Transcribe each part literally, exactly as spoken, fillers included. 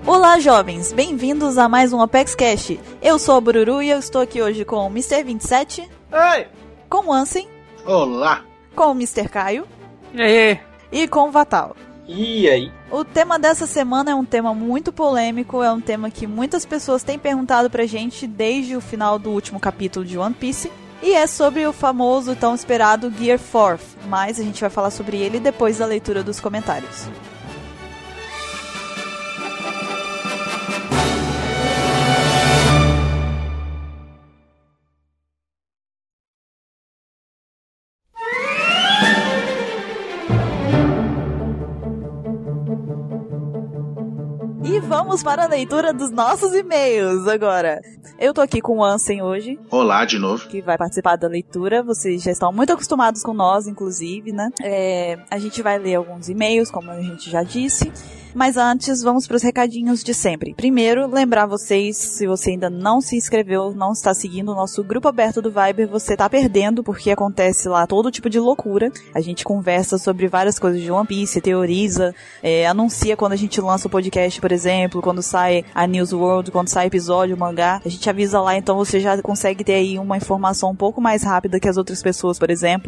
Olá, jovens! Bem-vindos a mais um Apex Cash. Eu sou a Bururu e eu estou aqui hoje com o mister vinte e sete. Oi! Com o Ansem. Olá! Com o mister Caio. E aí? E com o Vatal. E aí? O tema dessa semana é um tema muito polêmico, é um tema que muitas pessoas têm perguntado pra gente desde o final do último capítulo de One Piece. E é sobre o famoso e tão esperado Gear Fourth, mas a gente vai falar sobre ele depois da leitura dos comentários. E vamos para a leitura dos nossos e-mails agora. Eu tô aqui com o Ansem hoje. Olá, de novo. Que vai participar da leitura. Vocês já estão muito acostumados com nós, inclusive, né? É, a gente vai ler alguns e-mails, como a gente já disse. Mas antes, vamos para os recadinhos de sempre. Primeiro, lembrar vocês, se você ainda não se inscreveu, não está seguindo o nosso grupo aberto do Viber, você tá perdendo, porque acontece lá todo tipo de loucura. A gente conversa sobre várias coisas de One Piece, teoriza, é, anuncia quando a gente lança o podcast, por exemplo, quando sai a News World, quando sai episódio, mangá. A gente avisa lá, então você já consegue ter aí uma informação um pouco mais rápida que as outras pessoas, por exemplo.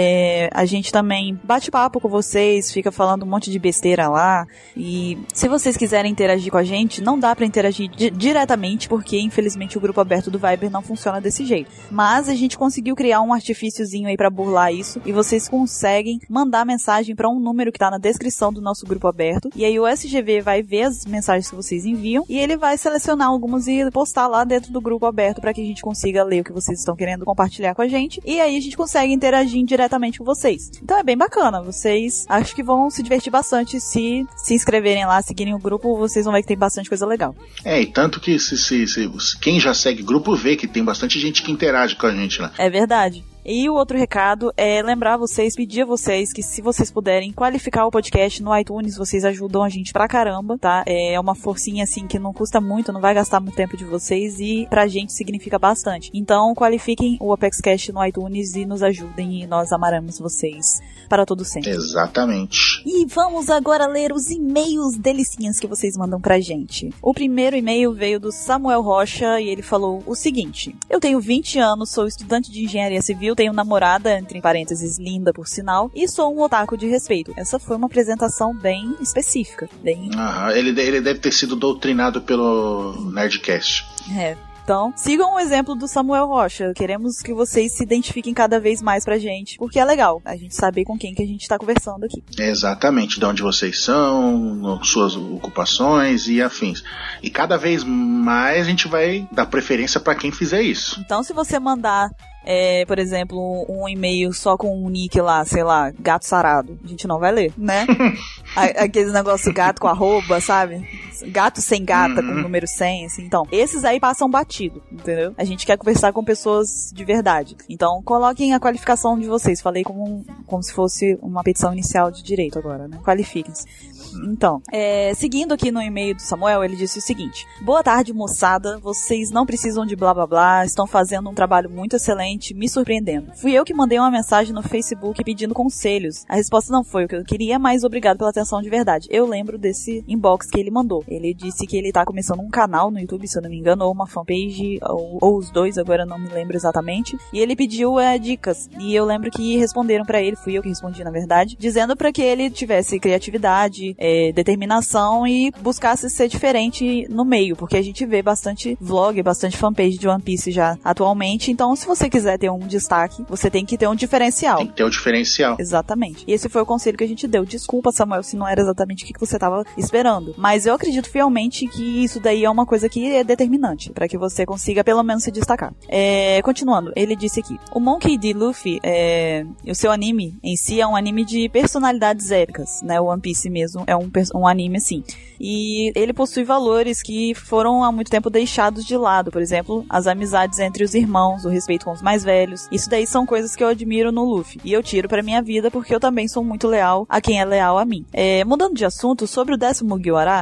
É, a gente também bate papo com vocês, fica falando um monte de besteira lá. E se vocês quiserem interagir com a gente, não dá pra interagir di- diretamente, porque infelizmente o grupo aberto do Viber não funciona desse jeito. Mas a gente conseguiu criar um artifíciozinho aí pra burlar isso, e vocês conseguem mandar mensagem pra um número que tá na descrição do nosso grupo aberto, e aí o S G V vai ver as mensagens que vocês enviam, e ele vai selecionar algumas e postar lá dentro do grupo aberto pra que a gente consiga ler o que vocês estão querendo compartilhar com a gente, e aí a gente consegue interagir diretamente com vocês. Então é bem bacana, vocês acho que vão se divertir bastante se se inscreverem lá, seguirem o grupo, vocês vão ver que tem bastante coisa legal. É, e tanto que se, se, se, quem já segue grupo vê que tem bastante gente que interage com a gente lá. É verdade. E o outro recado é lembrar vocês, pedir a vocês que se vocês puderem qualificar o podcast no iTunes, vocês ajudam a gente pra caramba, tá? É uma forcinha assim que não custa muito, não vai gastar muito tempo de vocês e pra gente significa bastante. Então qualifiquem o Apex Cash no iTunes e nos ajudem e nós amaremos vocês para todo sempre. Exatamente. E vamos agora ler os e-mails delicinhas que vocês mandam pra gente. O primeiro e-mail veio do Samuel Rocha e ele falou o seguinte: eu tenho vinte anos, sou estudante de engenharia civil, tenho namorada, entre parênteses, linda por sinal, e sou um otaku de respeito. Essa foi uma apresentação bem específica. Bem... Aham, ele, ele deve ter sido doutrinado pelo Nerdcast. É. Então, sigam o exemplo do Samuel Rocha. Queremos que vocês se identifiquem cada vez mais pra gente, porque é legal a gente saber com quem que a gente tá conversando aqui. Exatamente, de onde vocês são, suas ocupações e afins. E cada vez mais a gente vai dar preferência pra quem fizer isso. Então, se você mandar, é, por exemplo, um e-mail só com um nick lá, sei lá, gato sarado, a gente não vai ler, né? Aqueles negócio gato com arroba, sabe? Gato sem gata, uhum. Com número cem, assim. Então, esses aí passam batido, entendeu? A gente quer conversar com pessoas de verdade. Então, coloquem a qualificação de vocês. Falei como, como se fosse uma petição inicial de direito agora, né? Qualifiquem-se. Então, é, seguindo aqui no e-mail do Samuel, ele disse o seguinte: boa tarde, moçada, vocês não precisam de blá blá blá, estão fazendo um trabalho muito excelente, me surpreendendo. Fui eu que mandei uma mensagem no Facebook pedindo conselhos. A resposta não foi o que eu queria, mas obrigado pela atenção de verdade. Eu lembro desse inbox que ele mandou. Ele disse que ele tá começando um canal no YouTube, se eu não me engano, ou uma fanpage, ou, ou os dois, agora eu não me lembro exatamente. E ele pediu é, dicas, e eu lembro que responderam pra ele, fui eu que respondi na verdade, dizendo pra que ele tivesse criatividade, É, determinação e buscasse ser diferente no meio, porque a gente vê bastante vlog, bastante fanpage de One Piece já atualmente, então se você quiser ter um destaque, você tem que ter um diferencial. Tem que ter um diferencial. Exatamente. E esse foi o conselho que a gente deu. Desculpa, Samuel, se não era exatamente o que você estava esperando, mas eu acredito fielmente que isso daí é uma coisa que é determinante, para que você consiga pelo menos se destacar. É, continuando, ele disse aqui: o Monkey D. Luffy, é, o seu anime em si é um anime de personalidades épicas, né? O One Piece mesmo é um, um anime assim. E ele possui valores que foram há muito tempo deixados de lado. Por exemplo, as amizades entre os irmãos, o respeito com os mais velhos. Isso daí são coisas que eu admiro no Luffy. E eu tiro pra minha vida porque eu também sou muito leal a quem é leal a mim. É, mudando de assunto, sobre o décimo Gyuara, eu acho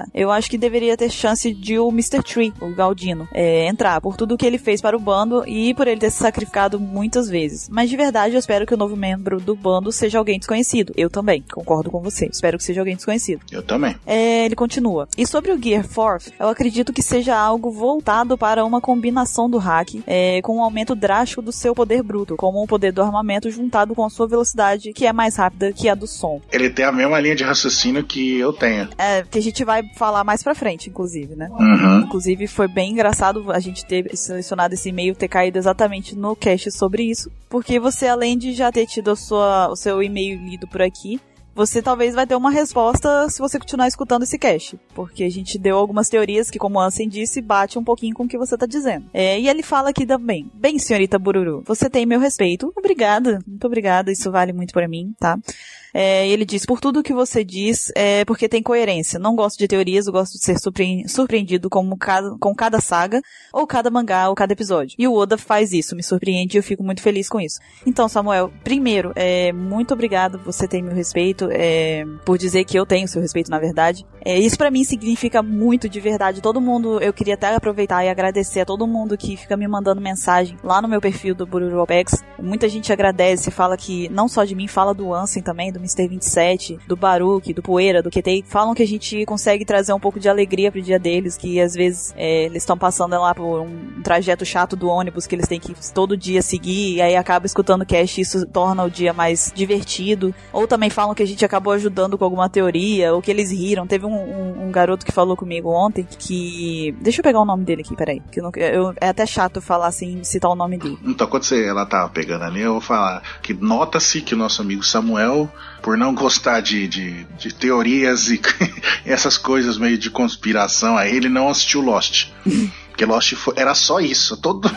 acho que deveria ter chance de o mister Tree, o Galdino, é, entrar, por tudo que ele fez para o bando e por ele ter se sacrificado muitas vezes. Mas de verdade eu espero que o novo membro do bando seja alguém desconhecido. Eu também, concordo com você. Espero que seja alguém desconhecido. Eu também. É, ele continua. E sobre o Gear Fourth, eu acredito que seja algo voltado para uma combinação do hack é, com um aumento drástico do seu poder bruto, como o poder do armamento juntado com a sua velocidade, que é mais rápida que a do som. Ele tem a mesma linha de raciocínio que eu tenho. É, que a gente vai falar mais pra frente, inclusive, né? Uhum. Inclusive, foi bem engraçado a gente ter selecionado esse e-mail, ter caído exatamente no cast sobre isso, porque você, além de já ter tido a sua, o seu e-mail lido por aqui, você talvez vai ter uma resposta se você continuar escutando esse cast, porque a gente deu algumas teorias que, como o Ansem disse, bate um pouquinho com o que você tá dizendo. É, e ele fala aqui também: bem, senhorita Bururu, você tem meu respeito. Obrigada, muito obrigada, isso vale muito pra mim, tá? É, ele diz, por tudo que você diz, é porque tem coerência. Não gosto de teorias, eu gosto de ser surpre- surpreendido como cada, com cada saga, ou cada mangá, ou cada episódio. E o Oda faz isso, me surpreende e eu fico muito feliz com isso. Então, Samuel, primeiro, é, muito obrigado, você tem meu respeito, é, por dizer que eu tenho seu respeito, na verdade. É, isso pra mim significa muito, de verdade. Todo mundo, eu queria até aproveitar e agradecer a todo mundo que fica me mandando mensagem lá no meu perfil do Bururu Apex. Muita gente agradece, fala que, não só de mim, fala do Ansem também, do mister vinte e sete, do Baruch, do Poeira, do Q T, falam que a gente consegue trazer um pouco de alegria pro dia deles, que às vezes é, eles estão passando lá por um trajeto chato do ônibus que eles têm que todo dia seguir, e aí acaba escutando o cast e isso torna o dia mais divertido. Ou também falam que a gente acabou ajudando com alguma teoria, ou que eles riram. Teve um, um, um garoto que falou comigo ontem que... Deixa eu pegar o nome dele aqui, peraí. Que eu não, eu, é até chato falar sem citar o nome dele. Então, quando você, ela tava pegando ali, eu vou falar que nota-se que o nosso amigo Samuel, por não gostar de, de, de teorias e essas coisas meio de conspiração, aí ele não assistiu Lost. Porque Lost foi, era só isso, todo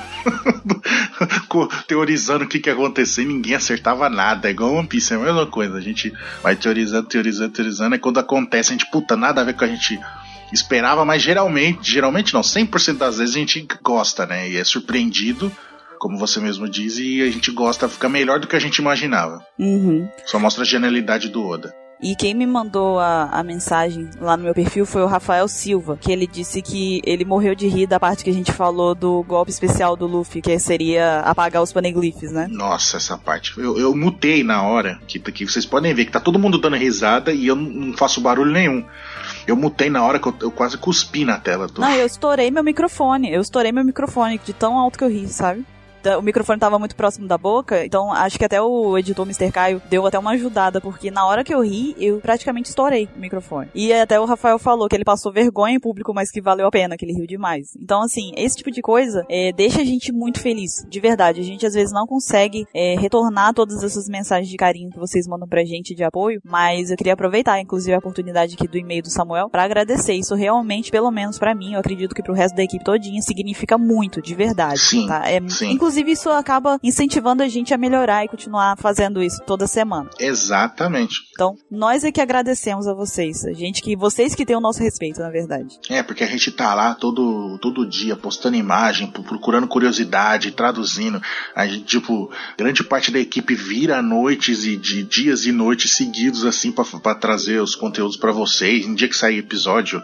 teorizando o que que ia acontecer, ninguém acertava nada, é igual One Piece, é a mesma coisa, a gente vai teorizando, teorizando, teorizando, e quando acontece a gente, puta, nada a ver com a gente esperava, mas geralmente, geralmente não, cem por cento das vezes a gente gosta, né, e é surpreendido, como você mesmo diz, e a gente gosta, fica melhor do que a gente imaginava. Uhum. Só mostra a genialidade do Oda. E quem me mandou a, a mensagem lá no meu perfil foi o Rafael Silva, que ele disse que ele morreu de rir da parte que a gente falou do golpe especial do Luffy, que seria apagar os paneglifes, né? Nossa, essa parte. Eu, eu mutei na hora, que, que vocês podem ver que tá todo mundo dando risada e eu não faço barulho nenhum. Eu mutei na hora que eu, eu quase cuspi na tela. Do... Não, eu estourei meu microfone. Eu estourei meu microfone de tão alto que eu ri, sabe? O microfone tava muito próximo da boca, então acho que até o editor mister Caio deu até uma ajudada, porque na hora que eu ri, eu praticamente estourei o microfone. E até o Rafael falou que ele passou vergonha em público, mas que valeu a pena, que ele riu demais. Então, assim, esse tipo de coisa é, deixa a gente muito feliz, de verdade. A gente às vezes não consegue é, retornar todas essas mensagens de carinho que vocês mandam pra gente, de apoio, mas eu queria aproveitar, inclusive, a oportunidade aqui do e-mail do Samuel pra agradecer. Isso realmente, pelo menos pra mim, eu acredito que pro resto da equipe todinha, significa muito, de verdade. Sim, tá? É, sim. Inclusive, isso acaba incentivando a gente a melhorar e continuar fazendo isso toda semana. Exatamente. Então, nós é que agradecemos a vocês. A gente que, vocês que têm o nosso respeito, na verdade. É, porque a gente tá lá todo, todo dia postando imagem, procurando curiosidade, traduzindo. A gente, tipo, grande parte da equipe vira noites e de dias e noites seguidos, assim, pra, pra trazer os conteúdos pra vocês. Em dia que sair episódio,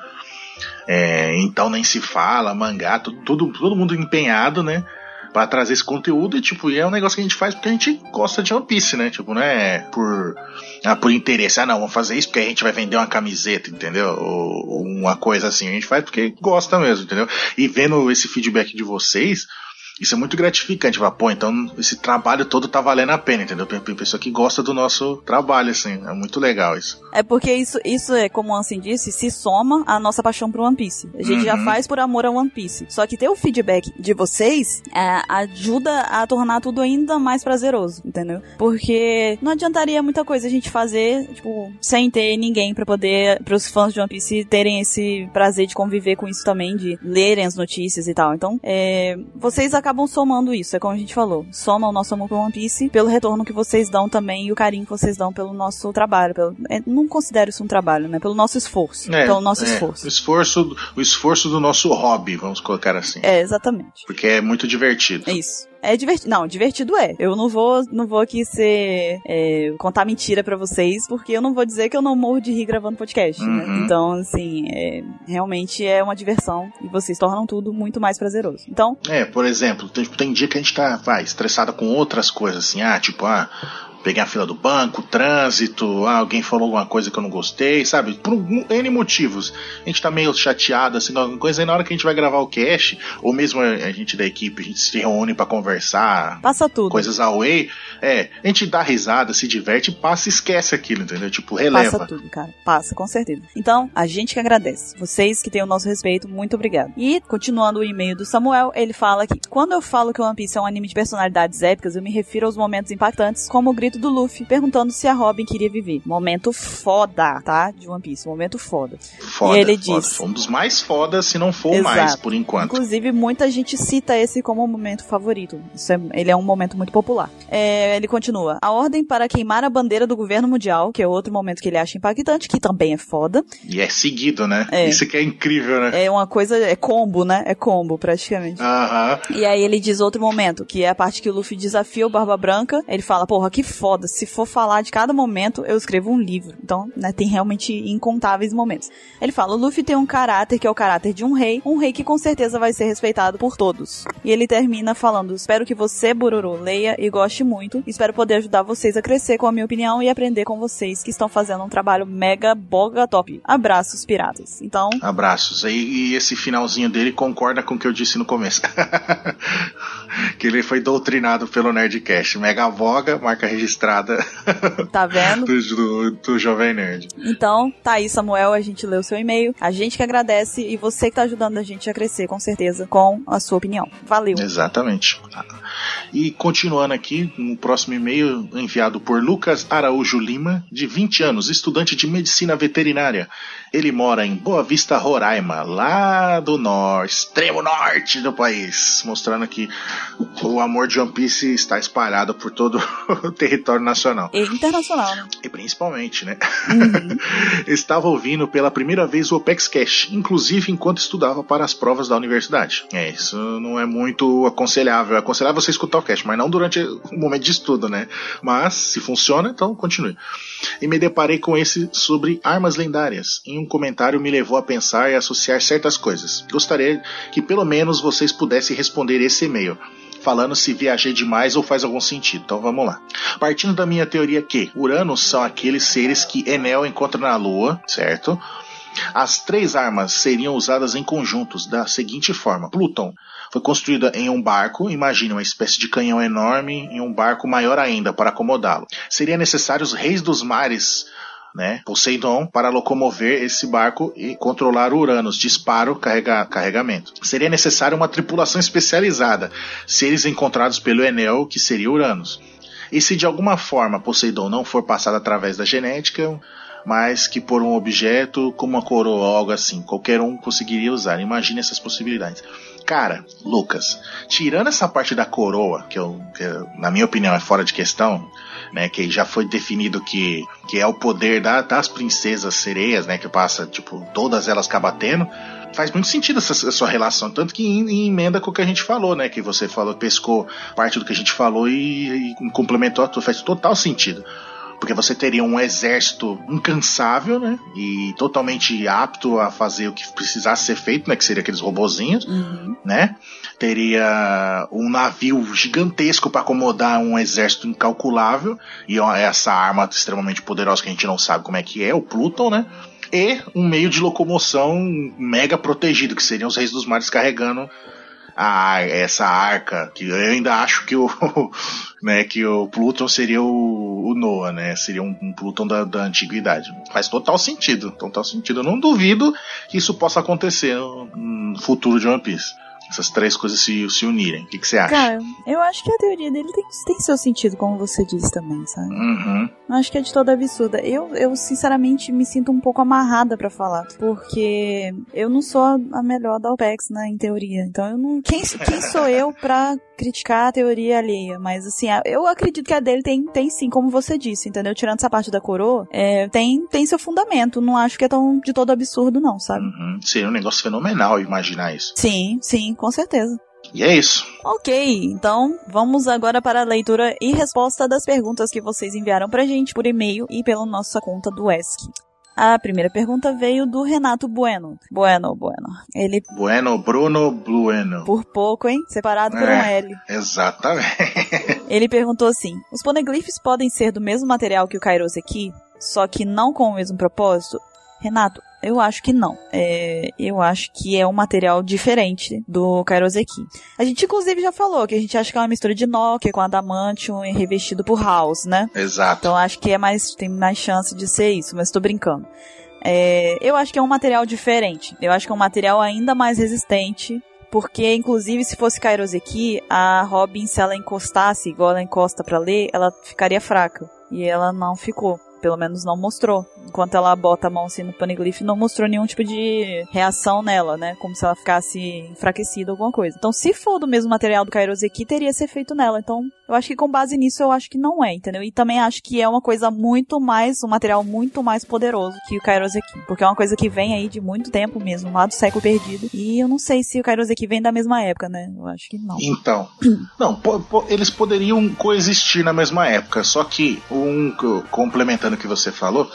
é, então nem se fala, mangá, tudo, todo, todo mundo empenhado, né? Pra trazer esse conteúdo e, tipo, é um negócio que a gente faz porque a gente gosta de One Piece, né? Tipo, não é por, ah, por interesse. Ah, não, vamos fazer isso porque a gente vai vender uma camiseta, entendeu? Ou, ou uma coisa assim. A gente faz porque gosta mesmo, entendeu? E vendo esse feedback de vocês, isso é muito gratificante. Fala, pô, então esse trabalho todo tá valendo a pena, entendeu? Tem pessoa que gosta do nosso trabalho, assim. É muito legal isso. É porque isso, isso é, como o Ansem disse, se soma a nossa paixão pro One Piece. A gente uhum. já faz por amor ao One Piece. Só que ter o feedback de vocês é, ajuda a tornar tudo ainda mais prazeroso, entendeu? Porque não adiantaria muita coisa a gente fazer, tipo, sem ter ninguém pra poder, pros fãs de One Piece terem esse prazer de conviver com isso também, de lerem as notícias e tal. Então, é, vocês acabam somando isso, é como a gente falou. Soma o nosso amor pro One Piece pelo retorno que vocês dão também e o carinho que vocês dão pelo nosso trabalho. Pelo, é, não considero isso um trabalho, né? Pelo nosso esforço. É, pelo nosso é, esforço. O esforço. O esforço do nosso hobby, vamos colocar assim. É, exatamente. Porque é muito divertido. É isso. É divertido. Não, divertido é. Eu não vou, não vou aqui ser... É, contar mentira pra vocês, porque eu não vou dizer que eu não morro de rir gravando podcast, uhum. né? Então, assim, é, realmente é uma diversão e vocês tornam tudo muito mais prazeroso. Então... É, por exemplo, tem, tem dia que a gente tá, vai, estressado com outras coisas, assim, ah, tipo, ah... peguei a fila do banco, trânsito, ah, alguém falou alguma coisa que eu não gostei, sabe? Por N motivos. A gente tá meio chateado, assim, alguma coisa, e na hora que a gente vai gravar o cast, ou mesmo a gente da equipe, a gente se reúne pra conversar. Passa tudo. Coisas away. É, a gente dá risada, se diverte, passa e esquece aquilo, entendeu? Tipo, releva. Passa tudo, cara. Passa, com certeza. Então, a gente que agradece. Vocês que têm o nosso respeito, muito obrigado. E, continuando o e-mail do Samuel, ele fala que quando eu falo que o One Piece é um anime de personalidades épicas, eu me refiro aos momentos impactantes, como o grito do Luffy, perguntando se a Robin queria viver. Momento foda, tá? De One Piece. Momento foda. Foda, e ele foda. diz... Foi um dos mais fodas, se não for Exato. mais, por enquanto. Inclusive, muita gente cita esse como o momento favorito. Isso é, ele é um momento muito popular. É, ele continua. A ordem para queimar a bandeira do governo mundial, que é outro momento que ele acha impactante, que também é foda. E é seguido, né? É. Isso que é incrível, né? É uma coisa... É combo, né? É combo, praticamente. Aham. E aí ele diz outro momento, que é a parte que o Luffy desafia o Barba Branca. Ele fala, porra, que foda. Se for falar de cada momento, eu escrevo um livro. Então, né, tem realmente incontáveis momentos. Ele fala, o Luffy tem um caráter que é o caráter de um rei, um rei que com certeza vai ser respeitado por todos. E ele termina falando, espero que você, Bururu, leia e goste muito. Espero poder ajudar vocês a crescer com a minha opinião e aprender com vocês que estão fazendo um trabalho mega boga top. Abraços, piratas. Então... Abraços. E, e esse finalzinho dele concorda com o que eu disse no começo. Que ele foi doutrinado pelo Nerdcast. Mega voga, marca registrada. Tá vendo? do, do, do Jovem Nerd. Então, tá aí, Samuel, a gente leu o seu e-mail. A gente que agradece e você que tá ajudando a gente a crescer, com certeza, com a sua opinião. Valeu. Exatamente. E continuando aqui, no próximo e-mail enviado por Lucas Araújo Lima, de vinte anos, estudante de medicina veterinária. Ele mora em Boa Vista, Roraima, lá do norte, extremo norte do país. Mostrando que o amor de One Piece está espalhado por todo o território nacional. E internacional, né? E principalmente, né? Uhum. Estava ouvindo pela primeira vez o Opex Cash, inclusive enquanto estudava para as provas da universidade. É, isso não é muito aconselhável. É aconselhável você escutar o cast, mas não durante o momento de estudo, né? Mas, se funciona, então continue. E me deparei com esse sobre armas lendárias. Em um comentário me levou a pensar e associar certas coisas. Gostaria que pelo menos vocês pudessem responder esse e-mail, falando se viajei demais ou faz algum sentido. Então vamos lá. Partindo da minha teoria que Uranos são aqueles seres que Enel encontra na Lua, certo? As três armas seriam usadas em conjuntos da seguinte forma. Pluton foi construída em um barco, imagine uma espécie de canhão enorme em um barco maior ainda para acomodá-lo. Seria necessário os reis dos mares, né, Poseidon, para locomover esse barco e controlar o Uranus, disparo, carrega, carregamento. Seria necessário uma tripulação especializada, seres encontrados pelo Enel, que seria Uranus. E se de alguma forma Poseidon não for passado através da genética, mas que por um objeto como uma coroa ou algo assim, qualquer um conseguiria usar. Imagine essas possibilidades. Cara, Lucas, tirando essa parte da coroa, que, eu, que na minha opinião é fora de questão, né, que já foi definido que, que é o poder da, das princesas sereias, né, que passa, tipo, todas elas cabatendo, faz muito sentido essa, essa sua relação, tanto que em, em emenda com o que a gente falou, né, que você falou, pescou parte do que a gente falou e, e complementou, faz total sentido. Porque você teria um exército incansável, né? E totalmente apto a fazer o que precisasse ser feito, né? Que seria aqueles robozinhos, uhum. né? Teria um navio gigantesco para acomodar um exército incalculável. E essa arma extremamente poderosa que a gente não sabe como é que é, o Pluton, né? E um meio de locomoção mega protegido, que seriam os reis dos mares carregando a, essa arca, que eu ainda acho que o, né, que o Pluton seria o, o Noah, né, seria um, um Pluton da, da antiguidade. Faz total sentido, total sentido. Eu não duvido que isso possa acontecer no, no futuro de One Piece. Essas três coisas se, se unirem. O que, que você acha? Cara, eu acho que a teoria dele tem, tem seu sentido, como você disse também, sabe? Uhum. Eu acho que é de toda absurda. Eu, eu, sinceramente, me sinto um pouco amarrada pra falar, porque eu não sou a melhor da OPEX, né, em teoria. Então, eu não... Quem, quem sou eu pra criticar a teoria alheia? Mas, assim, eu acredito que a dele tem, tem sim, como você disse, entendeu? Tirando essa parte da coroa, é, tem, tem seu fundamento. Não acho que é tão de todo absurdo, não, sabe? Uhum. Seria um negócio fenomenal imaginar isso. Sim, sim, com certeza. E é isso. Ok, então vamos agora para a leitura e resposta das perguntas que vocês enviaram pra gente por e-mail e pela nossa conta do Ask. A primeira pergunta veio do Renato Bueno. Bueno, Bueno. Ele... Bueno, Bruno, Bueno. Por pouco, hein? Separado por é, um L. Exatamente. Ele perguntou assim, os poneglyphs podem ser do mesmo material que o Kairoseki, só que não com o mesmo propósito? Renato, eu acho que não. É, eu acho que é um material diferente do Kairoseki. A gente, inclusive, já falou que a gente acha que é uma mistura de Nokia com Adamantium revestido por House, né? Exato. Então, acho que é mais, tem mais chance de ser isso, mas tô brincando. É, eu acho que é um material diferente. Eu acho que é um material ainda mais resistente, porque, inclusive, se fosse Kairoseki, a Robin, se ela encostasse, igual ela encosta pra ler, ela ficaria fraca. E ela não ficou. Pelo menos não mostrou. Enquanto ela bota a mão assim no poneglyph, não mostrou nenhum tipo de reação nela, né? Como se ela ficasse enfraquecida, alguma coisa. Então, se for do mesmo material do Kairoseki, teria que ser feito nela. Então, eu acho que com base nisso, eu acho que não é, entendeu? E também acho que é uma coisa muito mais, um material muito mais poderoso que o Kairoseki. Porque é uma coisa que vem aí de muito tempo mesmo, lá do século perdido. E eu não sei se o Kairoseki vem da mesma época, né? Eu acho que não. Então, não, po, po, eles poderiam coexistir na mesma época, só que um complementando o que você falou,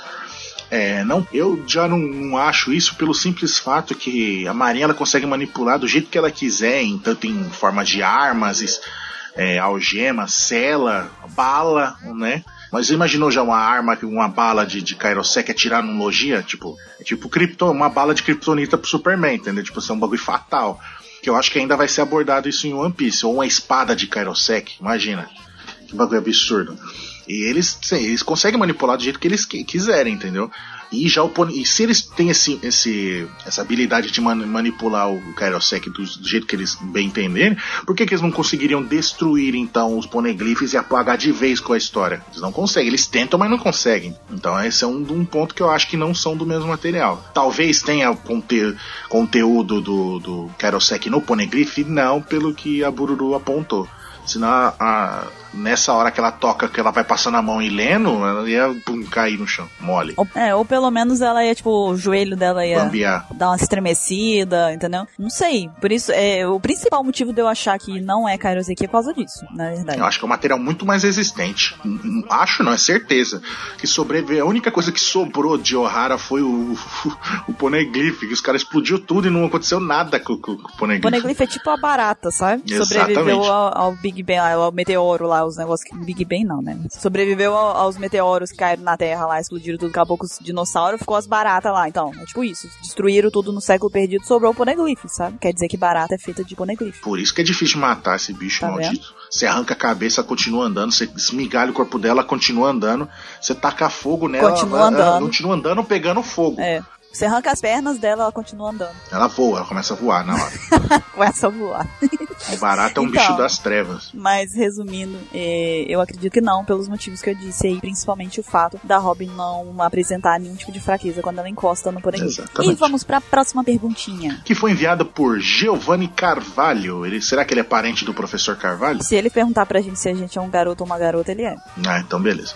é, não, eu já não, não acho isso pelo simples fato que a Marinha ela consegue manipular do jeito que ela quiser, em, tanto em forma de armas, é, algemas, cela, bala, né? Mas você imaginou já uma arma, uma bala de, de Kairoseki atirar num Logia? Tipo, é tipo Krypton, uma bala de Kryptonita pro Superman, entendeu? Tipo, assim, é um bagulho fatal. Que eu acho que ainda vai ser abordado isso em One Piece. Ou uma espada de Kairoseki, imagina. Que bagulho absurdo. E eles, sim, eles conseguem manipular do jeito que eles quiserem, entendeu? E, já o, e se eles têm esse, esse, essa habilidade de man, manipular o Kairoseki do, do jeito que eles bem entenderem, por que, que eles não conseguiriam destruir, então, os poneglyphs e apagar de vez com a história? Eles não conseguem, eles tentam, mas não conseguem. Então esse é um, um ponto que eu acho que não são do mesmo material. Talvez tenha conte, conteúdo do, do Kairoseki no poneglyph, não pelo que a Bururu apontou. Senão, a, a, nessa hora que ela toca, que ela vai passando a mão e lendo, ela ia pum, cair no chão, mole. Ou, é, ou pelo menos ela ia, tipo, o joelho dela ia Bambiar. Dar uma estremecida, entendeu? Não sei. Por isso, é, o principal motivo de eu achar que não é Kairoseki é por causa disso, na verdade. Eu acho que é um material muito mais resistente. Acho não, é certeza. Que sobreviveu. A única coisa que sobrou de Ohara foi o, o, o poneglyph, que os caras explodiu tudo e não aconteceu nada com, com, com o poneglyph. O poneglyph é tipo a barata, sabe? Exatamente. Sobreviveu ao, ao Big Bang, ao meteoro lá, os negócios que... Big Bang não, né? Sobreviveu ao, aos meteoros que caíram na Terra lá, explodiram tudo, acabou com os dinossauros, ficou as baratas lá. Então, é tipo isso. Destruíram tudo no século perdido, sobrou o poneglyph, sabe? Quer dizer que barata é feita de poneglyph. Por isso que é difícil de matar esse bicho tá maldito. Vendo? Você arranca a cabeça, continua andando, você esmigalha o corpo dela, continua andando, você taca fogo nela, continua ela, andando. Ela continua andando pegando fogo. É. Você arranca as pernas dela, ela continua andando. Ela voa, ela começa a voar na hora. Começa a voar. O barato é um então, bicho das trevas. Mas, resumindo, é, eu acredito que não, pelos motivos que eu disse aí, principalmente o fato da Robin não apresentar nenhum tipo de fraqueza quando ela encosta no poneglyph. E vamos para a próxima perguntinha. Que foi enviada por Giovanni Carvalho. Ele, será que ele é parente do professor Carvalho? Se ele perguntar pra gente se a gente é um garoto ou uma garota, ele é. Ah, então beleza.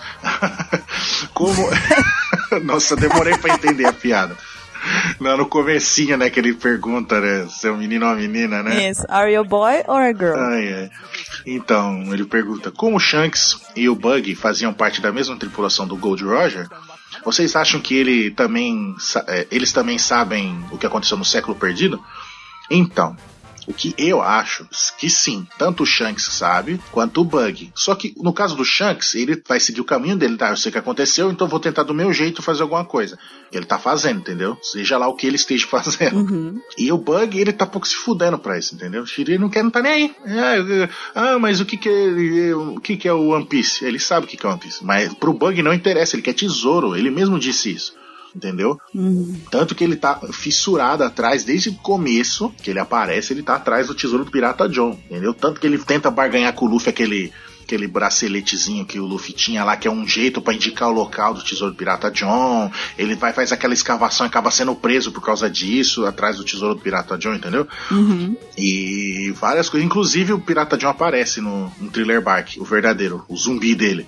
Como... Nossa, demorei pra entender a piada. Não, no comecinho, né, que ele pergunta, né, se é um menino ou uma menina, né? Yes, are you a boy or a girl? Ai, ai. Então, ele pergunta, como o Shanks e o Buggy faziam parte da mesma tripulação do Gold Roger, vocês acham que ele também, eles também sabem o que aconteceu no século perdido? Então... O que eu acho que sim, tanto o Shanks sabe, quanto o Buggy. Só que no caso do Shanks, ele vai seguir o caminho dele, tá? Eu sei o que aconteceu, então vou tentar do meu jeito fazer alguma coisa. Ele tá fazendo, entendeu? Seja lá o que ele esteja fazendo. Uhum. E o Buggy, ele tá pouco se fudendo pra isso, entendeu? O Shiryu não quer, não tá nem aí. É, ah, mas o que que é, o que que é o One Piece? Ele sabe o que que é o One Piece. Mas pro Buggy não interessa, ele quer tesouro. Ele mesmo disse isso. Entendeu? Uhum. Tanto que ele tá fissurado atrás, desde o começo que ele aparece, ele tá atrás do tesouro do Pirata John, entendeu? Tanto que ele tenta barganhar com o Luffy aquele, aquele braceletezinho que o Luffy tinha lá, que é um jeito pra indicar o local do tesouro do Pirata John. Ele vai faz aquela escavação e acaba sendo preso por causa disso, atrás do tesouro do Pirata John, entendeu? Uhum. E várias coisas, inclusive o Pirata John aparece no, no Thriller Bark, o verdadeiro, o zumbi dele.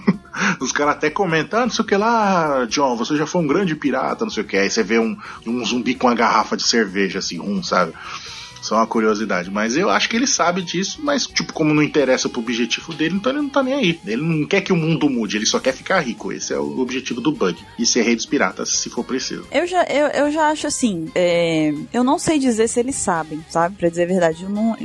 Os caras até comentam, ah, não sei o que lá, John, você já foi um grande pirata, não sei o que. Aí você vê um, um zumbi com uma garrafa de cerveja, assim, um, sabe? Só uma curiosidade. Mas eu acho que ele sabe disso, mas, tipo, como não interessa pro objetivo dele, então ele não tá nem aí. Ele não quer que o mundo mude, ele só quer ficar rico. Esse é o objetivo do Bug. E ser rei dos piratas, se for preciso. Eu já, eu, eu já acho assim, é, eu não sei dizer se eles sabem, sabe? Pra dizer a verdade, eu não,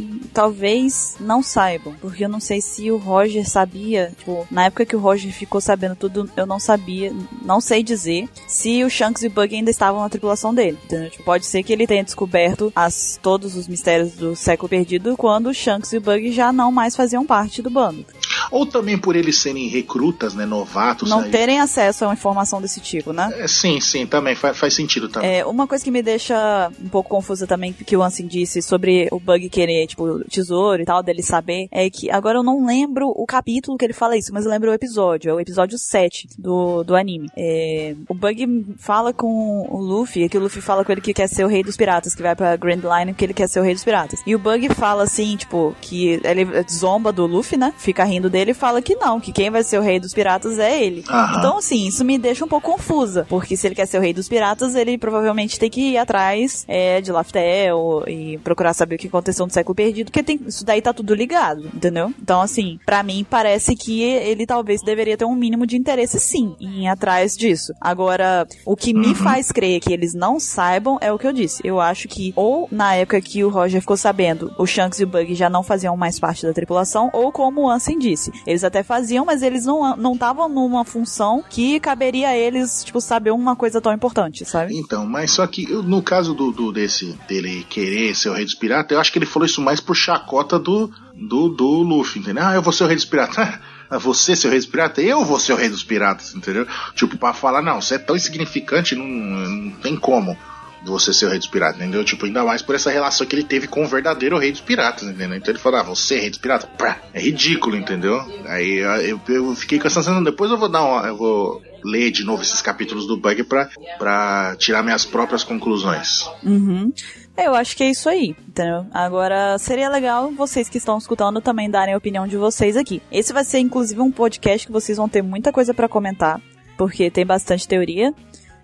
talvez não saibam, porque eu não sei se o Roger sabia, tipo, na época que o Roger ficou sabendo tudo, eu não sabia, não sei dizer se o Shanks e o Bug ainda estavam na tripulação dele, entendeu? Tipo, pode ser que ele tenha descoberto as, todos os mistérios do século perdido quando o Shanks e o Bug já não mais faziam parte do bando. Ou também por eles serem recrutas, né, novatos. Não aí. terem acesso a uma informação desse tipo, né? É, sim, sim, também faz, faz sentido também. É, uma coisa que me deixa um pouco confusa também, que o Ansem disse sobre o Bug querer, tipo, tesouro e tal, dele saber, é que, agora eu não lembro o capítulo que ele fala isso, mas eu lembro o episódio, é o episódio sete do, do anime. É, o Bug fala com o Luffy, que o Luffy fala com ele que quer ser o rei dos piratas, que vai pra Grand Line porque ele quer ser o rei dos piratas. E o Bug fala assim, tipo, que ele zomba do Luffy, né? Fica rindo dele e fala que não, que quem vai ser o rei dos piratas é ele. Aham. Então, assim, isso me deixa um pouco confusa, porque se ele quer ser o rei dos piratas, ele provavelmente tem que ir atrás é, de Laftel e procurar saber o que aconteceu no século perdido, porque tem, isso daí tá tudo ligado, entendeu? Então, assim, pra mim parece que ele talvez deveria ter um mínimo de interesse, sim, em ir atrás disso. Agora, o que me Uhum. faz crer que eles não saibam é o que eu disse. Eu acho que, ou na época que o Roger ficou sabendo, o Shanks e o Bug já não faziam mais parte da tripulação, ou como o Ansem disse, eles até faziam, mas eles não não estavam numa função que caberia a eles, tipo, saber uma coisa tão importante, sabe? Então, mas só que eu, no caso do, do desse dele querer ser o rei dos piratas, eu acho que ele falou isso mais por chacota do, do, do Luffy, entendeu? Ah, eu vou ser o rei dos piratas. Você ser o rei dos piratas? Eu vou ser o rei dos piratas, entendeu? Tipo, pra falar, não, você é tão insignificante, não, não tem como você ser o rei dos piratas, entendeu? Tipo, ainda mais por essa relação que ele teve com o verdadeiro rei dos piratas, entendeu? Então ele falou, ah, você é rei dos piratas? Pá, é ridículo, entendeu? Aí eu, eu fiquei com essa sensação, depois eu vou dar uma, eu vou ler de novo esses capítulos do Bug pra, pra tirar minhas próprias conclusões. Uhum. Eu acho que é isso aí, entendeu? Agora, seria legal vocês que estão escutando também darem a opinião de vocês aqui. Esse vai ser, inclusive, um podcast que vocês vão ter muita coisa pra comentar, porque tem bastante teoria.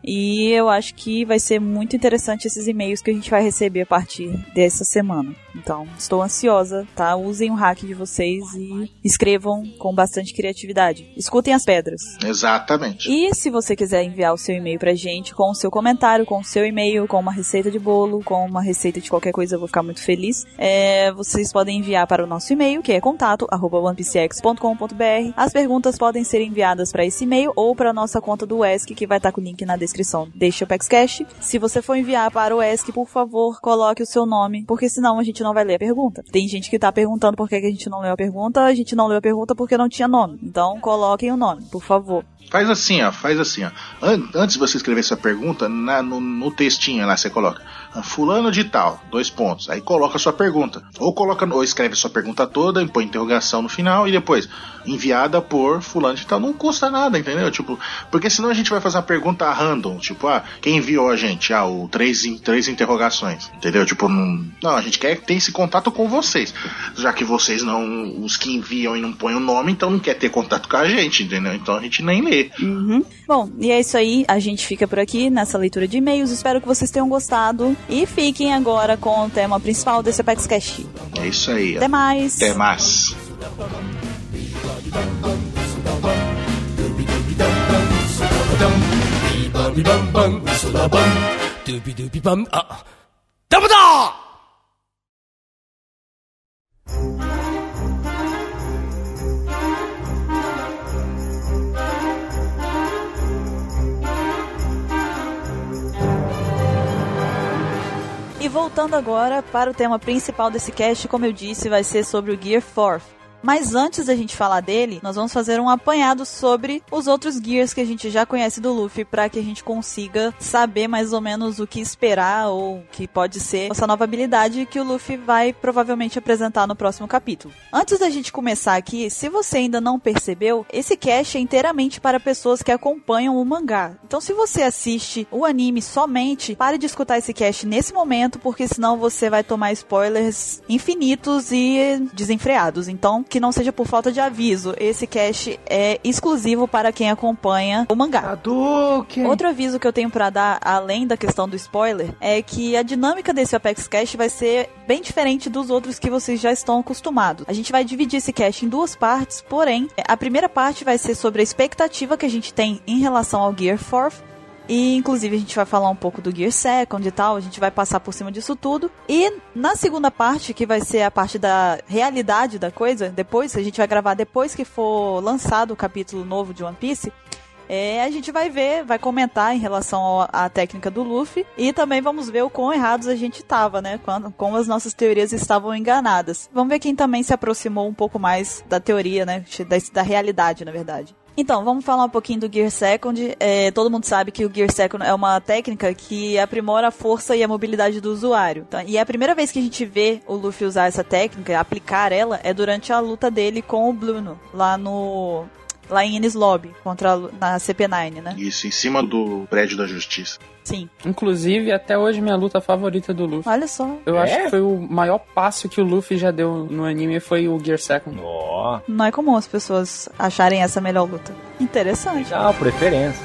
E eu acho que vai ser muito interessante esses e-mails que a gente vai receber a partir dessa semana. Então, estou ansiosa, tá? Usem o hack de vocês e escrevam com bastante criatividade. Escutem as pedras. Exatamente. E se você quiser enviar o seu e-mail pra gente com o seu comentário, com o seu e-mail, com uma receita de bolo, com uma receita de qualquer coisa, eu vou ficar muito feliz. É, vocês podem enviar para o nosso e-mail, que é contato arroba one p c x ponto com ponto b r. As perguntas podem ser enviadas para esse e-mail ou para a nossa conta do E S C, que vai estar com o link na descrição deste OpexCast. Se você for enviar para o E S C, por favor, coloque o seu nome, porque senão a gente não vai ler a pergunta. Tem gente que tá perguntando por que a gente não leu a pergunta, a gente não leu a pergunta porque não tinha nome. Então, coloquem o nome, por favor. Faz assim, ó, faz assim, ó. An- antes de você escrever sua pergunta, na, no, no textinho lá você coloca fulano de tal, dois pontos. Aí coloca a sua pergunta. Ou coloca, ou escreve a sua pergunta toda e põe interrogação no final e depois enviada por fulano de tal. Não custa nada, entendeu? Tipo, porque senão a gente vai fazer uma pergunta random, tipo, ah, quem enviou a gente? Ah, o três, três interrogações, entendeu? Tipo, não, não, a gente quer ter esse contato com vocês. Já que vocês não, os que enviam e não põem o nome, então não quer ter contato com a gente, entendeu? Então a gente nem lê. Uhum. Bom, e é isso aí, a gente fica por aqui nessa leitura de e-mails, espero que vocês tenham gostado e fiquem agora com o tema principal desse OpexCast. É isso aí. Até mais! Até mais! E voltando agora para o tema principal desse cast, como eu disse, vai ser sobre o Gear Fourth. Mas antes da gente falar dele, nós vamos fazer um apanhado sobre os outros Gears que a gente já conhece do Luffy, para que a gente consiga saber mais ou menos o que esperar ou o que pode ser essa nova habilidade que o Luffy vai provavelmente apresentar no próximo capítulo. Antes da gente começar aqui, se você ainda não percebeu, esse cast é inteiramente para pessoas que acompanham o mangá. Então se você assiste o anime somente, pare de escutar esse cast nesse momento, porque senão você vai tomar spoilers infinitos e desenfreados. Então, que não seja por falta de aviso. Esse cast é exclusivo para quem acompanha o mangá. Hadouken! Outro aviso que eu tenho pra dar, além da questão do spoiler, é que a dinâmica desse Apex Cast vai ser bem diferente dos outros que vocês já estão acostumados. A gente vai dividir esse cast em duas partes, porém, a primeira parte vai ser sobre a expectativa que a gente tem em relação ao Gear Fourth. E, inclusive, a gente vai falar um pouco do Gear Second e tal, a gente vai passar por cima disso tudo. E, na segunda parte, que vai ser a parte da realidade da coisa, depois, a gente vai gravar depois que for lançado o capítulo novo de One Piece, é, a gente vai ver, vai comentar em relação à técnica do Luffy, e também vamos ver o quão errados a gente tava, né, quando, como as nossas teorias estavam enganadas. Vamos ver quem também se aproximou um pouco mais da teoria, né, da, da realidade, na verdade. Então, vamos falar um pouquinho do Gear Second. É, todo mundo sabe que o Gear Second é uma técnica que aprimora a força e a mobilidade do usuário. Então, e a primeira vez que a gente vê o Luffy usar essa técnica, aplicar ela, é durante a luta dele com o Bluno, lá no... lá em Enies Lobby, contra a, na C P nove, né? Isso, em cima do prédio da justiça. Sim. Inclusive, até hoje, minha luta favorita do Luffy. Olha só. Eu É? acho que foi o maior passo que o Luffy já deu no anime, foi o Gear Second. Ó, Não é comum as pessoas acharem essa a melhor luta. Interessante. legal, preferência.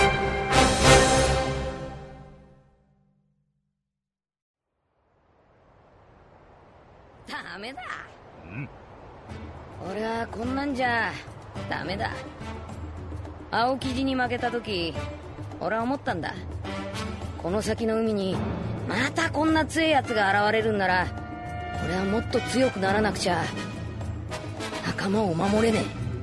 ダメだ。俺はこんなんじゃダメだ。青生地に負けた時、俺は思ったんだ。この先の海にまたこんな強いやつが現れるんなら、俺はもっと強くならなくちゃ仲間を守れね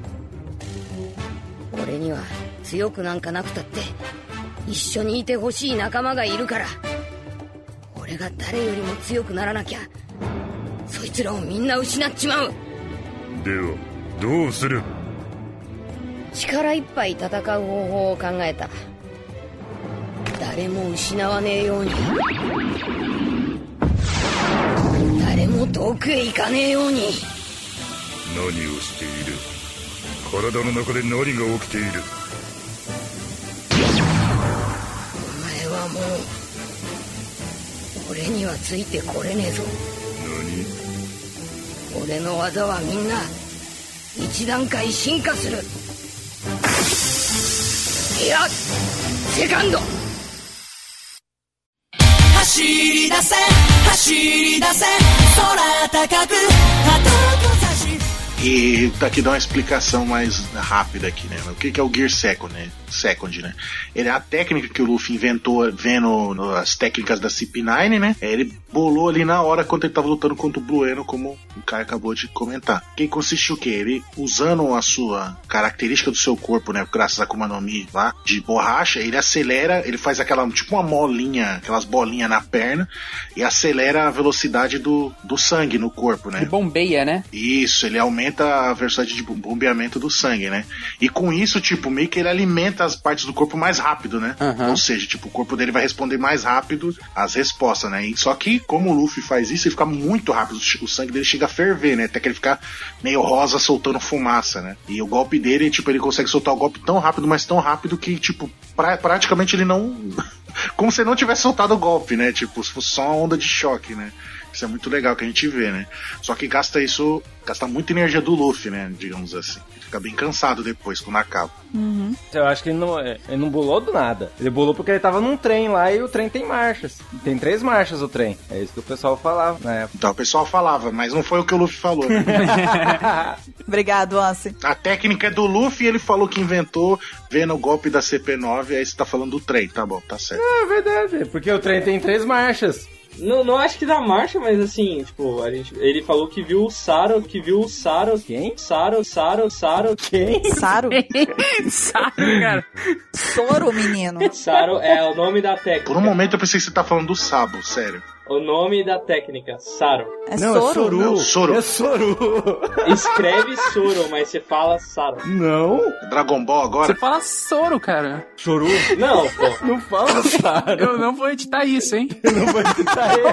え。俺には強くなんかなくたって一緒にいてほしい仲間がいるから、俺が誰よりも強くならなきゃそいつらをみんな失っちまう。 ではどうする？ 力いっぱい戦う方法を考えた。誰も失わねえように、誰も遠くへ行かねえように。 何をしている？体の中で何が起きている？ お前はもう俺にはついてこれねえぞ。 何？ 俺の技はみんな一段階進化する。いや、セカンド。 走り出せ走り出せ空高く旗と差し。 E daqui dá uma explicação mais rápida aqui, né? O que que é o Gear Second, né? Second, né? Ele é a técnica que o Luffy inventou vendo as técnicas da C P nove, né? Ele bolou ali na hora quando ele tava lutando contra o Blue Eno, como o Kai acabou de comentar. Que consiste o quê? Ele, usando a sua característica do seu corpo, né? Graças a Akuma no Mi lá, de borracha, ele acelera, ele faz aquela, tipo uma molinha, aquelas bolinhas na perna, e acelera a velocidade do, do sangue no corpo, né? Ele bombeia, né? Isso, ele aumenta a velocidade de bombeamento do sangue, né? E com isso, tipo, meio que ele alimenta as partes do corpo mais rápido, né? Uhum. Ou seja, tipo, o corpo dele vai responder mais rápido às respostas, né? E só que, como o Luffy faz isso, ele fica muito rápido, o sangue dele chega a ferver, né? Até que ele fica meio rosa, soltando fumaça, né? E o golpe dele, tipo, ele consegue soltar o golpe tão rápido, mas tão rápido que, tipo, pra, praticamente ele não... Como se ele não tivesse soltado o golpe, né? Tipo, se fosse só uma onda de choque, né? Isso é muito legal que a gente vê, né? Só que gasta isso, gasta muita energia do Luffy, né? Digamos assim. Ele fica bem cansado depois, quando acaba. Uhum. Eu acho que ele não, ele não bolou do nada. Ele bolou porque ele tava num trem lá e o trem tem marchas. Tem três marchas o trem. É isso que o pessoal falava na época. Então o pessoal falava, mas não foi o que o Luffy falou, né? Obrigado, Ansem. A técnica é do Luffy, ele falou que inventou vendo o golpe da C P nove, aí você tá falando do trem. Tá bom, tá certo. É verdade, porque o trem tem três marchas. Não, não acho que da marcha, mas assim, tipo, a gente, ele falou que viu o Saro, que viu o Saro. Quem? Saro, Saro, Saro. Quem? Saro? Sabe, cara? Soro, menino. Saro é o nome da técnica. Por um momento eu pensei que você tá falando do Sabo, sério. O nome da técnica, Saro. É Não, Soro? é Soru. Não, Soro. É Soru. Escreve Soro, mas você fala Saro. Não. Dragon Ball agora? Você fala Soro, cara. Soru. Não, pô. Não fala Saro. Eu não vou editar isso, hein? Eu não vou editar ele.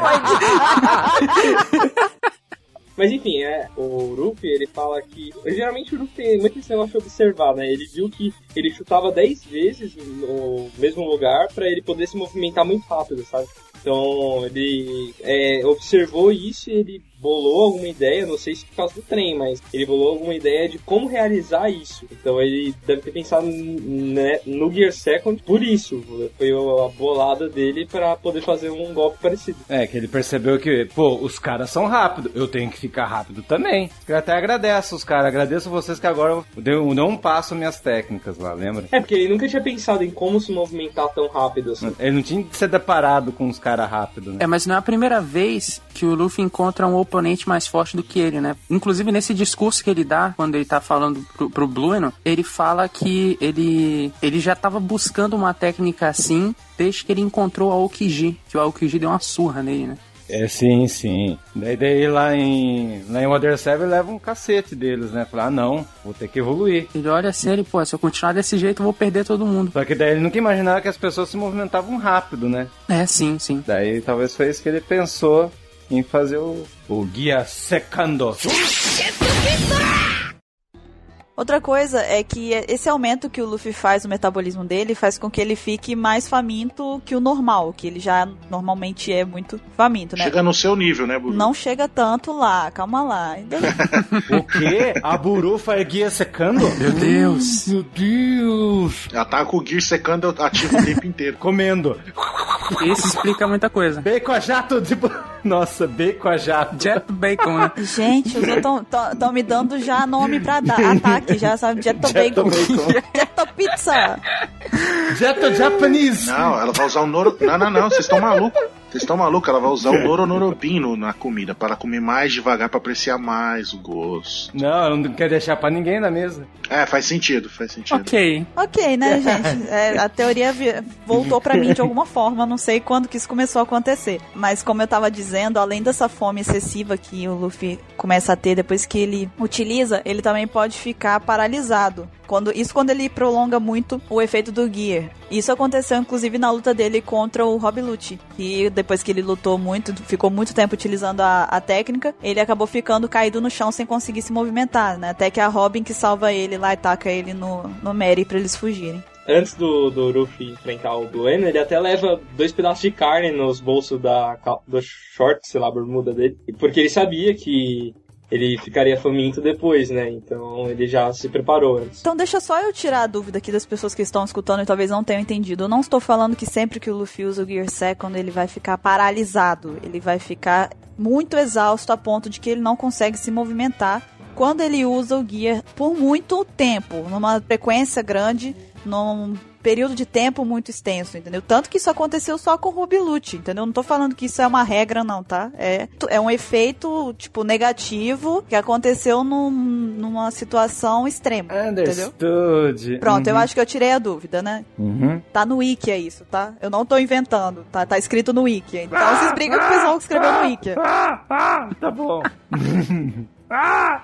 Mas enfim, é, o Ruffy, ele fala que... Geralmente o Ruffy tem muito esse negócio de observar, né? Ele viu que ele chutava dez vezes no mesmo lugar pra ele poder se movimentar muito rápido, sabe? Então, ele é, observou isso e ele bolou alguma ideia, não sei se por causa do trem, mas ele bolou alguma ideia de como realizar isso. Então ele deve ter pensado né, no Gear Second por isso. Foi a bolada dele pra poder fazer um golpe parecido. É, que ele percebeu que, pô, os caras são rápidos, eu tenho que ficar rápido também. Eu até agradeço os caras, agradeço vocês que agora eu deu, não passo minhas técnicas lá, lembra? É, porque ele nunca tinha pensado em como se movimentar tão rápido assim. Ele não tinha que ser deparado com os caras rápidos, né? É, mas não é a primeira vez que o Luffy encontra um oponente mais forte do que ele, né? Inclusive, nesse discurso que ele dá, quando ele tá falando pro, pro Blueno, ele fala que ele, ele já tava buscando uma técnica assim desde que ele encontrou a Aokiji, que o Aokiji deu uma surra nele, né? É, sim, sim. Daí, daí lá em lá em Water seven leva um cacete deles, né? Fala, ah, não, vou ter que evoluir. Ele olha assim, ele, pô, se eu continuar desse jeito eu vou perder todo mundo. Só que daí ele nunca imaginava que as pessoas se movimentavam rápido, né? É, sim, sim. Daí talvez foi isso que ele pensou em fazer o, o Gear Second. Outra coisa é que esse aumento que o Luffy faz no metabolismo dele faz com que ele fique mais faminto que o normal, que ele já normalmente é muito faminto, né? Chega no seu nível, né, Buru? Não chega tanto lá, calma lá. Ainda... O quê? A Buru faz Gear Secando? Meu Deus! Meu Deus! Ela tá com o Gear Secando ativo o tempo inteiro. Comendo. Isso explica muita coisa. Bacon a jato, tipo... Nossa, bacon a jato. Jet Bacon, né? Gente, os outros estão me dando já nome pra dar ataque, já sabe? Jet Bacon. Jet Pizza. Jet Japanese. Não, ela vai usar o Noro... Não, não, não, vocês estão malucos. Vocês estão malucos? Ela vai usar o Noronorobin na comida para comer mais devagar, para apreciar mais o gosto. Não, ela não quer deixar pra ninguém na mesa. É, faz sentido, faz sentido. Ok. Ok, né, gente? É, a teoria voltou pra mim de alguma forma, não sei quando que isso começou a acontecer. Mas como eu tava dizendo, além dessa fome excessiva que o Luffy começa a ter depois que ele utiliza, ele também pode ficar paralisado. Quando, isso quando ele prolonga muito o efeito do Gear. Isso aconteceu, inclusive, na luta dele contra o Rob Lucci. E depois que ele lutou muito, ficou muito tempo utilizando a, a técnica, ele acabou ficando caído no chão sem conseguir se movimentar, né? Até que a Robin que salva ele lá e taca ele no, no Mary pra eles fugirem. Antes do, do Luffy enfrentar o Blueno, ele até leva dois pedaços de carne nos bolsos da, do short, sei lá, bermuda dele. Porque ele sabia que ele ficaria faminto depois, né? Então ele já se preparou antes. Então deixa só eu tirar a dúvida aqui das pessoas que estão escutando e talvez não tenham entendido. Eu não estou falando que sempre que o Luffy usa o Gear Second ele vai ficar paralisado. Ele vai ficar muito exausto a ponto de que ele não consegue se movimentar quando ele usa o Gear por muito tempo, numa frequência grande, num período de tempo muito extenso, entendeu? Tanto que isso aconteceu só com o Ruby Lucci, entendeu? Não tô falando que isso é uma regra, não, tá? É, é um efeito, tipo, negativo que aconteceu num, numa situação extrema, Understood. Entendeu? Pronto, uhum. Eu acho que eu tirei a dúvida, né? Uhum. Tá no Wiki, é isso, tá? Eu não tô inventando, tá? Tá escrito no Wiki. Então ah, vocês brigam ah, com o pessoal que escreveu ah, no Wiki. Ah, ah, tá bom. ah!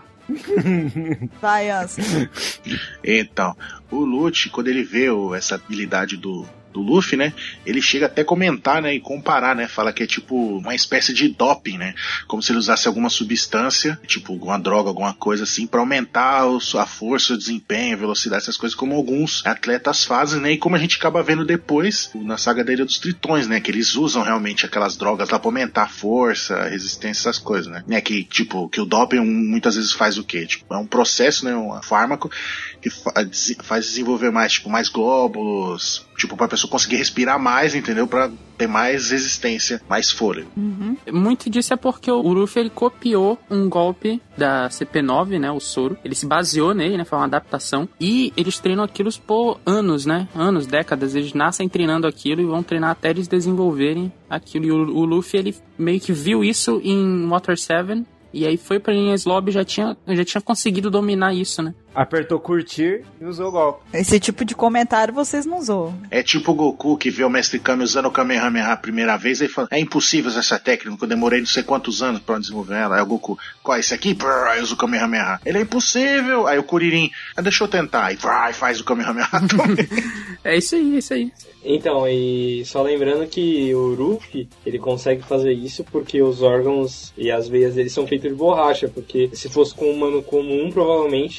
Vai, Anson. Então, o Lucci, quando ele vê o, essa habilidade do, do Luffy, né, ele chega até a comentar, né, e comparar, né, fala que é tipo uma espécie de doping, né, como se ele usasse alguma substância, tipo alguma droga, alguma coisa assim, pra aumentar o, a força, o desempenho, a velocidade, essas coisas, como alguns atletas fazem, né, e como a gente acaba vendo depois na saga da Ilha dos Tritões, né, que eles usam realmente aquelas drogas lá pra aumentar a força, a resistência, essas coisas, né, né que, tipo, que o doping muitas vezes faz o quê? Tipo, é um processo, né, um fármaco que faz desenvolver mais, tipo, mais glóbulos, tipo, pra pessoa conseguir respirar mais, entendeu? Pra ter mais resistência, mais fôlego. Uhum. Muito disso é porque o Luffy, ele copiou um golpe da C P nove, né, o Zoro. Ele se baseou nele, né, foi uma adaptação. E eles treinam aquilo por anos, né, anos, décadas. Eles nascem treinando aquilo e vão treinar até eles desenvolverem aquilo. E o, o Luffy, ele meio que viu isso em Water seven. E aí foi pra Enies Lobby e já tinha, já tinha conseguido dominar isso, né? Apertou curtir e usou o golpe. Esse tipo de comentário vocês não usou. É tipo o Goku que vê o Mestre Kami usando o Kamehameha a primeira vez e fala, é impossível essa técnica, eu demorei não sei quantos anos pra desenvolver ela. Aí o Goku, qual é esse aqui? Brrr, aí usa o Kamehameha. Ele é impossível. Aí o Kuririn, ah, deixa eu tentar. E brrr, faz o Kamehameha também. É isso aí, é isso aí. Então, e só lembrando que o Luffy, ele consegue fazer isso porque os órgãos e as veias dele são feitos de borracha, porque se fosse com um humano comum, provavelmente a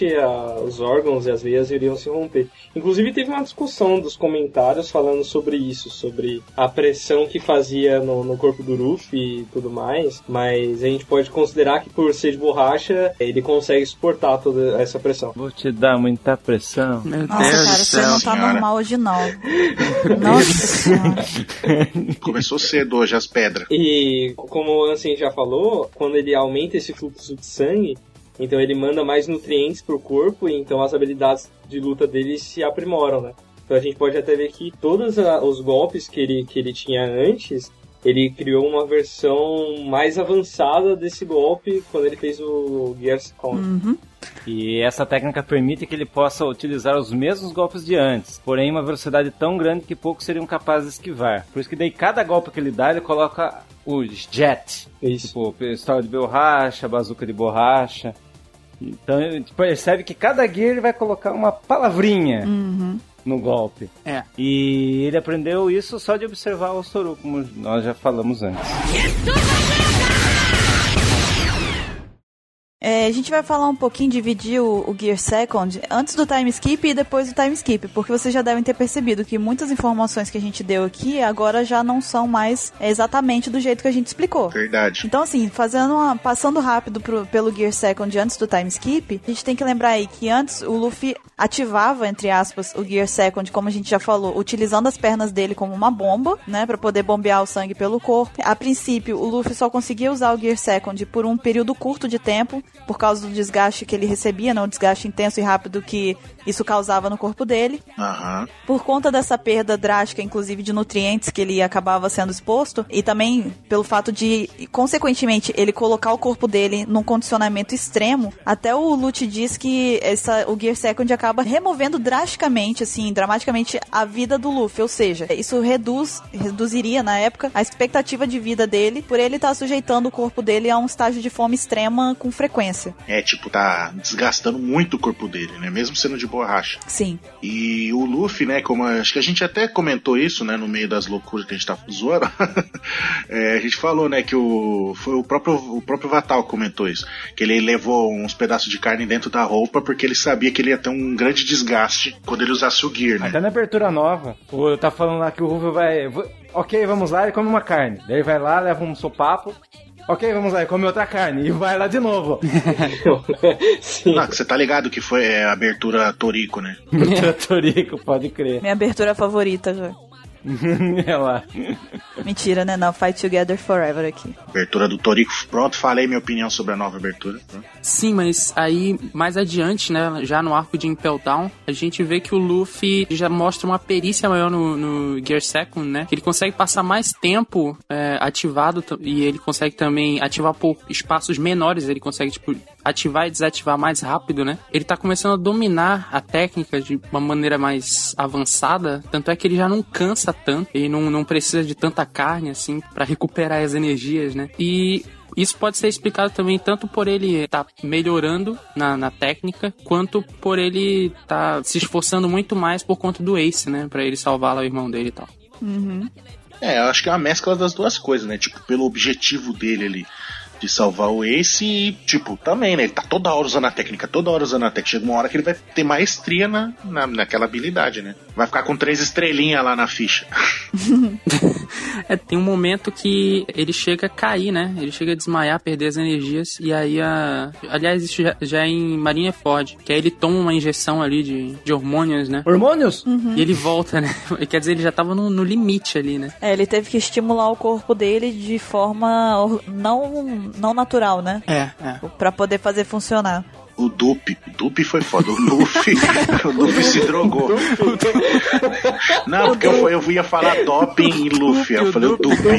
a, os órgãos e as veias iriam se romper. Inclusive teve uma discussão dos comentários falando sobre isso, sobre a pressão que fazia no, no corpo do Luffy e tudo mais, mas a gente pode considerar que por ser de borracha, ele consegue suportar toda essa pressão. Vou te dar muita pressão. Meu Nossa, Deus cara, do você céu. não tá senhora. normal hoje não. Nossa senhora. Começou cedo hoje as pedras. E como o Ansem já falou, quando ele aumenta esse fluxo de sangue, então ele manda mais nutrientes pro corpo, e então as habilidades de luta dele se aprimoram, né? Então a gente pode até ver que todos a, os golpes que ele, que ele tinha antes, ele criou uma versão mais avançada desse golpe quando ele fez o Gear Second. Uhum. E essa técnica permite que ele possa utilizar os mesmos golpes de antes, porém uma velocidade tão grande que poucos seriam capazes de esquivar. Por isso que daí cada golpe que ele dá, ele coloca o jet. Isso. Tipo, pistola de borracha, bazuca de borracha. Então a gente percebe que cada gear ele vai colocar uma palavrinha Uhum. no golpe. É. E ele aprendeu isso só de observar o Soru, como nós já falamos antes. É, a gente vai falar um pouquinho, dividir o, o Gear Second antes do time skip e depois do time skip, porque vocês já devem ter percebido que muitas informações que a gente deu aqui agora já não são mais exatamente do jeito que a gente explicou. Verdade. Então, assim, fazendo uma, passando rápido pro, pelo Gear Second antes do time skip, a gente tem que lembrar aí que antes o Luffy ativava, entre aspas, o Gear Second, como a gente já falou, utilizando as pernas dele como uma bomba, né, pra poder bombear o sangue pelo corpo. A princípio, o Luffy só conseguia usar o Gear Second por um período curto de tempo, por causa do desgaste que ele recebia, né, o desgaste intenso e rápido que isso causava no corpo dele. Aham. Por conta dessa perda drástica, inclusive de nutrientes que ele acabava sendo exposto, e também pelo fato de, consequentemente, ele colocar o corpo dele num condicionamento extremo, até o Lute diz que essa, o Gear Second acaba removendo drasticamente, assim, dramaticamente a vida do Luffy, ou seja, isso reduz, reduziria na época a expectativa de vida dele, por ele estar sujeitando o corpo dele a um estágio de fome extrema com frequência. É, tipo, tá desgastando muito o corpo dele, né? Mesmo sendo de borracha. Sim. E o Luffy, né, como acho que a gente até comentou isso, né, no meio das loucuras que a gente tá zoando, é, a gente falou, né, que o, foi o próprio, o próprio Vatal que comentou isso, que ele levou uns pedaços de carne dentro da roupa porque ele sabia que ele ia ter um grande desgaste quando ele usasse o Gear, né? Até na abertura nova, o, tá falando lá que o Ruffy vai... Ok, vamos lá, ele come uma carne. Daí ele vai lá, leva um sopapo. Ok, vamos lá, ele come outra carne. E vai lá de novo. Sim. Não, você tá ligado que foi é, a abertura Toriko, né? Torico, pode crer. Minha abertura favorita, já. É lá. Mentira, né? Não, Fight Together Forever aqui. Abertura do Toriko. Pronto, falei minha opinião sobre a nova abertura. Sim, mas aí, mais adiante, né, já no arco de Impel Down, a gente vê que o Luffy já mostra uma perícia maior no, no Gear Second, né, que ele consegue passar mais tempo é, ativado e ele consegue também ativar por espaços menores, ele consegue, tipo, ativar e desativar mais rápido, né. Ele tá começando a dominar a técnica de uma maneira mais avançada, tanto é que ele já não cansa tanto, ele não, não precisa de tanta carne, assim, pra recuperar as energias, né, e... Isso pode ser explicado também tanto por ele estar tá melhorando na, na técnica, quanto por ele estar tá se esforçando muito mais por conta do Ace, né? Pra ele salvar lá o irmão dele e tal. Uhum. É, eu acho que é uma mescla das duas coisas, né? Tipo, pelo objetivo dele ali de salvar o Ace e, tipo, também, né? Ele tá toda hora usando a técnica, toda hora usando a técnica. Chega uma hora que ele vai ter maestria na, na, naquela habilidade, né? Vai ficar com três estrelinhas lá na ficha. É, tem um momento que ele chega a cair, né? Ele chega a desmaiar, perder as energias. E aí, a... aliás, isso já, já é em Marineford. Que aí ele toma uma injeção ali de, de hormônios, né? Hormônios? Uhum. E ele volta, né? Quer dizer, ele já tava no, no limite ali, né? É, ele teve que estimular o corpo dele de forma or- não, não natural, né? É, é. Pra poder fazer funcionar. O Dupe, o Dupe foi foda. O Luffy, o Luffy se drogou. Não, porque eu, eu ia falar doping e Luffy. Aí eu falei o Dupe.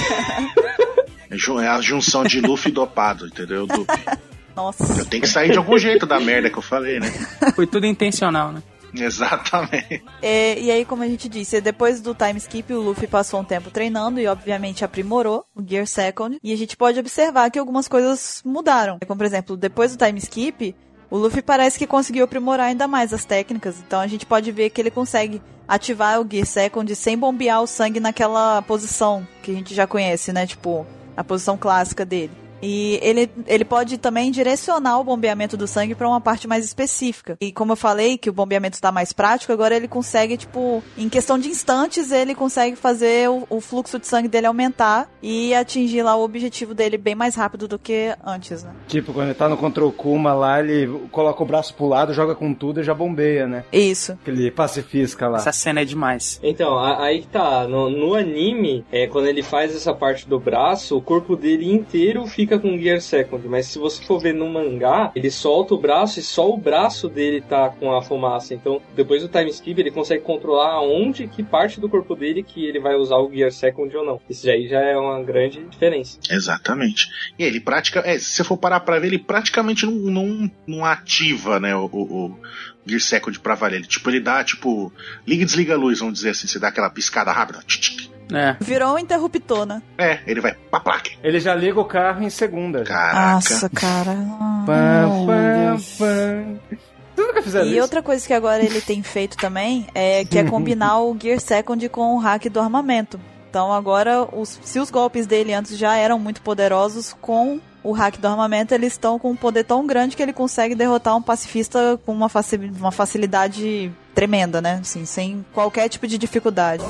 É a junção de Luffy e dopado, entendeu? O Dupe. Nossa. Eu tenho que sair de algum jeito da merda que eu falei, né? Foi tudo intencional, né? Exatamente. É, e aí, como a gente disse, depois do time skip, o Luffy passou um tempo treinando e, obviamente, aprimorou o Gear Second. E a gente pode observar que algumas coisas mudaram. Como, por exemplo, depois do time skip, o Luffy parece que conseguiu aprimorar ainda mais as técnicas. Então, a gente pode ver que ele consegue ativar o Gear Second sem bombear o sangue naquela posição que a gente já conhece, né? Tipo, a posição clássica dele. E ele, ele pode também direcionar o bombeamento do sangue pra uma parte mais específica. E como eu falei que o bombeamento está mais prático, agora ele consegue, tipo, em questão de instantes, ele consegue fazer o, o fluxo de sangue dele aumentar e atingir lá o objetivo dele bem mais rápido do que antes, né? Tipo, quando ele tá no Control Kuma lá, ele coloca o braço pro lado, joga com tudo e já bombeia, né? Isso. Aquele pacifista lá. Essa cena é demais. Então, a, aí que tá. No, no anime, é, quando ele faz essa parte do braço, o corpo dele inteiro fica com Gear Second. Mas se você for ver no mangá, ele solta o braço e só o braço dele tá com a fumaça. Então, depois do time skip, ele consegue controlar aonde, que parte do corpo dele que ele vai usar o Gear Second ou não. Isso aí já é uma grande diferença. Exatamente. E ele pratica, é, se você for parar pra ver, ele praticamente não, não, não ativa, né, o, o, o Gear Second pra valer. Ele, tipo, ele dá, tipo, liga e desliga a luz, vamos dizer assim. Você dá aquela piscada rápida. É. Virou um interruptor, né? É, ele vai pra placa. Ele já liga o carro em segunda. Caraca. Nossa, cara. Pam, pam, pam. Vocês nunca fizeram E isso? outra coisa que agora ele tem feito também é que é combinar o Gear Second com o hack do armamento. Então agora, os, se os golpes dele antes já eram muito poderosos, com o hack do armamento eles estão com um poder tão grande que ele consegue derrotar um pacifista com uma, facil, uma facilidade tremenda, né? Assim, sem qualquer tipo de dificuldade.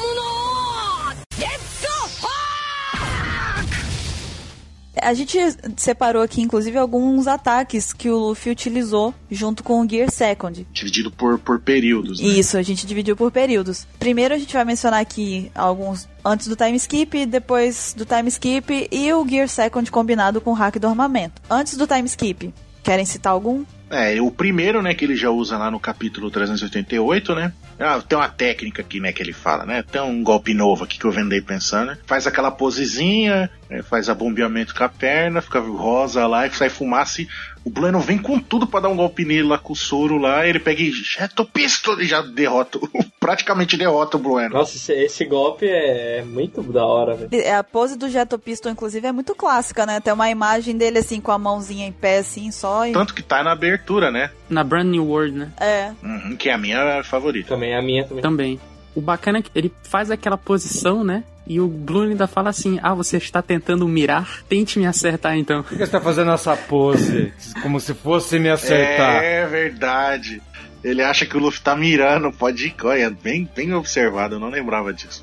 A gente separou aqui, inclusive, alguns ataques que o Luffy utilizou junto com o Gear Second. Dividido por, por períodos, né? Isso, a gente dividiu por períodos. Primeiro a gente vai mencionar aqui alguns antes do time skip, depois do time skip e o Gear Second combinado com o hack do armamento. Antes do time skip, querem citar algum? É, o primeiro, né, que ele já usa lá no capítulo trezentos e oitenta e oito, né? Ah, tem uma técnica aqui, né, que ele fala, né? Tem um golpe novo aqui que eu vendei pensando, né? Faz aquela posezinha, né, faz a bombeamento com a perna, fica rosa lá e sai fumaça e o Blueno vem com tudo pra dar um golpe nele lá com o soro lá, ele pega e Jeto Pisto e já derrota, praticamente derrota o Blueno. Nossa, esse, esse golpe é muito da hora, velho. A pose do Jeto Pisto, inclusive, é muito clássica, né? Tem uma imagem dele assim, com a mãozinha em pé, assim, só. E... Tanto que tá na abertura, né? Na Brand New World, né? É. Uhum, que é a minha favorita. Também é a minha também. Também. O bacana é que ele faz aquela posição, né? E o Blue ainda fala assim, ah, você está tentando mirar? Tente me acertar, então. Por que você tá fazendo essa pose? Como se fosse me acertar. É verdade. Ele acha que o Luffy tá mirando, pode ir, olha, bem, bem observado, eu não lembrava disso.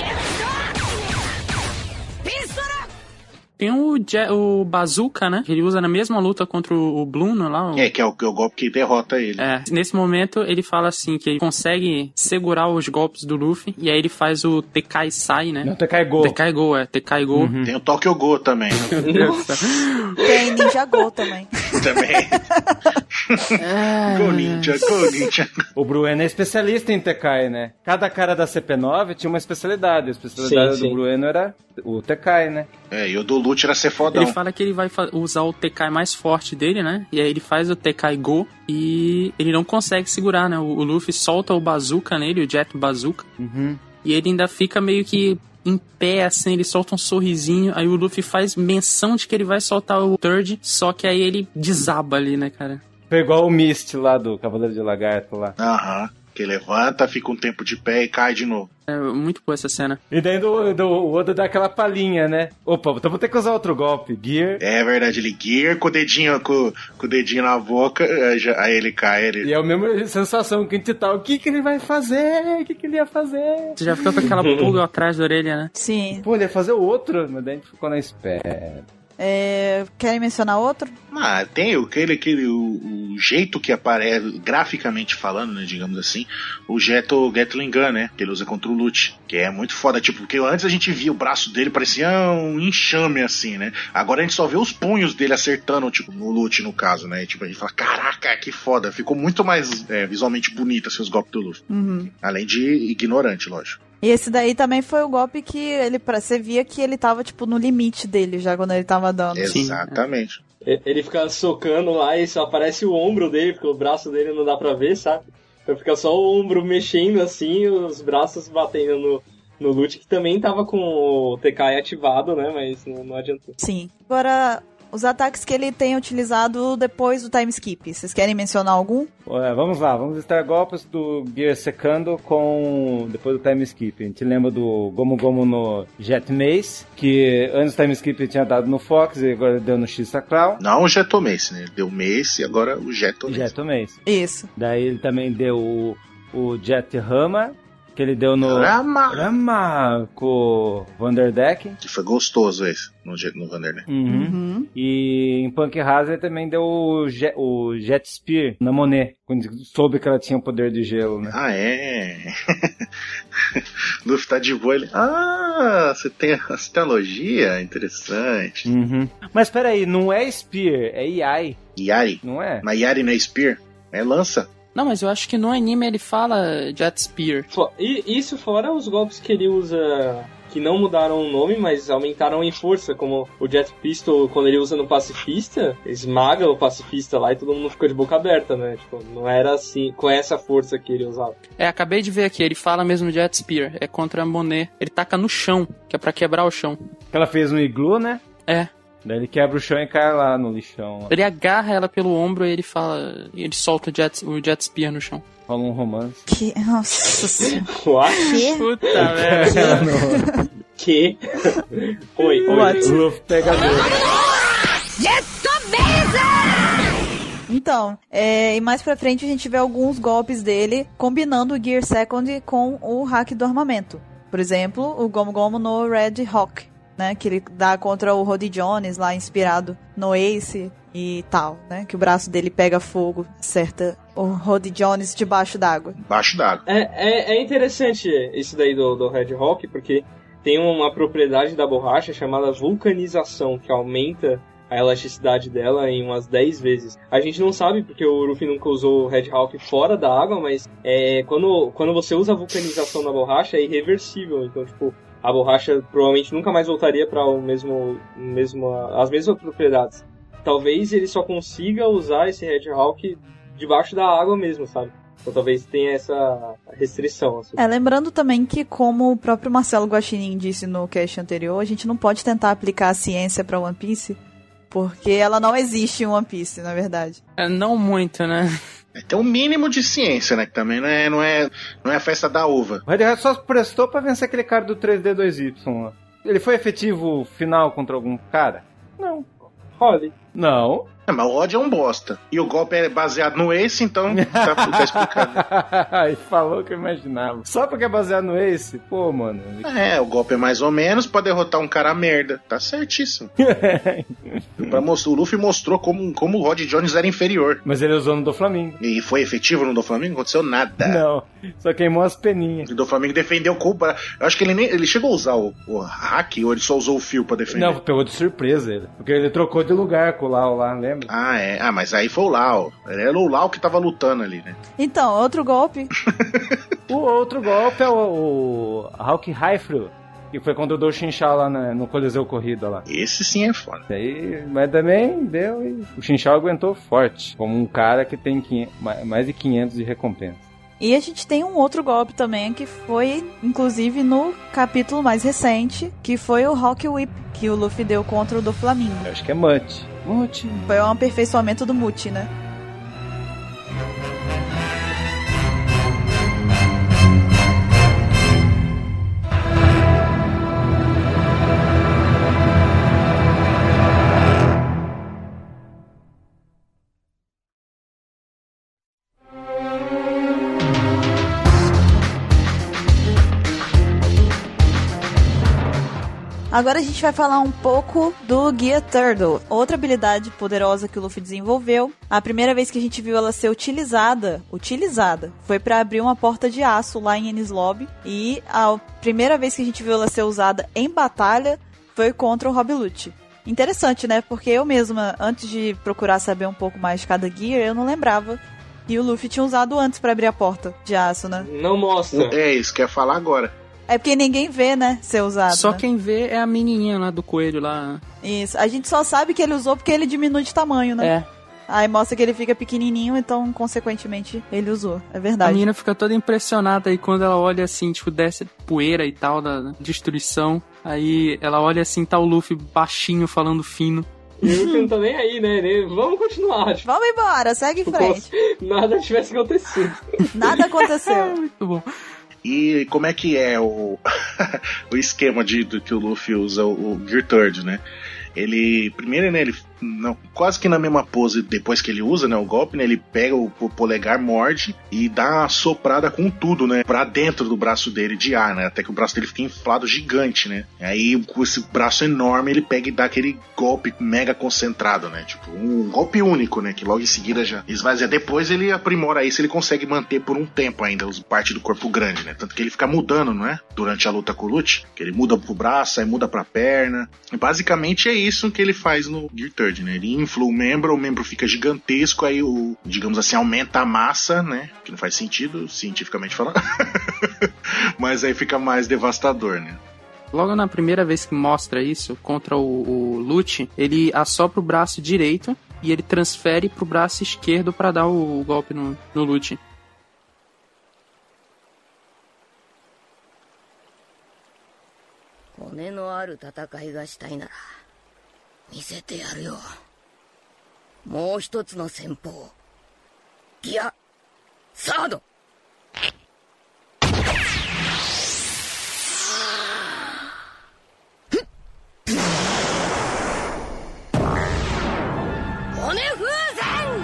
Tem o, Je- o Bazooka, né? Que ele usa na mesma luta contra o, o Bluno lá. O... É, que é o, que é o golpe que derrota ele. É, nesse momento ele fala assim que ele consegue segurar os golpes do Luffy e aí ele faz o Tekai Sai, né? Não, Tekai Go. Tekai Go, é, Tekai Go. Uhum. Tem o Tokyo Go também. Tem Ninja Go também. Também. Go Ninja, Go Ninja. O Brueno é especialista em Tekai, né? Cada cara da C P nove tinha uma especialidade. A especialidade Sim, do sim. Brueno era o Tekai, né? É, e o do Lute era ser fodão. Ele fala que ele vai fa- usar o Tekai mais forte dele, né? E aí ele faz o Tekai Go e ele não consegue segurar, né? O, o Luffy solta o Bazooka nele, o Jet Bazooka. Uhum. E ele ainda fica meio que em pé, assim, ele solta um sorrisinho. Aí o Luffy faz menção de que ele vai soltar o Third, só que aí ele desaba ali, né, cara? Foi igual o Mist lá do Cavaleiro de Lagarto lá. Aham. Que levanta, fica um tempo de pé e cai de novo. É muito boa essa cena. E daí do, do, o Oda dá aquela palhinha, né? Opa, então vou ter que usar outro golpe. Gear. É verdade, ele gear com o dedinho, com, com o dedinho na boca, aí, já- aí ele cai. Ele... E é a mesma sensação que a gente tá. O que que ele vai fazer? O que que ele ia fazer? Você já fica com aquela pulga atrás da orelha, né? Sim. Pô, ele ia fazer outro, mas daí a gente ficou na espera. É, querem mencionar outro? Ah, tem aquele, aquele o, o jeito que aparece, graficamente falando, né, digamos assim, o Jeto Gatling Gun, né, que ele usa contra o Lute, que é muito foda, tipo, porque antes a gente via o braço dele, parecia um enxame, assim, né, agora a gente só vê os punhos dele acertando, tipo, no Lute, no caso, né, e, tipo, a gente fala, caraca, que foda, ficou muito mais é, visualmente bonito, assim, os golpes do Luffy, Uhum. além de ignorante, lógico. E esse daí também foi o golpe que ele, pra, você via que ele tava, tipo, no limite dele já quando ele tava dando. Sim. Exatamente. Ele fica socando lá e só aparece o ombro dele, porque o braço dele não dá pra ver, sabe? Então fica só o ombro mexendo assim, os braços batendo no, no Lute, que também tava com o T K ativado, né? Mas não, não adiantou. Sim. Agora, os ataques que ele tem utilizado depois do time skip. Vocês querem mencionar algum? É, vamos lá, vamos listar golpes do Gear Secando com depois do time skip. A gente lembra do Gomu Gomu no Jet Mace, que antes do time skip ele tinha dado no Fox e agora deu no X-Sacral. Não o Jeto Mace, né? Ele deu Mace e agora o Jeto Mace. Jeto Mace. Isso. Daí ele também deu o, o Jet Rama, que ele deu no Rama, Rama com o Vanderdeck. que foi gostoso esse, no, no Vanderdeck. Uhum. Uhum. E em Punk Hazard ele também deu o Jet, o Jet Spear na Monet, quando soube que ela tinha o poder de gelo, né? Ah, é? Luffy tá de boa, ele... Ah, você tem essa teologia? Interessante. Uhum. Mas peraí, não é Spear, é Yai, Yari. não é? Mas Yari não é Spear? É lança. Não, mas eu acho que no anime ele fala Jet Spear. Fo- E isso fora os golpes que ele usa, que não mudaram o nome, mas aumentaram em força, como o Jet Pistol, quando ele usa no Pacifista, esmaga o Pacifista lá e todo mundo fica de boca aberta, né? Tipo, não era assim, com essa força que ele usava. É, acabei de ver aqui, ele fala mesmo Jet Spear. É contra a Monet. Ele taca no chão, que é pra quebrar o chão. Ela fez um iglu, né? É. Daí ele quebra o chão e cai lá no lixão. Lá. Ele agarra ela pelo ombro e ele fala. Ele solta o Jet, o Jet Spear no chão. Rola um romance. Que... Nossa senhora. What? Que? Puta merda. Que? Oi, oi. What? O Luffy pega dele. Então, é, e mais pra frente a gente vê alguns golpes dele combinando o Gear Second com o hack do armamento. Por exemplo, o Gomu Gomu no Red Hawk, né? Que ele dá contra o Roddy Jones lá, inspirado no Ace e tal, né? Que o braço dele pega fogo, acerta o Roddy Jones debaixo d'água. Baixo d'água. É, é, é interessante isso daí do, do Red Hawk, porque tem uma propriedade da borracha chamada vulcanização, que aumenta a elasticidade dela em umas dez vezes. A gente não sabe porque o Luffy nunca usou o Red Hawk fora da água, mas é, quando, quando você usa a vulcanização na borracha é irreversível. Então, tipo, a borracha provavelmente nunca mais voltaria para o mesmo, mesmo, as mesmas propriedades. Talvez ele só consiga usar esse Red Hawk debaixo da água mesmo, sabe? Então talvez tenha essa restrição. Assim. É, lembrando também que, como o próprio Marcelo Guaxinim disse no cast anterior, a gente não pode tentar aplicar a ciência pra One Piece, porque ela não existe em One Piece, na verdade. É, não muito, né? É, tem um mínimo de ciência, né? Que também não é, não é, não é a festa da uva. O Red Hat só prestou pra vencer aquele cara do três D dois Y lá. Ele foi efetivo final contra algum cara? Não. Holly. Não. É, mas o Rod é um bosta. E o golpe é baseado no Ace, então tá, tá explicado. Ele falou que eu imaginava. Só porque é baseado no Ace? Pô, mano. É, o golpe é mais ou menos pra derrotar um cara merda. Tá certíssimo. Pra mostrar, o Luffy mostrou como, como o Rod Jones era inferior. Mas ele usou no do Flamengo. E foi efetivo no do Flamengo? Não aconteceu nada. Não, só queimou as peninhas. O do Flamengo defendeu com o bra... Eu acho que ele nem ele chegou a usar o, o hack ou ele só usou o fio pra defender? Não, pegou de surpresa ele. Porque ele trocou de lugar com o Lau lá, lembra? Ah, é. Ah, mas aí foi o Lau. Era o Lau que tava lutando ali, né? Então, outro golpe. O outro golpe é o, o Hawk Rifle, que foi quando deu o Shinchao lá na, no Coliseu Corrida lá. Esse sim é foda. Aí, mas também deu e o Shinchao aguentou forte, como um cara que tem quinhentos, mais de quinhentos de recompensa. E a gente tem um outro golpe também, que foi, inclusive, no capítulo mais recente, que foi o Hawk Whip, que o Luffy deu contra o do Flamengo. Eu acho que é Mute. Mute. Foi um aperfeiçoamento do Mute, né? Agora a gente vai falar um pouco do Gear Turtle, outra habilidade poderosa que o Luffy desenvolveu. A primeira vez que a gente viu ela ser utilizada, utilizada, foi pra abrir uma porta de aço lá em Enies Lobby. E a primeira vez que a gente viu ela ser usada em batalha foi contra o Rob Lute. Interessante, né? Porque eu mesma, antes de procurar saber um pouco mais de cada Gear, eu não lembrava. E o Luffy tinha usado antes pra abrir a porta de aço, né? Não mostra. É isso que eu ia falar agora. É porque ninguém vê, né, ser usado. Só né? quem vê é a menininha lá do coelho lá. Isso. A gente só sabe que ele usou porque ele diminui de tamanho, né? É. Aí mostra que ele fica pequenininho, então, consequentemente, ele usou. É verdade. A menina fica toda impressionada aí quando ela olha assim, tipo, desce poeira e tal da destruição. Aí ela olha assim, tá o Luffy baixinho, falando fino. E o Luffy não tá nem aí, né? Ele, vamos continuar. Tipo, vamos embora, segue em frente. Nada tivesse acontecido. Nada aconteceu. Muito bom. E como é que é o, o esquema de, do que o Luffy usa, o, o Gear Third, né? Ele, primeiro, né, ele não, quase que na mesma pose depois que ele usa, né, o golpe, né, ele pega o, o polegar, morde e dá uma soprada com tudo, né, pra dentro do braço dele de ar, né, até que o braço dele fica inflado gigante, né. Aí com esse braço enorme ele pega e dá aquele golpe mega concentrado, né, tipo um golpe único, né, que logo em seguida já esvazia. Depois ele aprimora isso, ele consegue manter por um tempo ainda os parte do corpo grande, né, tanto que ele fica mudando, não é, durante a luta com o Lute, que ele muda pro braço, aí muda pra perna, e basicamente é isso que ele faz no Gear Third. Né? Ele infla o membro, o membro fica gigantesco, aí o, digamos assim, aumenta a massa, né? Que não faz sentido, cientificamente falando. Mas aí fica mais devastador, né? Logo na primeira vez que mostra isso, contra o, o Lute, ele assopra o braço direito e ele transfere pro braço esquerdo para dar o, o golpe no, no Lute. 骨のある戦いがしたいなら見せてやるよ。もう一つの戦法、ギアサード。骨風船。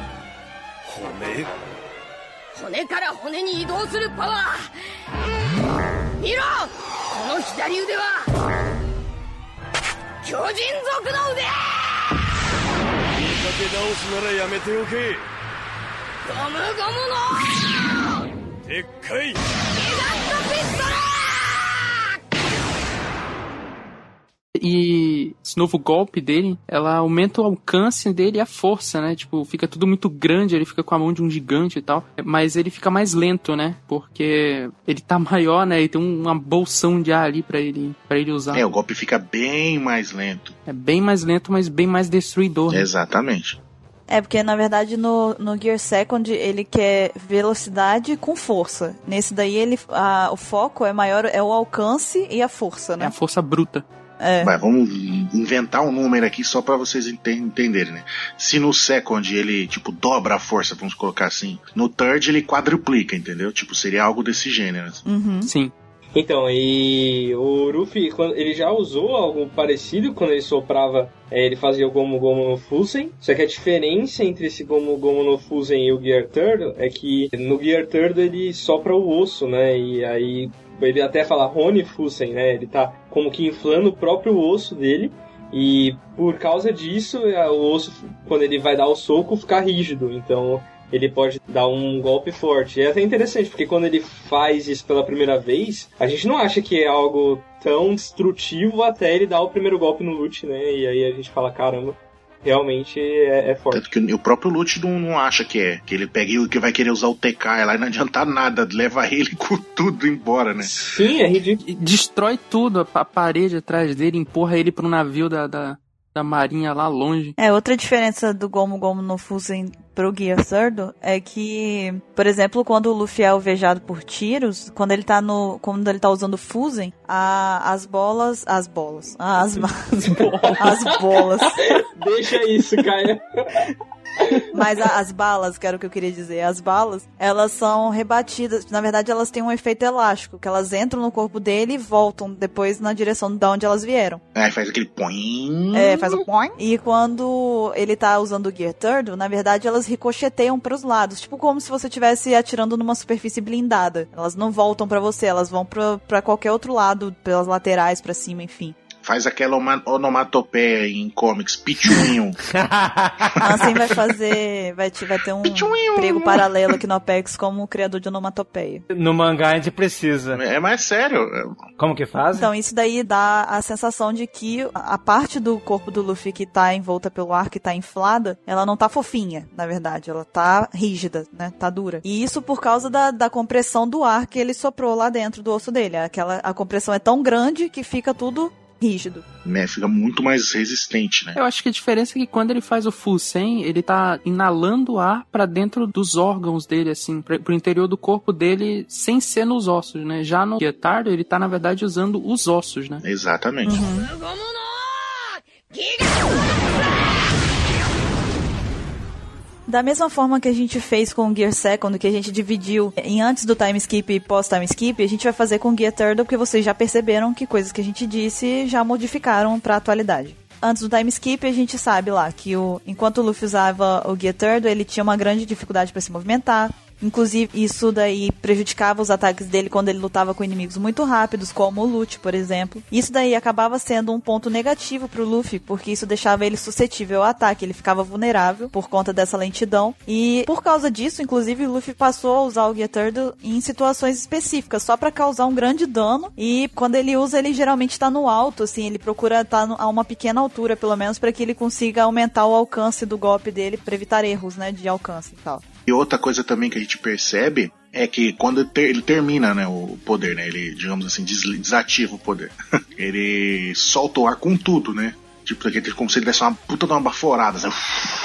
骨？骨から骨に移動するパワー。見ろ、この左腕は巨人族の腕。言いかけ直すならやめておけ。ゴムゴムのでっかいギガントピストル。 E esse novo golpe dele, ela aumenta o alcance dele e a força, né? Tipo, fica tudo muito grande, ele fica com a mão de um gigante e tal. Mas ele fica mais lento, né? Porque ele tá maior, né? E tem uma bolsão de ar ali pra ele, pra ele usar. É, o golpe fica bem mais lento. É bem mais lento, mas bem mais destruidor. Né? Exatamente. É, porque na verdade no, no Gear Second ele quer velocidade com força. Nesse daí ele, a, o foco é maior, é o alcance e a força, né? É a força bruta. É. Vai, vamos inventar um número aqui só pra vocês entenderem, né? Se no Second ele, tipo, dobra a força, vamos colocar assim, no Third ele quadruplica, entendeu? Tipo, seria algo desse gênero. Assim. Uhum. Sim. Então, e o Ruffy, quando, ele já usou algo parecido quando ele soprava, é, ele fazia o Gomu Gomu no Fusen, só que a diferença entre esse Gomu Gomu no Fusen e o Gear Third é que no Gear Third ele sopra o osso, né, e aí ele até fala Rony Fusen, né, ele tá como que inflando o próprio osso dele, e por causa disso, o osso, quando ele vai dar o soco, fica rígido, então ele pode dar um golpe forte. E é até interessante, porque quando ele faz isso pela primeira vez, a gente não acha que é algo tão destrutivo até ele dar o primeiro golpe no Lute, né? E aí a gente fala, caramba, realmente é, é forte. Tanto que o próprio Lute não, não acha que é, que ele pega e que vai querer usar o T K lá e não adianta nada, leva ele com tudo embora, né? Sim, é ridículo. Destrói tudo, a parede atrás dele, empurra ele para um navio da... da... da marinha lá longe. É, outra diferença do Gomu Gomu no Fusen pro Gear Third é que, por exemplo, quando o Luffy é alvejado por tiros, quando ele tá no, quando ele tá usando o Fusen, a, as bolas, as bolas, as, as bolas, as bolas. Deixa isso, Caia. Mas a, as balas, que era o que eu queria dizer, as balas, elas são rebatidas, na verdade elas têm um efeito elástico, que elas entram no corpo dele e voltam depois na direção de onde elas vieram. É, faz aquele põe. É, faz o põe. E quando ele tá usando o Gear Third, na verdade elas ricocheteiam pros lados, tipo como se você estivesse atirando numa superfície blindada. Elas não voltam pra você, elas vão pra, pra qualquer outro lado, pelas laterais, pra cima, enfim. Faz aquela onomatopeia em comics, pichuinho. Assim vai fazer, vai, te, vai ter um pichuinho. Emprego paralelo aqui no Apex como criador de onomatopeia. No mangá a gente precisa. É mais sério. Como que faz? Então isso daí dá a sensação de que a parte do corpo do Luffy que tá envolta pelo ar, que tá inflada, ela não tá fofinha, na verdade. Ela tá rígida, né? Tá dura. E isso por causa da, da compressão do ar que ele soprou lá dentro do osso dele. Aquela, a compressão é tão grande que fica tudo rígido. Né, fica muito mais resistente, né? Eu acho que a diferença é que quando ele faz o Fusen, ele tá inalando ar pra dentro dos órgãos dele, assim, pra, pro interior do corpo dele, sem ser nos ossos, né? Já no Gear Third, ele tá, na verdade, usando os ossos, né? Exatamente. Uhum. Da mesma forma que a gente fez com o Gear Second, que a gente dividiu em antes do time skip e pós time skip, a gente vai fazer com o Gear Third, porque vocês já perceberam que coisas que a gente disse já modificaram pra atualidade. Antes do time skip, a gente sabe lá que o, enquanto o Luffy usava o Gear Third, ele tinha uma grande dificuldade para se movimentar. Inclusive, isso daí prejudicava os ataques dele quando ele lutava com inimigos muito rápidos, como o Lute, por exemplo. Isso daí acabava sendo um ponto negativo pro Luffy, porque isso deixava ele suscetível ao ataque, ele ficava vulnerável por conta dessa lentidão. E por causa disso, inclusive, o Luffy passou a usar o Gear Third em situações específicas, só pra causar um grande dano. E quando ele usa, ele geralmente tá no alto, assim, ele procura estar a uma pequena altura, pelo menos, pra que ele consiga aumentar o alcance do golpe dele, pra evitar erros, né, de alcance e tal. E outra coisa também que a gente percebe é que quando ele, ter, ele termina, né, o poder, né, ele, digamos assim, des, desativa o poder. Ele solta o ar com tudo, né? Tipo, como se ele desse uma puta de uma baforada, assim.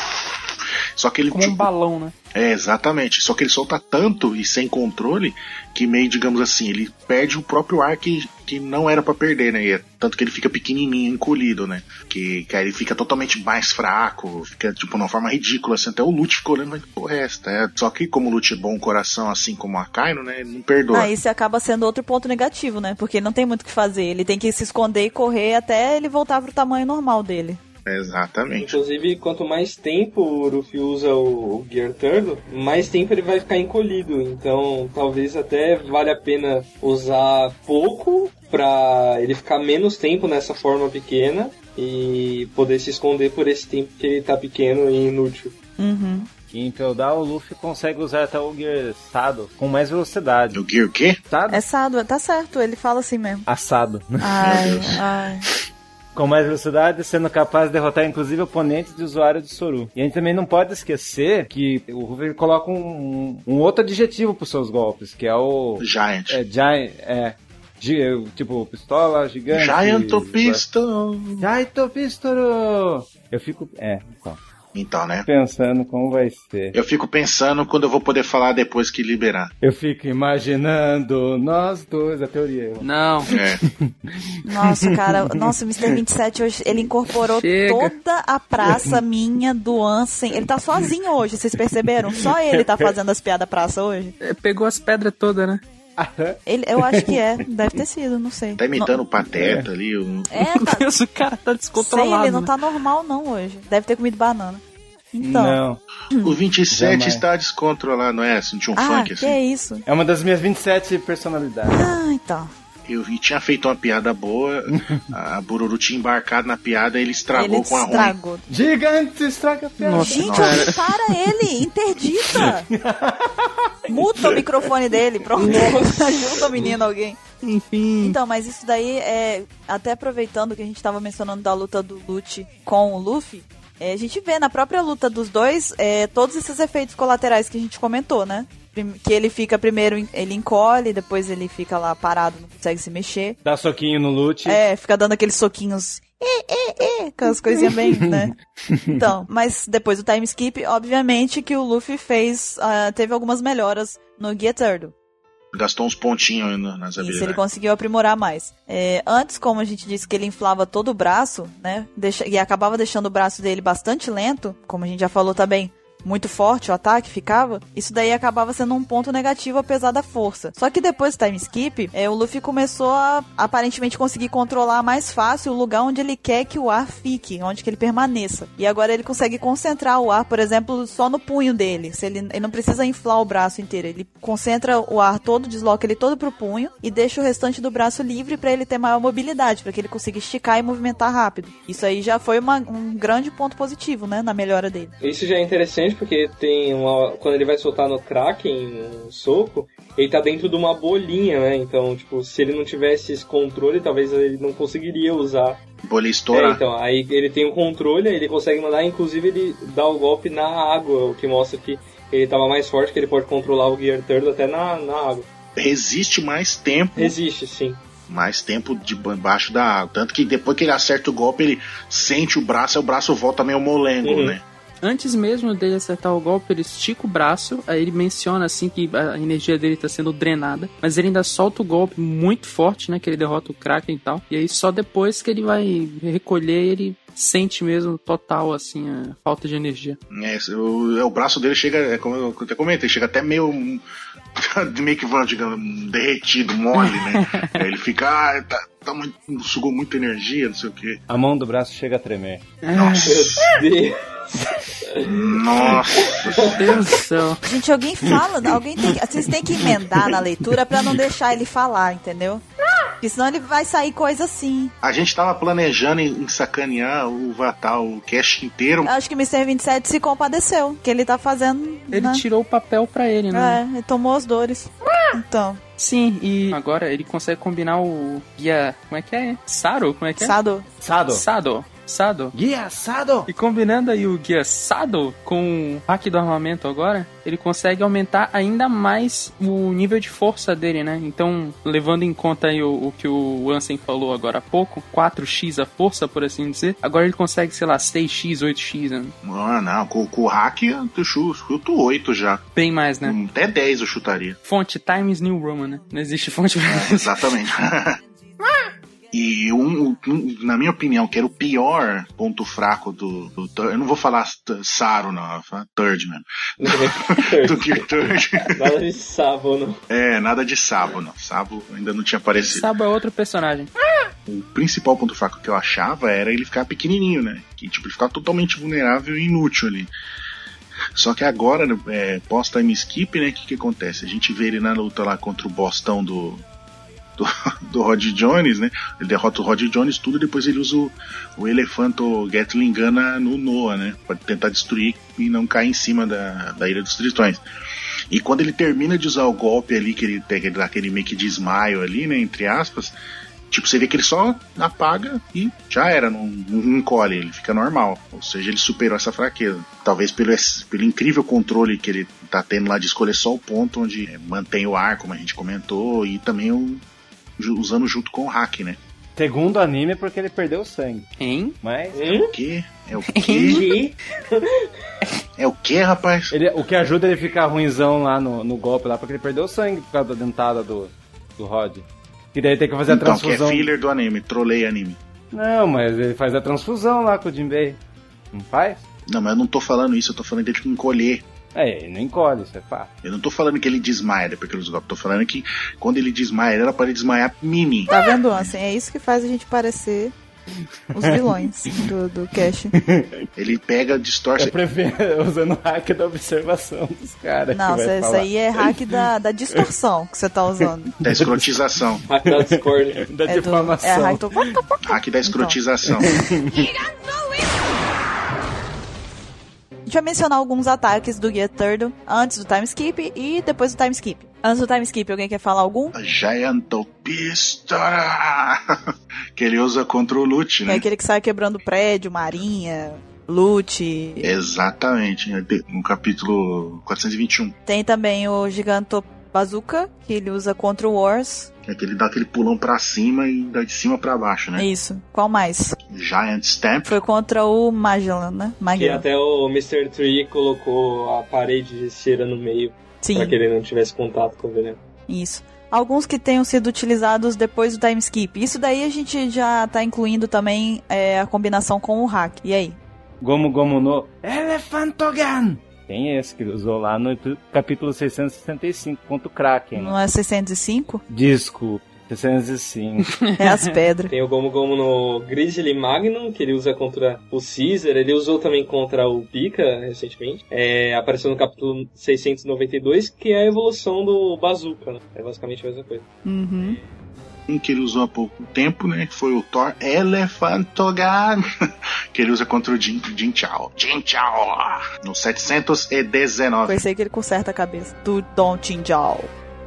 Só que ele, como tipo, um balão, né? É, exatamente. Só que ele solta tanto e sem controle que meio, digamos assim, ele perde o próprio ar que, que não era pra perder, né? E é, tanto que ele fica pequenininho, encolhido, né? Que, que aí ele fica totalmente mais fraco, fica, tipo, de uma forma ridícula, assim. Até o Lute ficou olhando, mas que porra é essa? É, só que como o Lute é bom coração, assim como o Akainu, né? Ele não perdoa. Ah, isso acaba sendo outro ponto negativo, né? Porque ele não tem muito o que fazer. Ele tem que se esconder e correr até ele voltar pro tamanho normal dele. Exatamente. Inclusive, quanto mais tempo o Luffy usa o Gear Third, mais tempo ele vai ficar encolhido. Então, talvez até valha a pena usar pouco pra ele ficar menos tempo nessa forma pequena e poder se esconder por esse tempo que ele tá pequeno e inútil. Uhum. Em Feudal, o Luffy consegue usar até o Gear Sado com mais velocidade. O Gear o quê? Sado? É Sado, tá certo, ele fala assim mesmo. Assado. Ai, ai... Com mais velocidade, sendo capaz de derrotar inclusive oponentes de usuário de Soru. E a gente também não pode esquecer que o Ruffy coloca um, um outro adjetivo pros seus golpes, que é o... Giant. É, Giant, é... Tipo, pistola, gigante... Giant Pistol! Giant Pistol! Eu fico... É, então... Então, né? Pensando como vai ser. Eu fico pensando quando eu vou poder falar depois que liberar. Eu fico imaginando nós dois, a teoria. Não. É. Nossa, cara, nossa, o mister vinte e sete hoje, ele incorporou Chega. toda a praça minha do Ansem. Ele tá sozinho hoje, vocês perceberam? Só ele tá fazendo as piadas praça hoje. É, pegou as pedras todas, né? Ele, eu acho que é, deve ter sido, não sei. Tá imitando não, o Pateta é. ali. O... É, Meu tá. Deus, o cara tá descontrolado. Sei, ele não né? tá normal não hoje. Deve ter comido banana. Então. Não. O vinte e sete Jamais. está descontrolado, não é? Sentiu um ah, funk que assim. é isso? É uma das minhas vinte e sete personalidades. Ah, então. Eu vi, tinha feito uma piada boa, a Bururu tinha embarcado na piada e ele estragou ele com a ruim. estragou. Gigante, estraga a piada. Nossa, Gente, nossa. alguém para ele, interdita. Muta o microfone dele, pronto. Ajuda o menino, alguém. Enfim. Então, mas isso daí é... Até aproveitando que a gente tava mencionando da luta do Lute com o Luffy, é, a gente vê na própria luta dos dois é, todos esses efeitos colaterais que a gente comentou, né? Que ele fica primeiro, ele encolhe, depois ele fica lá parado, não consegue se mexer. Dá soquinho no Lute. É, fica dando aqueles soquinhos, é, é, é, aquelas coisinhas bem, né? Então, mas depois do time skip, obviamente que o Luffy fez, uh, teve algumas melhoras no Gear Third. Gastou uns pontinhos nas habilidades. Isso, ele conseguiu aprimorar mais. É, antes, como a gente disse que ele inflava todo o braço, né? Deixa, e acabava deixando o braço dele bastante lento, como a gente já falou também. Muito forte o ataque ficava, isso daí acabava sendo um ponto negativo apesar da força. Só que depois do time skip, é, o Luffy começou a aparentemente conseguir controlar mais fácil o lugar onde ele quer que o ar fique, onde que ele permaneça. E agora ele consegue concentrar o ar, por exemplo, só no punho dele. Se ele, ele não precisa inflar o braço inteiro, ele concentra o ar todo, desloca ele todo pro punho e deixa o restante do braço livre para ele ter maior mobilidade, para que ele consiga esticar e movimentar rápido. Isso aí já foi uma, um grande ponto positivo, né, na melhora dele. Isso já é interessante porque tem uma, quando ele vai soltar no Kraken um soco, ele tá dentro de uma bolinha, né? Então, tipo, se ele não tivesse esse controle, talvez ele não conseguiria usar. Bolinha estourar. É, então, aí ele tem o controle, ele consegue mandar, inclusive ele dá o golpe na água, o que mostra que ele tava mais forte, que ele pode controlar o Gear Third até na, na água. Resiste mais tempo. Resiste, sim. Mais tempo debaixo da água. Tanto que depois que ele acerta o golpe, ele sente o braço, e o braço volta meio molengo, uhum. né? Antes mesmo dele acertar o golpe, ele estica o braço, aí ele menciona assim que a energia dele tá sendo drenada, mas ele ainda solta o golpe muito forte, né, que ele derrota o Kraken e tal, e aí só depois que ele vai recolher, ele sente mesmo total, assim, a falta de energia. É, o, o braço dele chega, é como eu até comentei, chega até meio meio que, digamos, derretido, mole, né? Aí ele fica, ah, tá, tá muito, sugou muita energia, não sei o quê. A mão do braço chega a tremer. Nossa. Meu Deus. Nossa. Meu Deus do céu. Gente, alguém fala, alguém tem que, vocês têm que emendar na leitura pra não deixar ele falar, entendeu? Porque senão ele vai sair coisa assim. A gente tava planejando em, em sacanear o Vatal o cast inteiro. Eu acho que o mister vinte e sete se compadeceu, que ele tá fazendo, Ele né? tirou o papel pra ele, né? É, ele tomou as dores. Então, Sim, e agora ele consegue combinar o guia... Como é que é? Saro? Como é que é? Sado. Sado. Sado. Sado. Guia Sado. E combinando aí o guia Sado com o hack do armamento agora, ele consegue aumentar ainda mais o nível de força dele, né? Então, levando em conta aí o, o que o Ansem falou agora há pouco, quatro x a força, por assim dizer, agora ele consegue, sei lá, seis x, oito x, né? Ah, não, com, com o hack eu chuto oito já. Bem mais, né? Até dez eu chutaria. Fonte Times New Roman, né? Não existe fonte pra É, exatamente. E um, um, na minha opinião, que era o pior ponto fraco do, do Third, eu não vou falar Saro, não, eu vou falar Third mesmo. Do Gear Third. Nada de Sabo, não. É, nada de Sabo, não. Sabo ainda não tinha aparecido. Sabo é outro personagem. O principal ponto fraco que eu achava era ele ficar pequenininho, né? Que tipo, ele ficava totalmente vulnerável e inútil ali. Só que agora, é, pós-time skip, né? O que que acontece? A gente vê ele na luta lá contra o Bostão do... Do, do Rod Jones, né? Ele derrota o Rod Jones tudo, e depois ele usa o, o Elefanto Gatling Gun no Noah, né? Pra tentar destruir e não cair em cima da, da Ilha dos Tritões. E quando ele termina de usar o golpe ali, que ele tem aquele meio que desmaio ali, né? Entre aspas, tipo, você vê que ele só apaga e já era, não, não encolhe, ele fica normal. Ou seja, ele superou essa fraqueza. Talvez pelo, pelo incrível controle que ele tá tendo lá de escolher só o ponto onde é, mantém o ar, como a gente comentou, e também o usando junto com o hack, né? Segundo anime, porque ele perdeu o sangue. Hein? Mas... É o quê? É o quê? É o quê, rapaz? Ele, o que ajuda ele a ficar ruinzão lá no, no golpe lá, porque ele perdeu o sangue por causa da dentada do, do Rod. E daí tem que fazer então, a transfusão. Que é filler do anime, trolei anime. Não, mas ele faz a transfusão lá com o Jinbei. Não faz? Não, mas eu não tô falando isso, eu tô falando dele encolher. É, ele não encolhe, isso é fato. Eu não tô falando que ele desmaia depois que ele usa o golpe, tô falando que quando ele desmaia, era para ele desmaiar mini. Tá vendo, assim? É isso que faz a gente parecer os vilões do, do Cash. Ele pega, distorce. Eu prefiro usando o hack da observação dos caras. Não, que vai isso falar. aí é hack da, da distorção que você tá usando. Da escrotização. Hack da Discord. Da É do- difamação. é hack do... Hack da escrotização. Deixa eu mencionar alguns ataques do Gear Turtle antes do time skip e depois do time skip. Antes do time skip, alguém quer falar algum? A Giantopistora! Que ele usa contra o Lute, É né? aquele que sai quebrando prédio, marinha, loot. Exatamente, no capítulo quatrocentos e vinte e um. Tem também o Giganto Bazooka, que ele usa contra o Wars. É que ele dá aquele pulão pra cima e dá de cima pra baixo, né? Isso. Qual mais? Giant Stamp. Foi contra o Magellan, né? Que Magellan. até o mister Tree colocou a parede de cera no meio. Sim. Pra que ele não tivesse contato com o veneno. Isso. Alguns que tenham sido utilizados depois do time skip. Isso daí a gente já tá incluindo também é, a combinação com o hack. E aí? Gomu Gomu no Elephantogun. Tem esse que ele usou lá no capítulo seiscentos e sessenta e cinco contra o Kraken. Não é seiscentos e cinco? Desculpe, seiscentos e cinco. É as pedras. Tem o Gomu Gomu no Grizzly Magnum, que ele usa contra o Caesar. Ele usou também contra o Pika, recentemente. É, apareceu no capítulo seiscentos e noventa e dois, que é a evolução do Bazooka, né? É basicamente a mesma coisa. Uhum. Um que ele usou há pouco tempo, né? Foi o Thor Elephantogun. Que ele usa contra o Jin, Jin Chao. Jin Chao. No setecentos e dezenove. Foi esse aí que ele conserta a cabeça do Don Chinjao.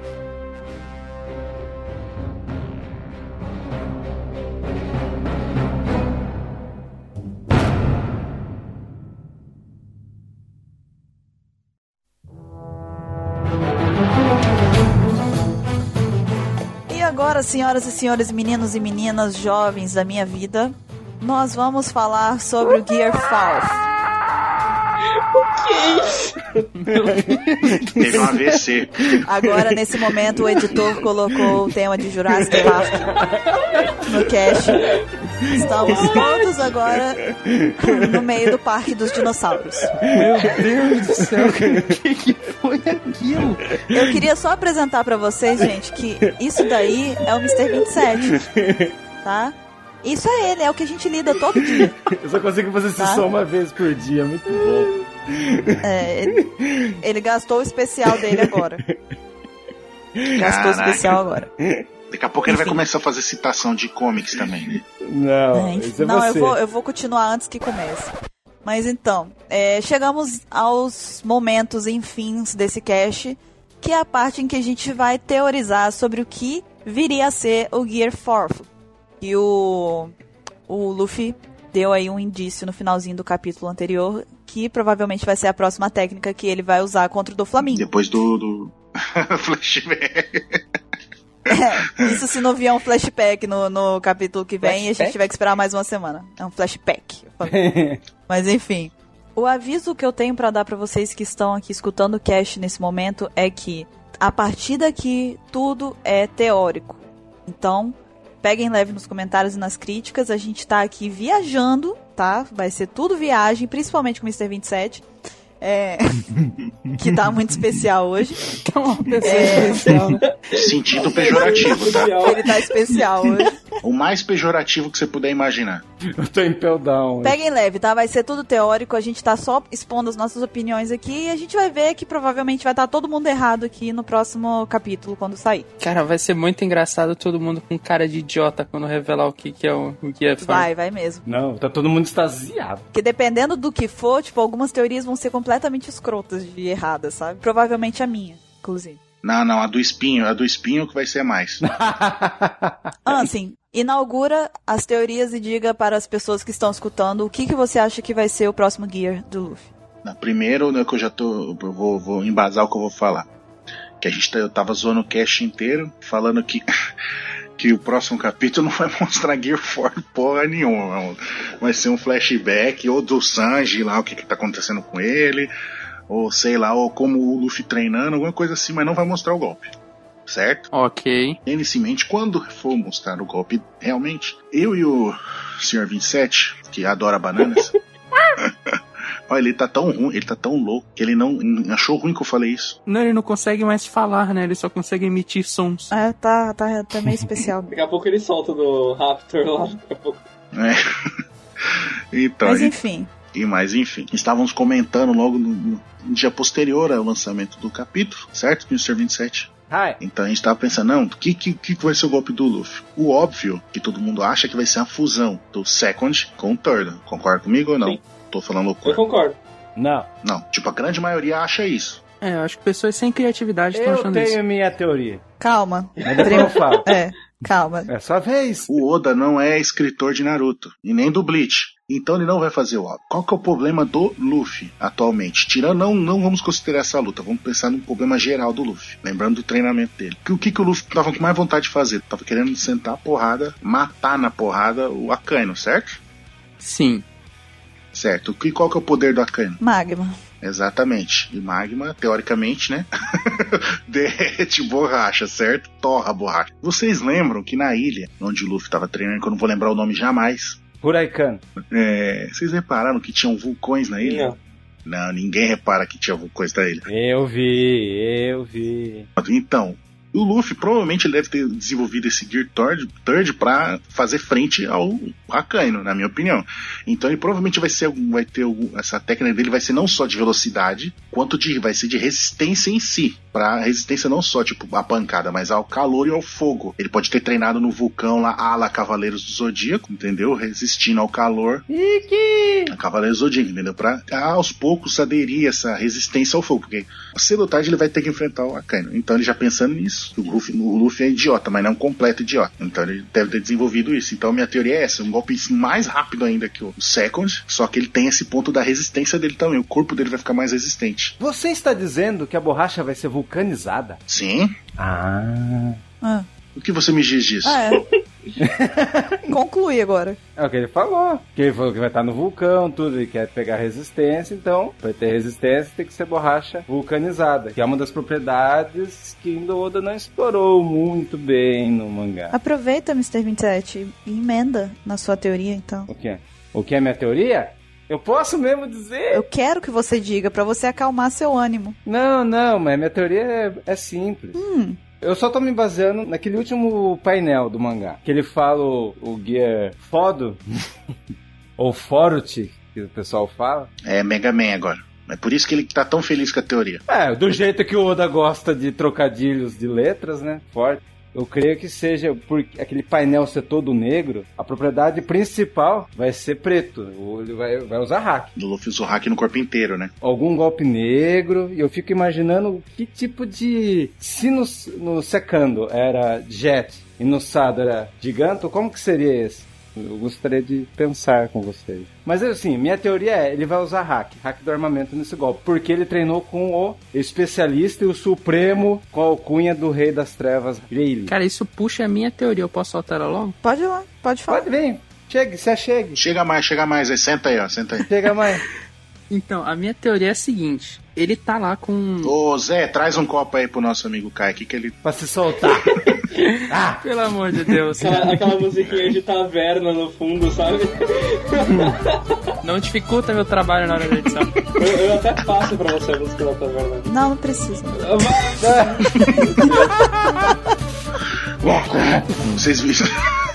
Agora, senhoras e senhores, meninos e meninas jovens da minha vida, nós vamos falar sobre o Gear Falth. Teve um A V C. Agora, nesse momento, o editor colocou o tema de Jurassic Park no cast. Estamos todos agora no meio do Parque dos Dinossauros. Meu Deus do céu, o que, que foi aquilo? Eu queria só apresentar pra vocês, gente, que isso daí é o mister vinte e sete, tá? Isso é ele, é o que a gente lida todo dia. Eu só consigo fazer isso Tá? só uma vez por dia, muito bom. É, ele, ele gastou o especial dele agora. Gastou o Caraca. especial agora. Daqui a pouco ele vai começar a fazer citação de comics também, né? Não, É, isso é não, você. eu vou, eu vou continuar antes que comece. Mas então, é, chegamos aos momentos, enfim, desse cast, que é a parte em que a gente vai teorizar sobre o que viria a ser o Gear quatro. E o, o Luffy deu aí um indício no finalzinho do capítulo anterior, que provavelmente vai ser a próxima técnica que ele vai usar contra o Doflamingo. Depois do, do... flashback. É, isso se não vier um flashback no, no capítulo que vem, a Flashback? gente tiver que esperar mais uma semana. É um flashback. eu falei. Mas enfim, o aviso que eu tenho pra dar pra vocês que estão aqui escutando o cast nesse momento é que a partir daqui tudo é teórico. Então, peguem leve nos comentários e nas críticas. A gente tá aqui viajando, tá? Vai ser tudo viagem, principalmente com o mister vinte e sete. É... que tá muito especial hoje. Tá uma pessoa especial, né? Sentido pejorativo, tá? Ele tá especial hoje. O mais pejorativo que você puder imaginar. Eu tô em pell down. Peguem leve, tá? Vai ser tudo teórico, a gente tá só expondo as nossas opiniões aqui e a gente vai ver que provavelmente vai estar todo mundo errado aqui no próximo capítulo, quando sair. Cara, vai ser muito engraçado todo mundo com cara de idiota quando revelar o que, que é o, o Gear quatro. Vai, vai mesmo. Não, tá todo mundo extasiado. Porque dependendo do que for, tipo, algumas teorias vão ser completamente escrotas de erradas, sabe? Provavelmente a minha, inclusive. Não, não, a do espinho, a do espinho que vai ser mais. Ansem, inaugura as teorias e diga para as pessoas que estão escutando o que, que você acha que vai ser o próximo Gear do Luffy. Não, primeiro, né, que eu já tô. Eu vou, vou embasar o que eu vou falar. Que a gente tá, eu tava zoando o cast inteiro, falando que. Que o próximo capítulo não vai mostrar Gear quatro porra nenhuma. Vai ser um flashback ou do Sanji lá, o que, que tá acontecendo com ele. Ou sei lá, ou como o Luffy treinando, alguma coisa assim, mas não vai mostrar o golpe. Certo? Ok. Tenha isso em mente, quando for mostrar o golpe realmente, eu e o senhor vinte e sete, que adora bananas. Olha, ele tá tão ruim, ele tá tão louco, que ele não achou ruim que eu falei isso. Não, ele não consegue mais falar, né? Ele só consegue emitir sons. É, tá, tá, tá meio especial. Daqui a pouco ele solta do Raptor lá, daqui a pouco. É. Então, Mas e- enfim, E mais, enfim, estávamos comentando logo no, no dia posterior ao lançamento do capítulo, certo? Com o senhor vinte e sete. Hi. Então a gente estava pensando, não, o que, que, que vai ser o golpe do Luffy? O óbvio, que todo mundo acha que vai ser a fusão do Second com o Third. Concorda comigo ou não? Sim. Tô falando Eu loucura. concordo. Não. Não, tipo, a grande maioria acha isso. É, eu acho que pessoas sem criatividade estão Eu achando tenho isso. minha teoria. calma. Mas depois eu falo. É, calma. É sua vez. O Oda não é escritor de Naruto, e nem do Bleach. Então ele não vai fazer o óbvio. Qual que é o problema do Luffy atualmente? Tirando, não, não vamos considerar essa luta, vamos pensar no problema geral do Luffy. Lembrando do treinamento dele. Que, o que, que o Luffy tava com mais vontade de fazer? Tava querendo sentar a porrada, matar na porrada o Akainu, certo? Sim. Certo. Que, qual que é o poder do Akainu? Magma. Exatamente. E magma, teoricamente, né? derrete borracha, certo? Torra a borracha. Vocês lembram que na ilha onde o Luffy tava treinando, que eu não vou lembrar o nome jamais, Huraikan. é, vocês repararam que tinham vulcões na ilha? Não. Não, ninguém repara que tinha vulcões na ilha. Eu vi, eu vi. Então, o Luffy provavelmente ele deve ter desenvolvido esse Gear Third, third pra fazer frente ao Akainu, na minha opinião. Então ele provavelmente vai ser vai ter algum, essa técnica dele vai ser não só de velocidade, quanto de vai ser de resistência em si. Pra resistência não só tipo a pancada, mas ao calor e ao fogo. Ele pode ter treinado no vulcão lá, a la Cavaleiros do Zodíaco, entendeu? Resistindo ao calor. Iki! A Cavaleiros do Zodíaco, entendeu? Pra aos poucos aderir essa resistência ao fogo, porque cedo ou tarde ele vai ter que enfrentar o Akainu. Então ele já pensando nisso, o Luffy, o Luffy é idiota, mas não um completo idiota. Então ele deve ter desenvolvido isso. Então minha teoria é essa, um golpe mais rápido ainda que o Second, só que ele tem esse ponto da resistência dele também. O corpo dele vai ficar mais resistente. Você está dizendo que a borracha vai ser vulcanizada? Sim? Ah. Ah, O que você me diz disso? ah é. Conclui agora. É o que ele falou. Que ele falou que vai estar no vulcão, tudo, ele quer pegar resistência, então, pra ter resistência tem que ser borracha vulcanizada, que é uma das propriedades que ainda Oda não explorou muito bem no mangá. Aproveita, mister vinte e sete, e emenda na sua teoria, então. O que? O que é minha teoria? Eu posso mesmo dizer? Eu quero que você diga, pra você acalmar seu ânimo. Não, não, mas minha teoria é, é simples. Hum... Eu só tô me baseando naquele último painel do mangá, que ele fala o, o Gear Fodo, ou Forut, que o pessoal fala. É Mega Man agora. É por isso que ele tá tão feliz com a teoria. É, do jeito que o Oda gosta de trocadilhos de letras, né? Forte. Eu creio que seja por aquele painel ser todo negro, a propriedade principal vai ser preto. Ele vai, vai usar hack. O Luffy usou hack no corpo inteiro, né? Algum golpe negro, e eu fico imaginando que tipo de... Se no, no Secando era Jet e no Sado era Giganto, como que seria esse? Eu gostaria de pensar com vocês. Mas assim, minha teoria é, ele vai usar hack, hack do armamento nesse golpe, porque ele treinou com o especialista e o supremo com a alcunha do Rei das Trevas, Rayleigh. Cara, isso puxa a minha teoria, eu posso soltar ela logo? Pode ir lá, pode falar. Pode vir, chegue, se achegue. Chega mais, chega mais, aí senta aí, ó, senta aí. Chega mais. Então, a minha teoria é a seguinte, ele tá lá com... Ô Zé, traz um copo aí pro nosso amigo Kai aqui que ele... Pra se soltar. Ah, pelo amor de Deus. Aquela, aquela musiquinha de taverna no fundo, sabe? Não dificulta meu trabalho na hora da edição. Eu, eu até passo pra você a música da taverna. Não, não precisa. Vocês viram?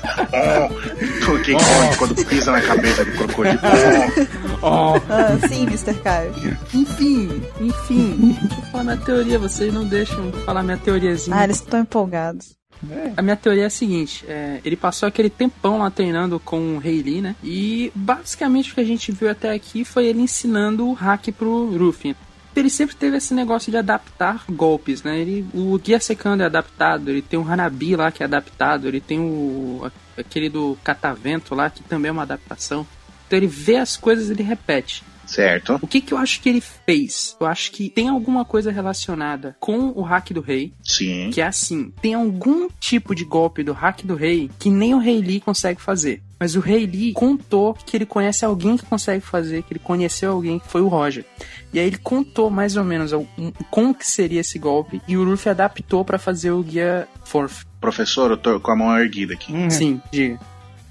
Oh, que oh. Quando pisa na cabeça do crocodilo. Oh. Ah, sim, mister Caio. Enfim, enfim. Deixa eu falar minha teoria, vocês não deixam falar minha teoriazinha. Ah, eles estão empolgados. É. A minha teoria é a seguinte, é, ele passou aquele tempão lá treinando com o Rayleigh, né? E basicamente o que a gente viu até aqui foi ele ensinando o hack pro Luffy. Ele sempre teve esse negócio de adaptar golpes, né? Ele, o Gear Secando é adaptado, ele tem o Hanabi lá que é adaptado, ele tem o aquele do Catavento lá que também é uma adaptação. Então ele vê as coisas e ele repete. Certo. O que que eu acho que ele fez? Eu acho que tem alguma coisa relacionada com o hack do rei. Sim. Que é assim, tem algum tipo de golpe do hack do rei que nem o Rayleigh consegue fazer. Mas o Rayleigh contou que ele conhece alguém que consegue fazer, que ele conheceu alguém, que foi o Roger. E aí ele contou mais ou menos um, como que seria esse golpe e o Luffy adaptou pra fazer o Gear Fourth. Professor, eu tô com a mão erguida aqui. Uhum. Sim, diga.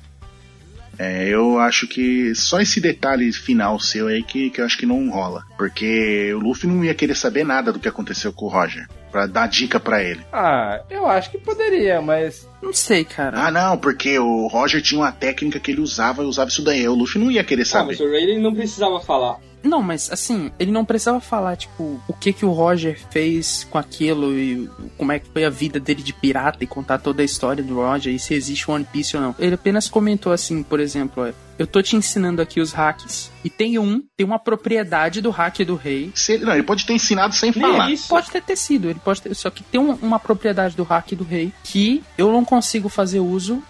É, eu acho que só esse detalhe final seu aí que, que eu acho que não rola. Porque o Luffy não ia querer saber nada do que aconteceu com o Roger. Pra dar dica pra ele. Ah, eu acho que poderia, mas... Não sei, cara. Ah, não, porque o Roger tinha uma técnica que ele usava e usava isso daí. O Luffy não ia querer saber. Ah, mas o Rayleigh não precisava falar. Não, mas assim, ele não precisava falar, tipo, o que que o Roger fez com aquilo e como é que foi a vida dele de pirata e contar toda a história do Roger e se existe One Piece ou não. Ele apenas comentou assim, por exemplo, eu tô te ensinando aqui os hacks e tem um, tem uma propriedade do hack do rei. Se ele, não, ele pode ter ensinado sem falar. É isso. Pode ter tecido, ele pode ter, só que tem um, uma propriedade do hack do rei que eu não consigo fazer uso,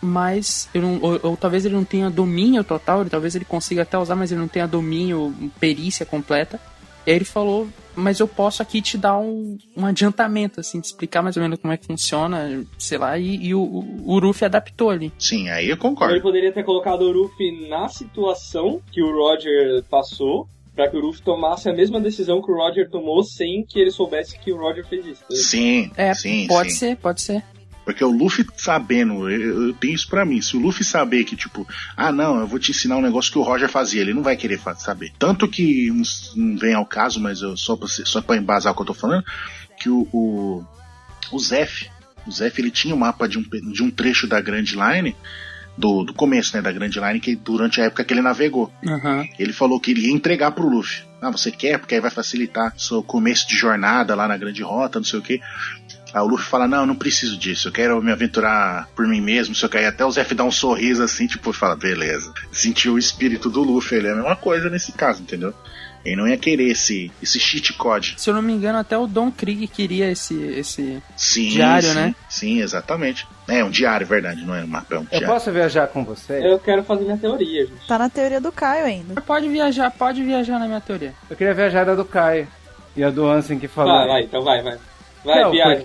mas eu não, ou, ou talvez ele não tenha domínio total, ele, talvez ele consiga até usar, mas ele não tenha domínio, perícia completa. E aí ele falou, mas eu posso aqui te dar um, um adiantamento, assim, te explicar mais ou menos como é que funciona, sei lá, e, e o, o Luffy adaptou ali. Sim, aí eu concordo. Ele poderia ter colocado o Luffy na situação que o Roger passou, pra que o Luffy tomasse a mesma decisão que o Roger tomou sem que ele soubesse que o Roger fez isso. Sim, é, sim, pode sim. ser, pode ser. Porque o Luffy sabendo, eu, eu tenho isso pra mim, se o Luffy saber que, tipo, ah não, eu vou te ensinar um negócio que o Roger fazia, ele não vai querer saber. Tanto que, não vem ao caso, mas eu, só, pra, só pra embasar o que eu tô falando, que o, o, o Zef, o Zef ele tinha o um mapa de um, de um trecho da Grand Line, do, do começo, né, da Grand Line, que durante a época que ele navegou. Uhum. Ele falou que ele ia entregar pro Luffy. Ah, você quer? Porque aí vai facilitar seu começo de jornada lá na Grande Rota, não sei o que. Aí o Luffy fala, não, eu não preciso disso, eu quero me aventurar por mim mesmo, se eu quero. Até o Zef dá um sorriso assim, tipo, fala, beleza. Sentiu o espírito do Luffy, ele é a mesma coisa nesse caso, entendeu? Ele não ia querer esse, esse cheat code. Se eu não me engano, até o Don Krieg queria esse, esse sim, diário, sim, né? Sim, exatamente. É um diário, verdade, não é um mapa, é um eu diário. Eu posso viajar com você? Eu quero fazer minha teoria, gente. Tá na teoria do Caio ainda. Pode viajar, pode viajar na minha teoria. Eu queria viajar da do Caio e a do Ansem que falou. Vai, vai, então vai, vai. Vai, não, viagem. Porque,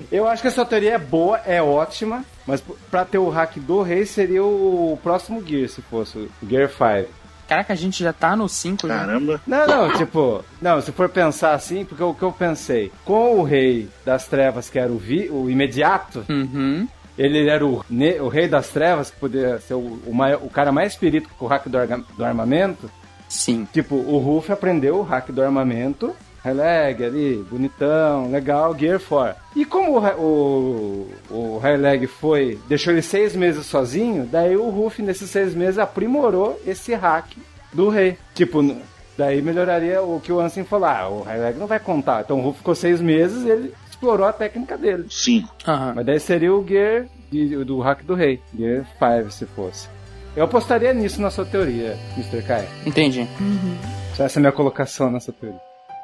Eu acho que a sua teoria é boa, é ótima, mas pra ter o hack do rei seria o próximo Gear, se fosse o Gear cinco. Caraca, a gente já tá no cinco, já. Caramba. Não, não, tipo... Não, se for pensar assim, porque o que eu pensei... Com o rei das trevas, que era o, vi, o imediato... Uhum. Ele era o, o rei das trevas, que poderia ser o, o, maior, o cara mais perito com o hack do, arga, do armamento. Sim. Tipo, o Ruff aprendeu o hack do armamento... Highleg ali, bonitão, legal, Gear quatro. E como o, o, o Highleg foi, deixou ele seis meses sozinho, daí o Ruff nesses seis meses aprimorou esse hack do rei. Tipo, daí melhoraria o que o Ansem falou, ah, o Highleg não vai contar. Então o Ruff ficou seis meses e ele explorou a técnica dele. Cinco. Uhum. Mas daí seria o Gear de, do hack do rei, Gear cinco se fosse. Eu apostaria nisso na sua teoria, mister Kai. Entendi. Uhum. Essa é a minha colocação nessa teoria.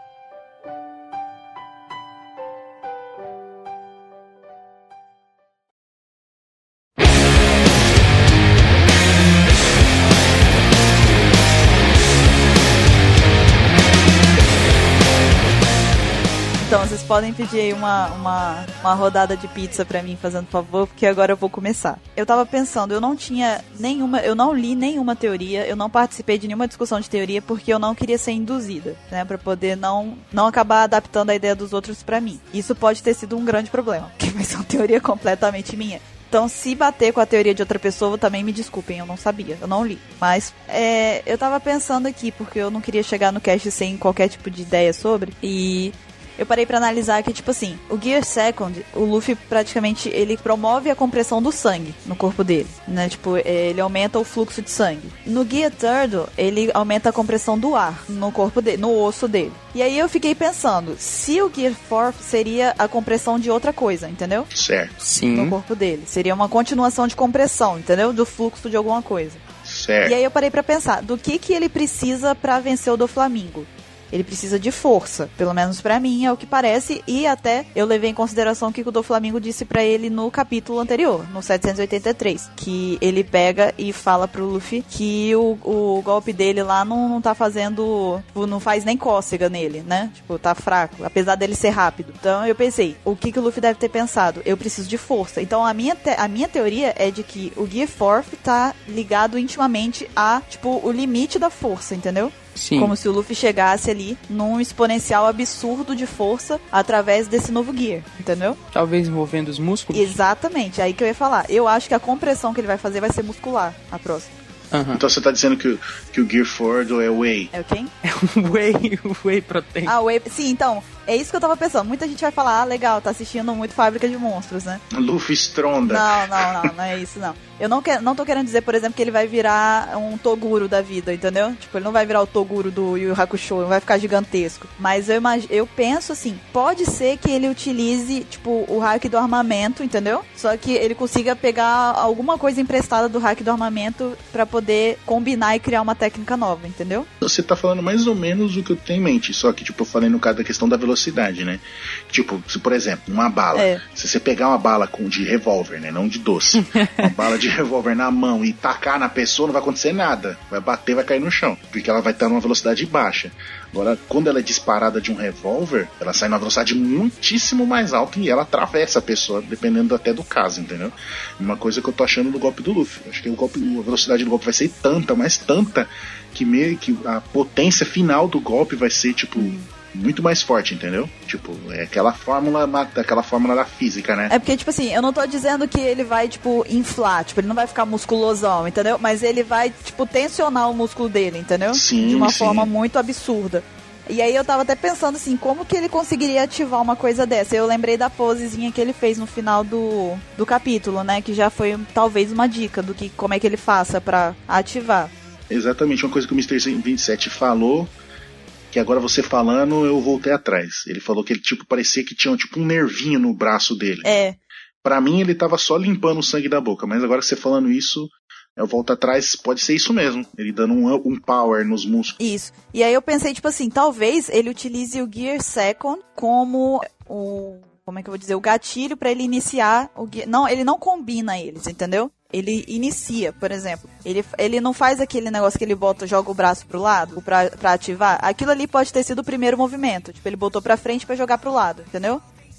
Então, vocês podem pedir aí uma, uma, uma rodada de pizza pra mim, fazendo favor, porque agora eu vou começar. Eu tava pensando, eu não tinha nenhuma, eu não li nenhuma teoria, eu não participei de nenhuma discussão de teoria, porque eu não queria ser induzida, né, pra poder não, não acabar adaptando a ideia dos outros pra mim. Isso pode ter sido um grande problema, porque vai ser uma teoria completamente minha. Então, se bater com a teoria de outra pessoa, também me desculpem, eu não sabia, eu não li. Mas, é, eu tava pensando aqui, porque eu não queria chegar no cast sem qualquer tipo de ideia sobre, e... eu parei pra analisar que, tipo assim, o Gear Second, o Luffy praticamente, ele promove a compressão do sangue no corpo dele, né? Tipo, ele aumenta o fluxo de sangue. No Gear Third, ele aumenta a compressão do ar no corpo dele, no osso dele. E aí eu fiquei pensando, se o Gear Fourth seria a compressão de outra coisa, entendeu? Certo. Sim. No corpo dele. Seria uma continuação de compressão, entendeu? Do fluxo de alguma coisa. Certo. E aí eu parei pra pensar, do que que ele precisa pra vencer o Doflamingo? Ele precisa de força, pelo menos pra mim é o que parece, e até eu levei em consideração o que o Doflamingo disse pra ele no capítulo anterior, no setecentos e oitenta e três, que ele pega e fala pro Luffy que o, o golpe dele lá não, não tá fazendo, não faz nem cócega nele, né? Tipo, tá fraco, apesar dele ser rápido. Então eu pensei, o que, que o Luffy deve ter pensado? Eu preciso de força. Então a minha, te- a minha teoria é de que o Gear Fourth tá ligado intimamente a, tipo, o limite da força, entendeu? Sim. Como se o Luffy chegasse ali num exponencial absurdo de força através desse novo Gear, entendeu? Talvez envolvendo os músculos. Exatamente, aí que eu ia falar. Eu acho que a compressão que ele vai fazer vai ser muscular, a próxima. Uhum. Então você tá dizendo que, o- que o Gear Ford é o Whey. É o quem? É um whey, whey protein. Ah, o Whey... Sim, então, é isso que eu tava pensando. Muita gente vai falar, ah, legal, tá assistindo muito Fábrica de Monstros, né? Luffy Stronda. Não, não, não, não é isso, não. Eu não, quero, não tô querendo dizer, por exemplo, que ele vai virar um Toguro da vida, entendeu? Tipo, ele não vai virar o Toguro do Yu Yu Hakusho, não vai ficar gigantesco. Mas eu, imag... eu penso assim, pode ser que ele utilize, tipo, o hack do armamento, entendeu? Só que ele consiga pegar alguma coisa emprestada do hack do armamento pra poder combinar e criar uma técnica nova, entendeu? Você tá falando mais ou menos o que eu tenho em mente, só que, tipo, eu falei no caso da questão da velocidade, né? Tipo, se, por exemplo, uma bala, É. se você pegar uma bala com, de revólver, né? Não de doce, uma bala de revólver na mão e tacar na pessoa, não vai acontecer nada. Vai bater, vai cair no chão, porque ela vai estar numa velocidade baixa. Agora, quando ela é disparada de um revólver, ela sai numa velocidade muitíssimo mais alta e ela atravessa a pessoa, dependendo até do caso, entendeu? Uma coisa que eu tô achando do golpe do Luffy. Acho que o golpe, a velocidade do golpe vai ser tanta, mas tanta, que meio que a potência final do golpe vai ser, tipo, muito mais forte, entendeu? Tipo, é aquela fórmula, aquela fórmula da física, né? É porque, tipo assim, eu não tô dizendo que ele vai, tipo, inflar, tipo, ele não vai ficar musculosão, entendeu? Mas ele vai, tipo, tensionar o músculo dele, entendeu? Sim, de uma sim. forma muito absurda. E aí eu tava até pensando assim, como que ele conseguiria ativar uma coisa dessa? Eu lembrei da posezinha que ele fez no final do, do capítulo, né? Que já foi talvez uma dica do que como é que ele faça pra ativar. Exatamente, uma coisa que o mister vinte e sete falou, que agora você falando, eu voltei atrás. Ele falou que ele, tipo, parecia que tinha tipo um nervinho no braço dele. É. Pra mim, ele tava só limpando o sangue da boca, mas agora que você falando isso, eu volto atrás, pode ser isso mesmo. Ele dando um, um power nos músculos. Isso. E aí eu pensei, tipo assim, talvez ele utilize o Gear Second como o... Como é que eu vou dizer? O gatilho pra ele iniciar o Gear... Não, ele não combina eles, entendeu? Ele inicia, por exemplo. Ele, ele não faz aquele negócio que ele bota, joga o braço pro lado pra, pra ativar. Aquilo ali pode ter sido o primeiro movimento. Tipo, ele botou pra frente pra jogar pro lado, entendeu?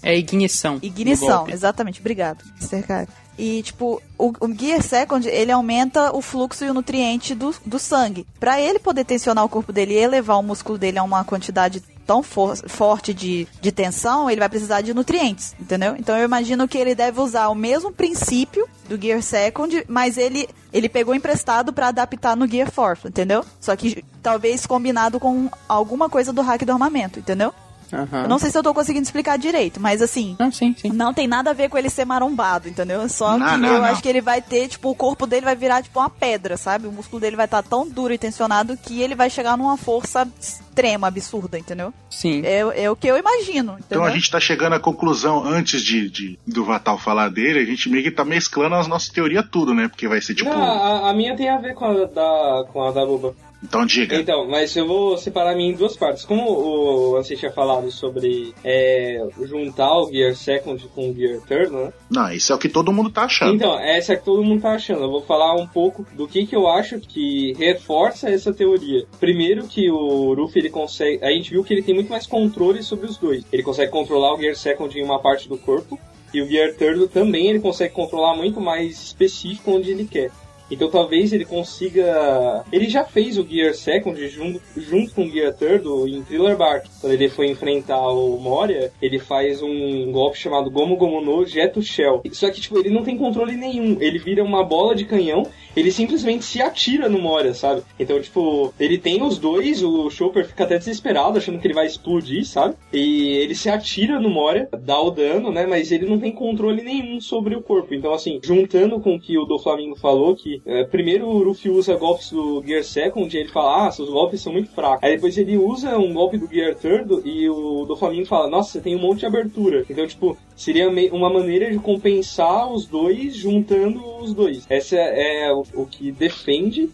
É ignição. Ignição, exatamente. Obrigado, mister Kai. E, tipo, o, o Gear Second, ele aumenta o fluxo e o nutriente do, do sangue. Pra ele poder tensionar o corpo dele e elevar o músculo dele a uma quantidade tão for, forte de, de tensão, ele vai precisar de nutrientes, entendeu? Então eu imagino que ele deve usar o mesmo princípio do Gear Second, mas ele, ele pegou emprestado pra adaptar no Gear Fourth, entendeu? Só que talvez combinado com alguma coisa do hack do armamento, entendeu? Uhum. Eu não sei se eu tô conseguindo explicar direito, mas assim, não, sim, sim. não tem nada a ver com ele ser marombado, entendeu? Só não, que não, eu não. acho que ele vai ter, tipo, o corpo dele vai virar tipo uma pedra, sabe? O músculo dele vai estar tão duro e tensionado que ele vai chegar numa força extrema, absurda, entendeu? Sim. É, é o que eu imagino, entendeu? Então a gente tá chegando à conclusão, antes de, de do Vatal falar dele, a gente meio que tá mesclando as nossas teorias tudo, né? Porque vai ser tipo... Não, a, a minha tem a ver com a da, com a da Buba. Então diga. Então, mas eu vou separar a minha em duas partes. Como o Ansem tinha falado sobre é, juntar o Gear Second com o Gear Third, né? Não, isso é o que todo mundo tá achando. Então, essa é que todo mundo tá achando. Eu vou falar um pouco do que, que eu acho que reforça essa teoria. Primeiro que o Ruffy, ele consegue... A gente viu que ele tem muito mais controle sobre os dois. Ele consegue controlar o Gear Second em uma parte do corpo, e o Gear Third também ele consegue controlar muito mais específico onde ele quer. Então talvez ele consiga... Ele já fez o Gear Second junto, junto com o Gear Third em Thriller Bark. Quando ele foi enfrentar o Moria, ele faz um golpe chamado Gomu Gomu no Jeto Shell. Só que tipo, ele não tem controle nenhum. Ele vira uma bola de canhão, ele simplesmente se atira no Moria, sabe? Então tipo, ele tem os dois, o Chopper fica até desesperado, achando que ele vai explodir, sabe? E ele se atira no Moria, dá o dano, né? Mas ele não tem controle nenhum sobre o corpo. Então assim, juntando com o que o Doflamingo falou, que É, primeiro o Ruffy usa golpes do Gear Second e ele fala, ah, seus golpes são muito fracos. Aí depois ele usa um golpe do Gear Third e o Doflamingo fala, nossa, você tem um monte de abertura. Então, tipo, seria uma maneira de compensar os dois juntando os dois. Essa é o, o que defende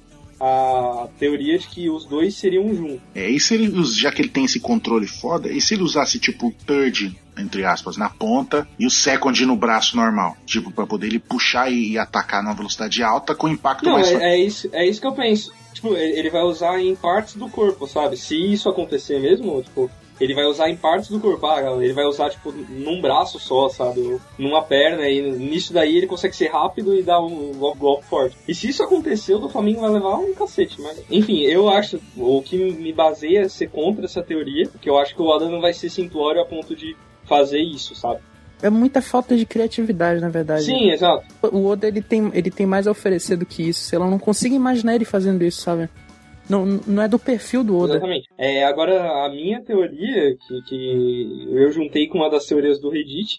a teoria de que os dois seriam juntos. É, e se ele, já que ele tem esse controle foda, e se ele usasse tipo o third, entre aspas, na ponta e o second no braço normal? Tipo, pra poder ele puxar e, e atacar numa velocidade alta com impacto Não, mais é, forte. é, isso, é isso que eu penso. Tipo, ele vai usar em partes do corpo, sabe? Se isso acontecer mesmo, tipo, ele vai usar em partes do corpo. Ah, ele vai usar, tipo, num braço só, sabe? Ou numa perna, e nisso daí ele consegue ser rápido e dar um golpe, golpe forte. E se isso acontecer, o do Flamengo vai levar um cacete, mas... Enfim, eu acho, o que me baseia é ser contra essa teoria, porque eu acho que o Oda não vai ser simplório a ponto de fazer isso, sabe? É muita falta de criatividade, na verdade. Sim, exato. O Oda, ele tem, ele tem mais a oferecer do que isso. Sei lá, eu não consigo imaginar ele fazendo isso, sabe? Não, não é do perfil do Oda. Exatamente. É, agora, a minha teoria, que, que eu juntei com uma das teorias do Reddit,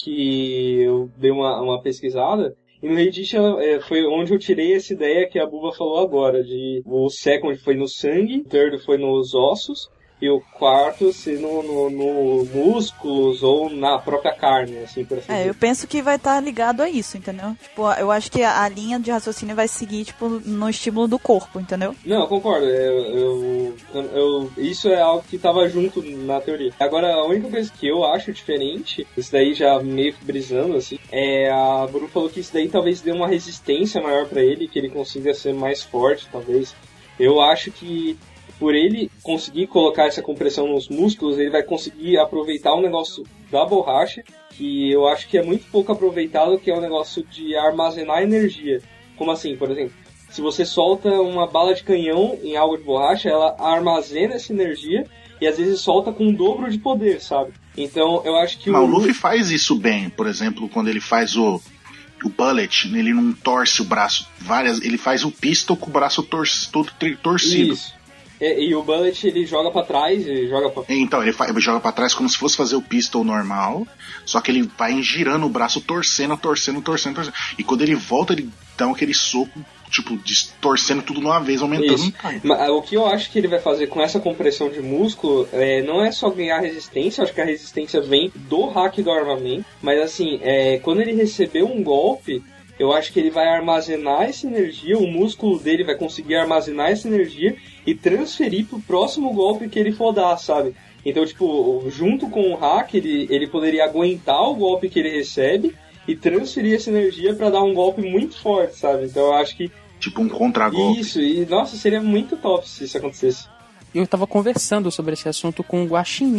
que eu dei uma, uma pesquisada, e no Reddit é, foi onde eu tirei essa ideia que a Buba falou agora, de o second foi no sangue, o third foi nos ossos, e o quarto se no, no, no músculos ou na própria carne, assim, por assim É, dizer. eu penso que vai estar ligado a isso, entendeu? Tipo, eu acho que a, a linha de raciocínio vai seguir, tipo, no estímulo do corpo, entendeu? Não, eu concordo. Eu, eu, eu, isso é algo que estava junto na teoria. Agora, a única coisa que eu acho diferente, isso daí já meio que brisando, assim, é a Buru falou que isso daí talvez dê uma resistência maior pra ele, que ele consiga ser mais forte, talvez. Eu acho que por ele conseguir colocar essa compressão nos músculos, ele vai conseguir aproveitar um negócio da borracha, que eu acho que é muito pouco aproveitado, que é o negócio de armazenar energia. Como assim, por exemplo? Se você solta uma bala de canhão em algo de borracha, ela armazena essa energia e às vezes solta com o dobro de poder, sabe? Então eu acho que Mas o... o Luffy faz isso bem, por exemplo, quando ele faz o... O Bullet, ele não torce o braço várias... Ele faz o pistol com o braço tor- todo torcido. Isso. E, e o Bullet, ele joga pra trás, ele joga pra... Então, ele, fa- ele joga pra trás como se fosse fazer o pistol normal, só que ele vai girando o braço, torcendo, torcendo, torcendo, torcendo. E quando ele volta, ele dá aquele soco, tipo, distorcendo tudo de uma vez, aumentando. Isso. Mas, o que eu acho que ele vai fazer com essa compressão de músculo é, não é só ganhar resistência, eu acho que a resistência vem do hack do armamento, mas assim, é, quando ele receber um golpe, eu acho que ele vai armazenar essa energia, o músculo dele vai conseguir armazenar essa energia e transferir pro próximo golpe que ele for dar, sabe? Então, tipo, junto com o hack, ele, ele poderia aguentar o golpe que ele recebe e transferir essa energia pra dar um golpe muito forte, sabe? Então eu acho que... Tipo um contra-golpe. Isso, e nossa, seria muito top se isso acontecesse. Eu tava conversando sobre esse assunto com o Guaxinim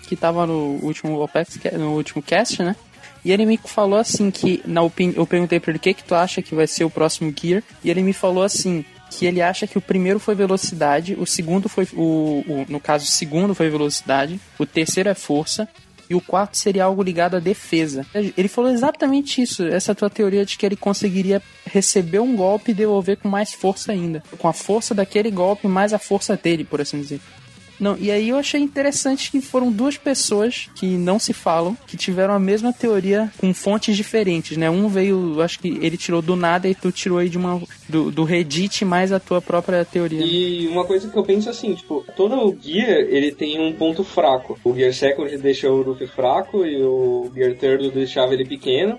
que tava no último Opex, no último cast, né? E ele me falou assim que, na opini- eu perguntei pra ele o que que tu acha que vai ser o próximo Gear, e ele me falou assim, que ele acha que o primeiro foi velocidade, o segundo foi, o, o, no caso o segundo foi velocidade, o terceiro é força, e o quarto seria algo ligado à defesa. Ele falou exatamente isso, essa tua teoria de que ele conseguiria receber um golpe e devolver com mais força ainda. Com a força daquele golpe mais a força dele, por assim dizer. Não, e aí eu achei interessante que foram duas pessoas que não se falam, que tiveram a mesma teoria com fontes diferentes, né? Um veio, acho que ele tirou do nada e tu tirou aí de uma, do, do Reddit mais a tua própria teoria. E uma coisa que eu penso assim, tipo, todo o Gear, ele tem um ponto fraco. O Gear Second deixa o Luffy fraco e o Gear Third deixava ele pequeno.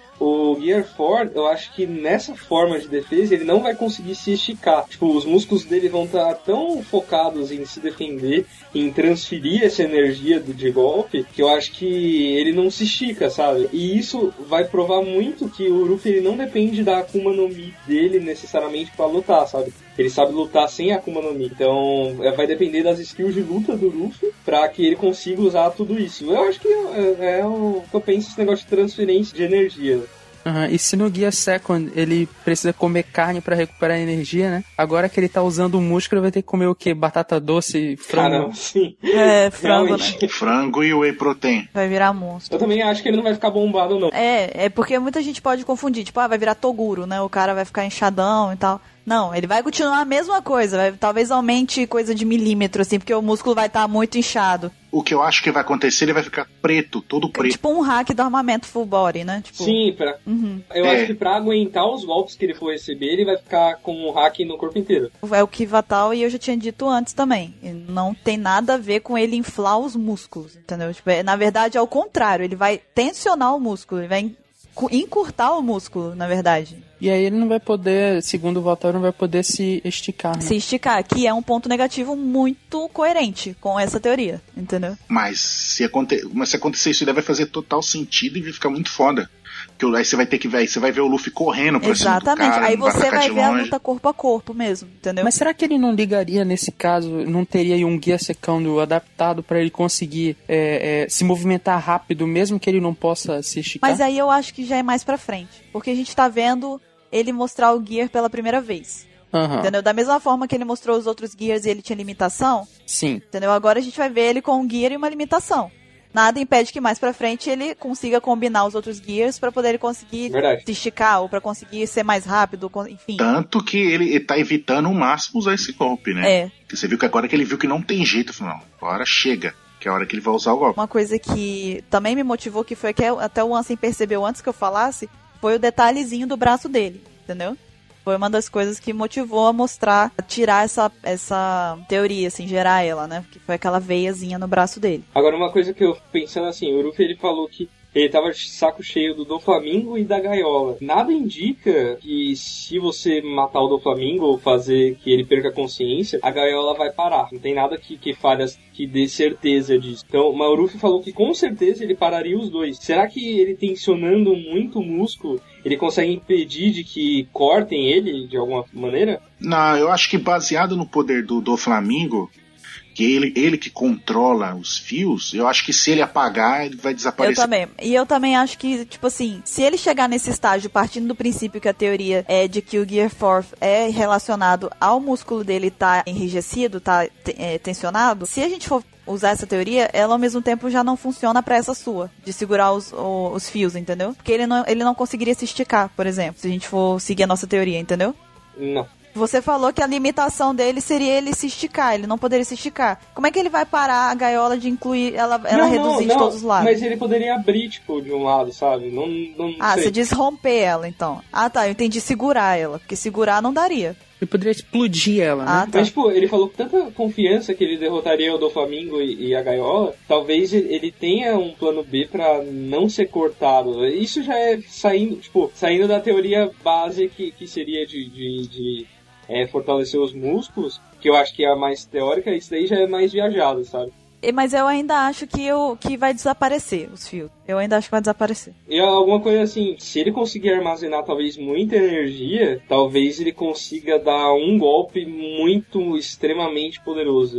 O Gear quatro, eu acho que nessa forma de defesa ele não vai conseguir se esticar. Tipo, os músculos dele vão estar tão focados em se defender, em transferir essa energia do, de golpe, que eu acho que ele não se estica, sabe? E isso vai provar muito que o Luffy ele não depende da Akuma no Mi dele necessariamente pra lutar, sabe? Ele sabe lutar sem a Akuma no Mi. Então, vai depender das skills de luta do Luffy pra que ele consiga usar tudo isso. Eu acho que é, é o que eu penso esse negócio de transferência de energia. Uhum. E se no Gear Second ele precisa comer carne pra recuperar energia, né? Agora que ele tá usando o músculo, ele vai ter que comer o quê? Batata doce, frango? Caramba, sim. É, frango, né? Frango e whey protein. Vai virar monstro. Eu também acho que ele não vai ficar bombado, não. É, é porque muita gente pode confundir. Tipo, ah, vai virar Toguro, né? O cara vai ficar inchadão e tal. Não, ele vai continuar a mesma coisa. Vai, talvez aumente coisa de milímetro, assim, porque o músculo vai estar muito inchado. O que eu acho que vai acontecer, ele vai ficar preto, todo preto. É tipo um hack do armamento full body, né? Tipo... Sim, pra... Uhum. eu É. acho que pra aguentar os golpes que ele for receber, ele vai ficar com um hack no corpo inteiro. É o Kivatal, e eu já tinha dito antes também. Não tem nada a ver com ele inflar os músculos, entendeu? Tipo, é, na verdade, é o contrário. Ele vai tensionar o músculo, ele vai encurtar o músculo, na verdade. E aí ele não vai poder, segundo o Valtor, não vai poder se esticar, né? Se esticar, que é um ponto negativo muito coerente com essa teoria, entendeu? Mas se, aconte... Mas se acontecer isso, daí vai fazer total sentido e vai ficar muito foda. Porque aí você vai ter que ver, você vai ver o Luffy correndo pra cima do Exatamente, cara, aí não vai você atacar vai de ver a longe. luta corpo a corpo mesmo, entendeu? Mas será que ele não ligaria nesse caso, não teria aí um Gear Second adaptado pra ele conseguir é, é, se movimentar rápido, mesmo que ele não possa se esticar? Mas aí eu acho que já é mais pra frente, porque a gente tá vendo ele mostrar o Gear pela primeira vez. Uhum. Entendeu? Da mesma forma que ele mostrou os outros Gears e ele tinha limitação, Sim. entendeu? Agora a gente vai ver ele com um Gear e uma limitação. Nada impede que mais pra frente ele consiga combinar os outros Gears pra poder ele conseguir Verdade. se esticar ou pra conseguir ser mais rápido, enfim. Tanto que ele, ele tá evitando ao máximo usar esse golpe, né? É. Porque você viu que agora que ele viu que não tem jeito, falou, não, agora chega, que é a hora que ele vai usar o golpe. Uma coisa que também me motivou, que foi que até o Ansem percebeu antes que eu falasse, foi o detalhezinho do braço dele, entendeu? Foi uma das coisas que motivou a mostrar, a tirar essa, essa teoria, assim, gerar ela, né? Porque foi aquela veiazinha no braço dele. Agora, uma coisa que eu fico pensando assim, o Luffy ele falou que ele tava de saco cheio do Doflamingo e da gaiola. Nada indica que se você matar o Doflamingo ou fazer que ele perca a consciência, a gaiola vai parar. Não tem nada que, que fale, que dê certeza disso. Então, o Luffy falou que com certeza ele pararia os dois. Será que ele tensionando muito o músculo, ele consegue impedir de que cortem ele de alguma maneira? Não, eu acho que baseado no poder do, do Flamingo, que ele, ele que controla os fios, eu acho que se ele apagar, ele vai desaparecer. Eu também. E eu também acho que, tipo assim, se ele chegar nesse estágio, partindo do princípio que a teoria é de que o Gear quatro é relacionado ao músculo dele tá enrijecido, tá é, tensionado, se a gente for usar essa teoria, ela ao mesmo tempo já não funciona pra essa sua, de segurar os, os, os fios, entendeu? Porque ele não, ele não conseguiria se esticar, por exemplo, se a gente for seguir a nossa teoria, entendeu? Não. Você falou que a limitação dele seria ele se esticar, ele não poderia se esticar. Como é que ele vai parar a gaiola de incluir, ela, ela não, reduzir não, de todos os lados? Mas ele poderia abrir, tipo, de um lado, sabe? Não, não ah, sei. você diz romper ela, então. Ah, tá, eu entendi segurar ela, porque segurar não daria. Ele poderia explodir ela, né? Ah, tá. Mas, tipo, ele falou com tanta confiança que ele derrotaria o Doflamingo e, e a gaiola, talvez ele tenha um plano B pra não ser cortado. Isso já é saindo, tipo, saindo da teoria base que, que seria de... de, de É, fortalecer os músculos, que eu acho que é a mais teórica, isso daí já é mais viajado, sabe? Mas eu ainda acho que, eu, que vai desaparecer os fios. Eu ainda acho que vai desaparecer. E alguma coisa assim, se ele conseguir armazenar talvez muita energia, talvez ele consiga dar um golpe muito extremamente poderoso. E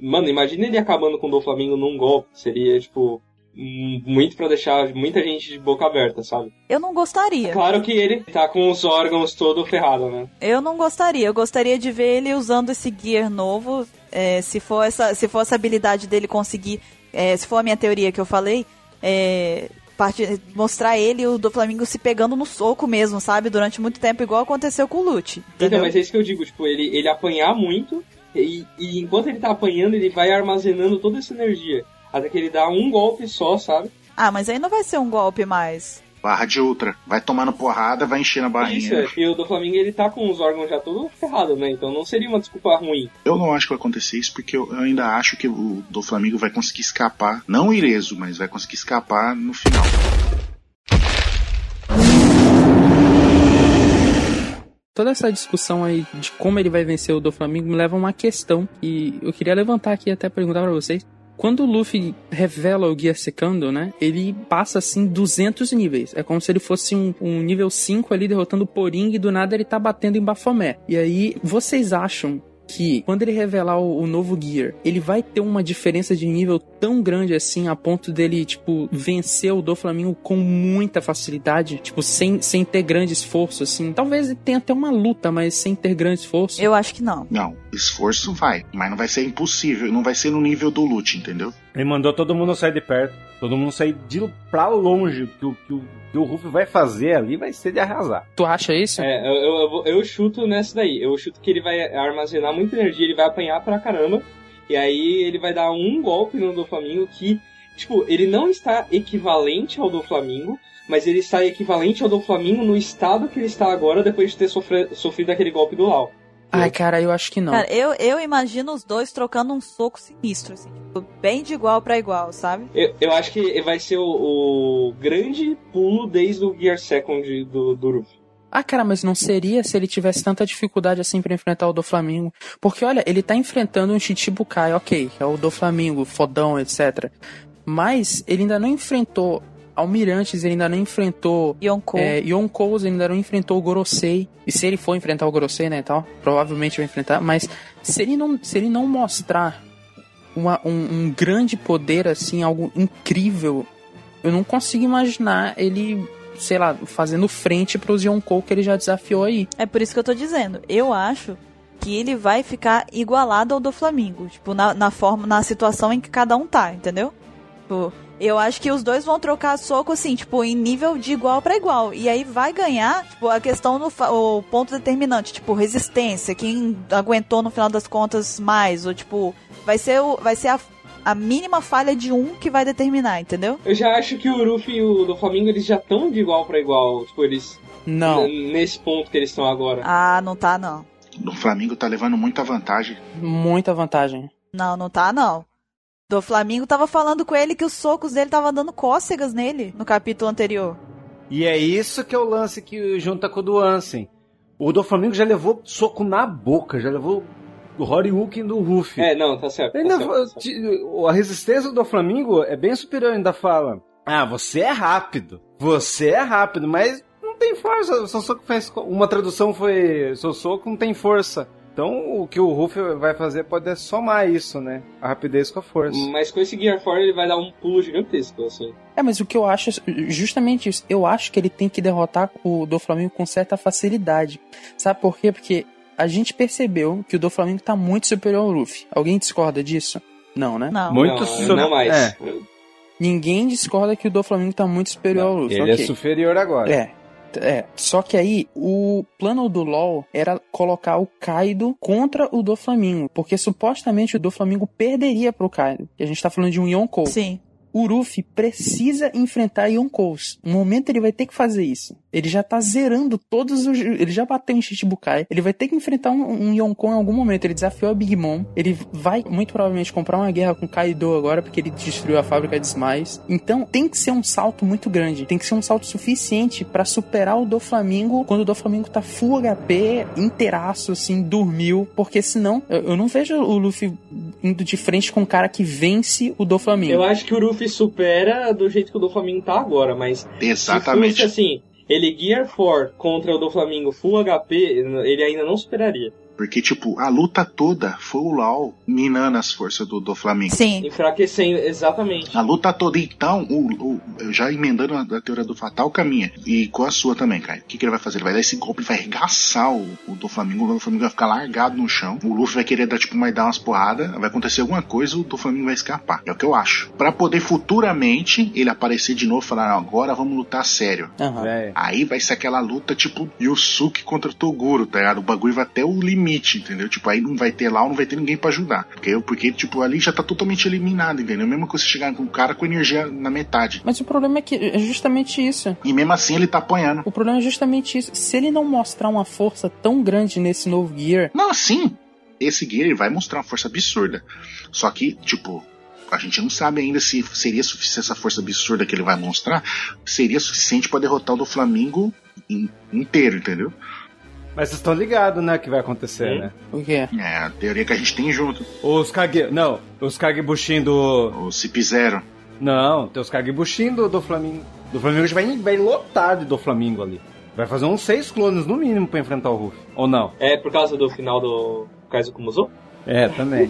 Mano, imagina ele acabando com o Doflamingo num golpe. Seria, tipo, muito pra deixar muita gente de boca aberta, sabe? Eu não gostaria. Claro que ele tá com os órgãos todo ferrado, né? Eu não gostaria. Eu gostaria de ver ele usando esse gear novo. É, se, for essa, se for essa habilidade dele conseguir... É, se for a minha teoria que eu falei... É, parte, mostrar ele e o Doflamingo se pegando no soco mesmo, sabe? Durante muito tempo, igual aconteceu com o Lute. Então, mas é isso que eu digo. Tipo, ele, ele apanhar muito... E, e enquanto ele tá apanhando, ele vai armazenando toda essa energia. Até que ele dá um golpe só, sabe? Ah, mas aí não vai ser um golpe mais. Barra de ultra. Vai tomando porrada, vai enchendo a barrinha. Isso, é. E o Doflamingo, ele tá com os órgãos já todo ferrado, né? Então não seria uma desculpa ruim. Eu não acho que vai acontecer isso, porque eu ainda acho que o Doflamingo vai conseguir escapar. Não ileso, mas vai conseguir escapar no final. Toda essa discussão aí de como ele vai vencer o Doflamingo me leva a uma questão que eu queria levantar aqui e até perguntar pra vocês. Quando o Luffy revela o Gear Secando, né, ele passa, assim, duzentos níveis. É como se ele fosse um, um nível cinco ali, derrotando o Poring, e do nada ele tá batendo em Baphomet. E aí, vocês acham que quando ele revelar o, o novo Gear, ele vai ter uma diferença de nível tão grande assim, a ponto dele, tipo, vencer o Doflamingo com muita facilidade? Tipo, sem, sem ter grande esforço, assim? Talvez tenha até uma luta, mas sem ter grande esforço. Eu acho que não. Não, esforço vai, mas não vai ser impossível, não vai ser no nível do Lute, entendeu? Ele mandou todo mundo sair de perto, todo mundo sair de pra longe, que o que o, que o Ruffy vai fazer ali vai ser de arrasar. Tu acha isso? É, eu, eu, eu chuto nessa daí, eu chuto que ele vai armazenar muita energia, ele vai apanhar pra caramba, e aí ele vai dar um golpe no Doflamingo que, tipo, ele não está equivalente ao Doflamingo, mas ele está equivalente ao Doflamingo no estado que ele está agora, depois de ter sofre, sofrido aquele golpe do Lau. Ai, cara, eu acho que não. Cara, eu, eu imagino os dois trocando um soco sinistro, assim, tipo, bem de igual pra igual, sabe? Eu, eu acho que vai ser o, o grande pulo desde o Gear Second do, do Ruffy. Ah, cara, mas não seria se ele tivesse tanta dificuldade assim pra enfrentar o Doflamingo. Porque, olha, ele tá enfrentando um Chichibukai, ok, que é o Doflamingo, fodão, etcétera. Mas ele ainda não enfrentou Almirantes, ele ainda não enfrentou Yonkou, é, Yonkous, ele ainda não enfrentou o Gorosei. E se ele for enfrentar o Gorosei, né, tal, provavelmente vai enfrentar. Mas se ele não, se ele não mostrar uma, um, um grande poder, assim, algo incrível, eu não consigo imaginar ele, sei lá, fazendo frente pros Yonkou que ele já desafiou aí. É por isso que eu tô dizendo. Eu acho que ele vai ficar igualado ao Doflamingo, tipo, na, na forma, na situação em que cada um tá, entendeu? Tipo, eu acho que os dois vão trocar soco, assim, tipo, em nível de igual pra igual. E aí vai ganhar, tipo, a questão no o ponto determinante, tipo, resistência, quem aguentou no final das contas mais, ou tipo, vai ser, o, vai ser a, a mínima falha de um que vai determinar, entendeu? Eu já acho que o Ruffy e o Doflamingo, eles já estão de igual pra igual, tipo, eles... Não. Nesse ponto que eles estão agora. Ah, não tá, não. O Flamengo tá levando muita vantagem. Muita vantagem. Não, não tá, não. Doflamingo tava falando com ele que os socos dele estavam dando cócegas nele no capítulo anterior. E é isso que é o lance que junta com o do Ansem. O Doflamingo já levou soco na boca, já levou o Horyuken do Ruffy. É, não, tá certo. Tá ainda, certo, tá certo. A resistência do Doflamingo é bem superior, ainda fala. Ah, você é rápido. Você é rápido, mas não tem força. Seu soco faz... Uma tradução foi: seu soco não tem força. Então, o que o Ruffy vai fazer pode somar isso, né? A rapidez com a força. Mas com esse Gear quatro ele vai dar um pulo gigantesco, assim. É, mas o que eu acho, justamente isso, eu acho que ele tem que derrotar o Doflamingo com certa facilidade. Sabe por quê? Porque a gente percebeu que o Doflamingo tá muito superior ao Ruffy. Alguém discorda disso? Não, né? Não. Muito não, superior. Não mais. É. Ninguém discorda que o Doflamingo tá muito superior Não, ao Ruffy. ele okay. é superior agora. É. É, só que aí o plano do LoL era colocar o Kaido contra o Doflamingo, porque supostamente o Doflamingo perderia pro Kaido, e a gente tá falando de um Yonkou. Sim. O Ruffy precisa enfrentar Yonkous. No momento ele vai ter que fazer isso. Ele já tá zerando todos os... Ele já bateu em Shichibukai. Ele vai ter que enfrentar um, um Yonkou em algum momento. Ele desafiou a Big Mom. Ele vai, muito provavelmente, comprar uma guerra com Kaido agora, porque ele destruiu a fábrica de Smiles. Então, tem que ser um salto muito grande. Tem que ser um salto suficiente pra superar o Doflamingo quando o Doflamingo tá full H P, inteiraço, assim, dormiu. Porque senão, eu, eu não vejo o Luffy indo de frente com um cara que vence o Doflamingo. Eu acho que o Luffy supera do jeito que o Doflamingo tá agora, mas... Exatamente. Se fosse assim, ele Gear quatro contra o Doflamingo Full H P, ele ainda não superaria. Porque, tipo, a luta toda foi o Law minando as forças do, do Flamengo. Sim. Enfraquecendo, exatamente. A luta toda, então, o, o, já emendando a, a teoria do Fatal caminha. E com a sua também, cara. O que, que ele vai fazer? Ele vai dar esse golpe, ele vai arregaçar o, o do Flamengo. O do Flamengo vai ficar largado no chão. O Luffy vai querer dar, tipo, mais dar umas porradas. Vai acontecer alguma coisa, o do Flamengo vai escapar. É o que eu acho. Pra poder futuramente ele aparecer de novo e falar, agora vamos lutar sério. Uhum. É. Aí vai ser aquela luta, tipo, Yusuke contra o Toguro, tá ligado? O bagulho vai até o limite, entendeu? Tipo, aí não vai ter lá, não vai ter ninguém pra ajudar. Porque, porque tipo, ali já tá totalmente eliminado, entendeu? Mesmo que você chegar com um cara com energia na metade. Mas o problema é que é justamente isso. E mesmo assim ele tá apanhando. O problema é justamente isso. Se ele não mostrar uma força tão grande nesse novo Gear... Não, sim. Esse Gear ele vai mostrar uma força absurda. Só que, tipo... A gente não sabe ainda se seria suficiente essa força absurda que ele vai mostrar, seria suficiente pra derrotar o do Flamengo inteiro, entendeu? Mas vocês estão ligados, né, que vai acontecer, Hum? né? O quê? É a teoria que a gente tem junto. Os Kage... Não, os Kagebushin do... O Cip Zero. Não, tem os Kagebushin do, do Flamengo. Do Flamengo já vai, vai lotar de do Flamengo ali. Vai fazer uns seis clones no mínimo pra enfrentar o Ruff. Ou não? É por causa do final do Kaizo Kumuzo? É, também.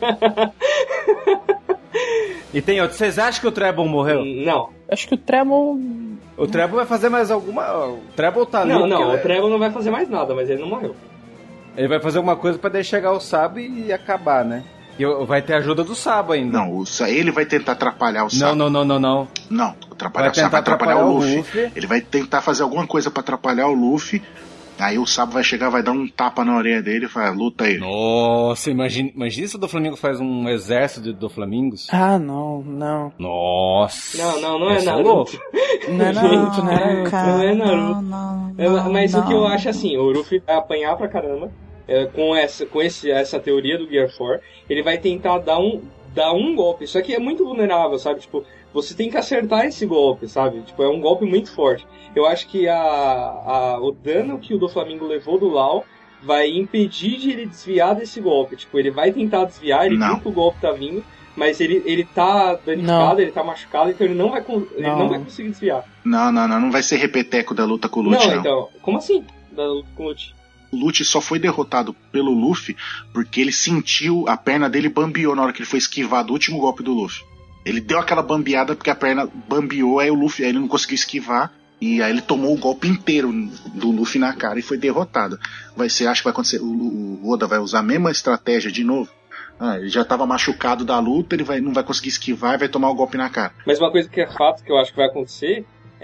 E tem outro. Vocês acham que o Treble morreu? Não. Acho que o Treble... O Treble vai fazer mais alguma... O Treble tá ali. Não, não, porque o Treble não vai fazer mais nada, mas ele não morreu. Ele vai fazer alguma coisa pra deixar chegar o Sabo e acabar, né? E vai ter a ajuda do Sabo ainda. Não, o, ele vai tentar atrapalhar o Sabo. Não, não, não, não, não. Não, atrapalhar Vai o Sabo, tentar vai atrapalhar, atrapalhar o o Luffy. Luffy. Ele vai tentar fazer alguma coisa pra atrapalhar o Luffy. Aí o Sabo vai chegar, vai dar um tapa na orelha dele e vai, luta aí. Nossa, imagina, imagina se o do Flamengo faz um exército de do Flamingos. Ah, não, não. Nossa. Não, não, não é Esse Naruto. Não é Naruto, não é Naruto. Cara, Não é Naruto. não, não, É, não, mas não. o que eu acho assim, o Luffy vai apanhar pra caramba é, com, essa, com esse, essa teoria do Gear quatro. Ele vai tentar dar um, dar um golpe, só que é muito vulnerável, sabe? Tipo, você tem que acertar esse golpe, sabe? Tipo, é um golpe muito forte. Eu acho que a, a, o dano que o do Flamengo levou do Law vai impedir de ele desviar desse golpe. Tipo, ele vai tentar desviar, ele Não. viu que o golpe tá vindo, mas ele, ele tá danificado, Não. ele tá machucado, então ele não vai, con- ele Não. não vai conseguir desviar. Não, não, não, não vai ser repeteco da luta com o Lute, não, não. então, como assim? Da luta com o Lute? O Lute só foi derrotado pelo Luffy porque ele sentiu a perna dele bambeou na hora que ele foi esquivar do último golpe do Luffy. Ele deu aquela bambeada porque a perna bambeou, aí o Luffy, aí ele não conseguiu esquivar, e aí ele tomou o golpe inteiro do Luffy na cara e foi derrotado. Vai ser, acho que vai acontecer, o, o Oda vai usar a mesma estratégia de novo. Ah, ele já estava machucado da luta, ele vai, não vai conseguir esquivar e vai tomar o golpe na cara. Mas uma coisa que é fato que eu acho que vai acontecer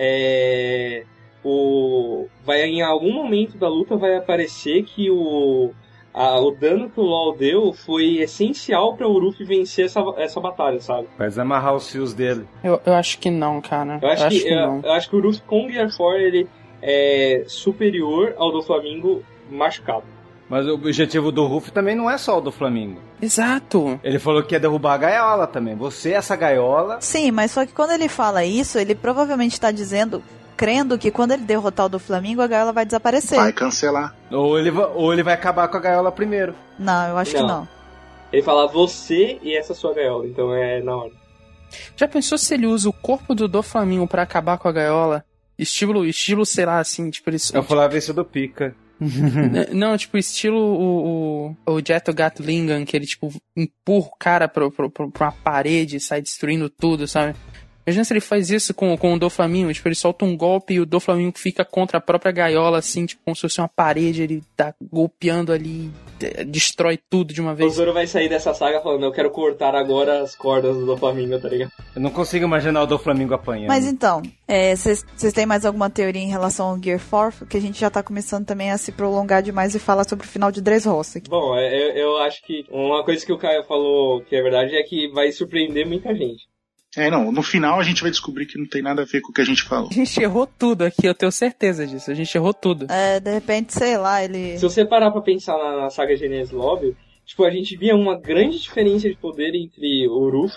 é... O... Vai, em algum momento da luta vai aparecer que o... A, o dano que o LoL deu foi essencial para o Luffy vencer essa, essa batalha, sabe? Vai amarrar os fios dele. Eu, eu acho que não, cara. Eu acho, que, eu, não. eu acho que o Luffy com o Gear quatro ele é superior ao do Flamengo machucado. Mas o objetivo do Ruff também não é só o do Flamengo. Exato. Ele falou que ia derrubar a gaiola também. Você, essa gaiola... Sim, mas só que quando ele fala isso, ele provavelmente está dizendo, crendo que quando ele derrotar o do Flamengo, a gaiola vai desaparecer. Vai cancelar. Ou ele, va- ou ele vai acabar com a gaiola primeiro. Não, eu acho Não. que não. Ele fala você e essa sua gaiola, então é na hora. Já pensou se ele usa o corpo do Doflamingo pra acabar com a gaiola? Estilo, estilo, sei lá, assim, tipo... Ele, Eu falava isso do Pika. Não, tipo, estilo o, o, o Jetto Gatlingan, que ele, tipo, empurra o cara pra, pra, pra uma parede e sai destruindo tudo, sabe? Imagina se ele faz isso com, com o Doflamingo, tipo, ele solta um golpe e o Doflamingo fica contra a própria gaiola, assim, tipo, como se fosse uma parede, ele tá golpeando ali, destrói tudo de uma O vez. Zoro vai sair dessa saga falando, eu quero cortar agora as cordas do Doflamingo, tá ligado? Eu não consigo imaginar o do Flamengo apanhando. Mas então, vocês é, têm mais alguma teoria em relação ao Gear quatro? Que a gente já tá começando também a se prolongar demais e falar sobre o final de Dressrosa. Bom, eu, eu acho que uma coisa que o Caio falou que é verdade é que vai surpreender muita gente. É, não, no final a gente vai descobrir que não tem nada a ver com o que a gente falou. A gente errou tudo aqui, eu tenho certeza disso. A gente errou tudo. É, de repente, sei lá, ele... Se você parar pra pensar na, na saga Genesis Lobby, tipo, a gente via uma grande diferença de poder entre o Luffy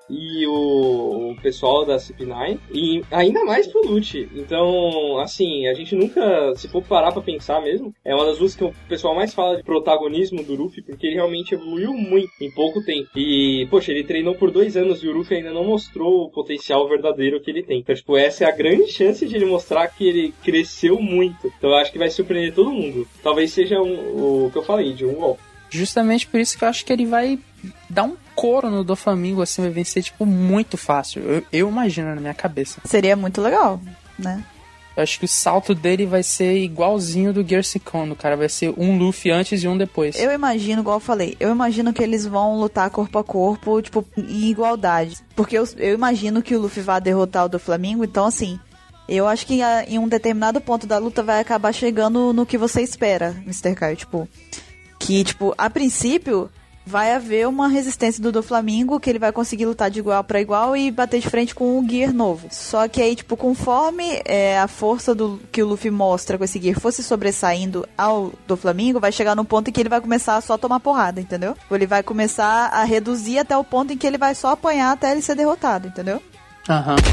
e o, o pessoal da C P nove, e ainda mais pro Lute. Então, assim, a gente nunca, se for parar pra pensar mesmo, é uma das lutas que o pessoal mais fala de protagonismo do Luffy, porque ele realmente evoluiu muito em pouco tempo. E, poxa, ele treinou por dois anos e o Luffy ainda não mostrou o potencial verdadeiro que ele tem. Então, tipo, essa é a grande chance de ele mostrar que ele cresceu muito. Então, eu acho que vai surpreender todo mundo. Talvez seja um, o que eu falei, de um golpe. Justamente por isso que eu acho que ele vai dar um couro no Doflamingo, assim, vai vencer, tipo, muito fácil. Eu, eu imagino na minha cabeça. Seria muito legal, né? Eu acho que o salto dele vai ser igualzinho do Gear Secondo, cara. Vai ser um Luffy antes e um depois. Eu imagino, igual eu falei, eu imagino que eles vão lutar corpo a corpo, tipo, em igualdade. Porque eu, eu imagino que o Luffy vai derrotar o Doflamingo, então, assim, eu acho que a, em um determinado ponto da luta vai acabar chegando no que você espera, mister Kai, tipo... Que, tipo, a princípio, vai haver uma resistência do Doflamingo, que ele vai conseguir lutar de igual para igual e bater de frente com o Gear novo. Só que aí, tipo, conforme é, a força do, que o Luffy mostra com esse Gear fosse sobressaindo ao Doflamingo, vai chegar num ponto em que ele vai começar a só tomar porrada, entendeu? Ele vai começar a reduzir até o ponto em que ele vai só apanhar até ele ser derrotado, entendeu? Aham. Uhum.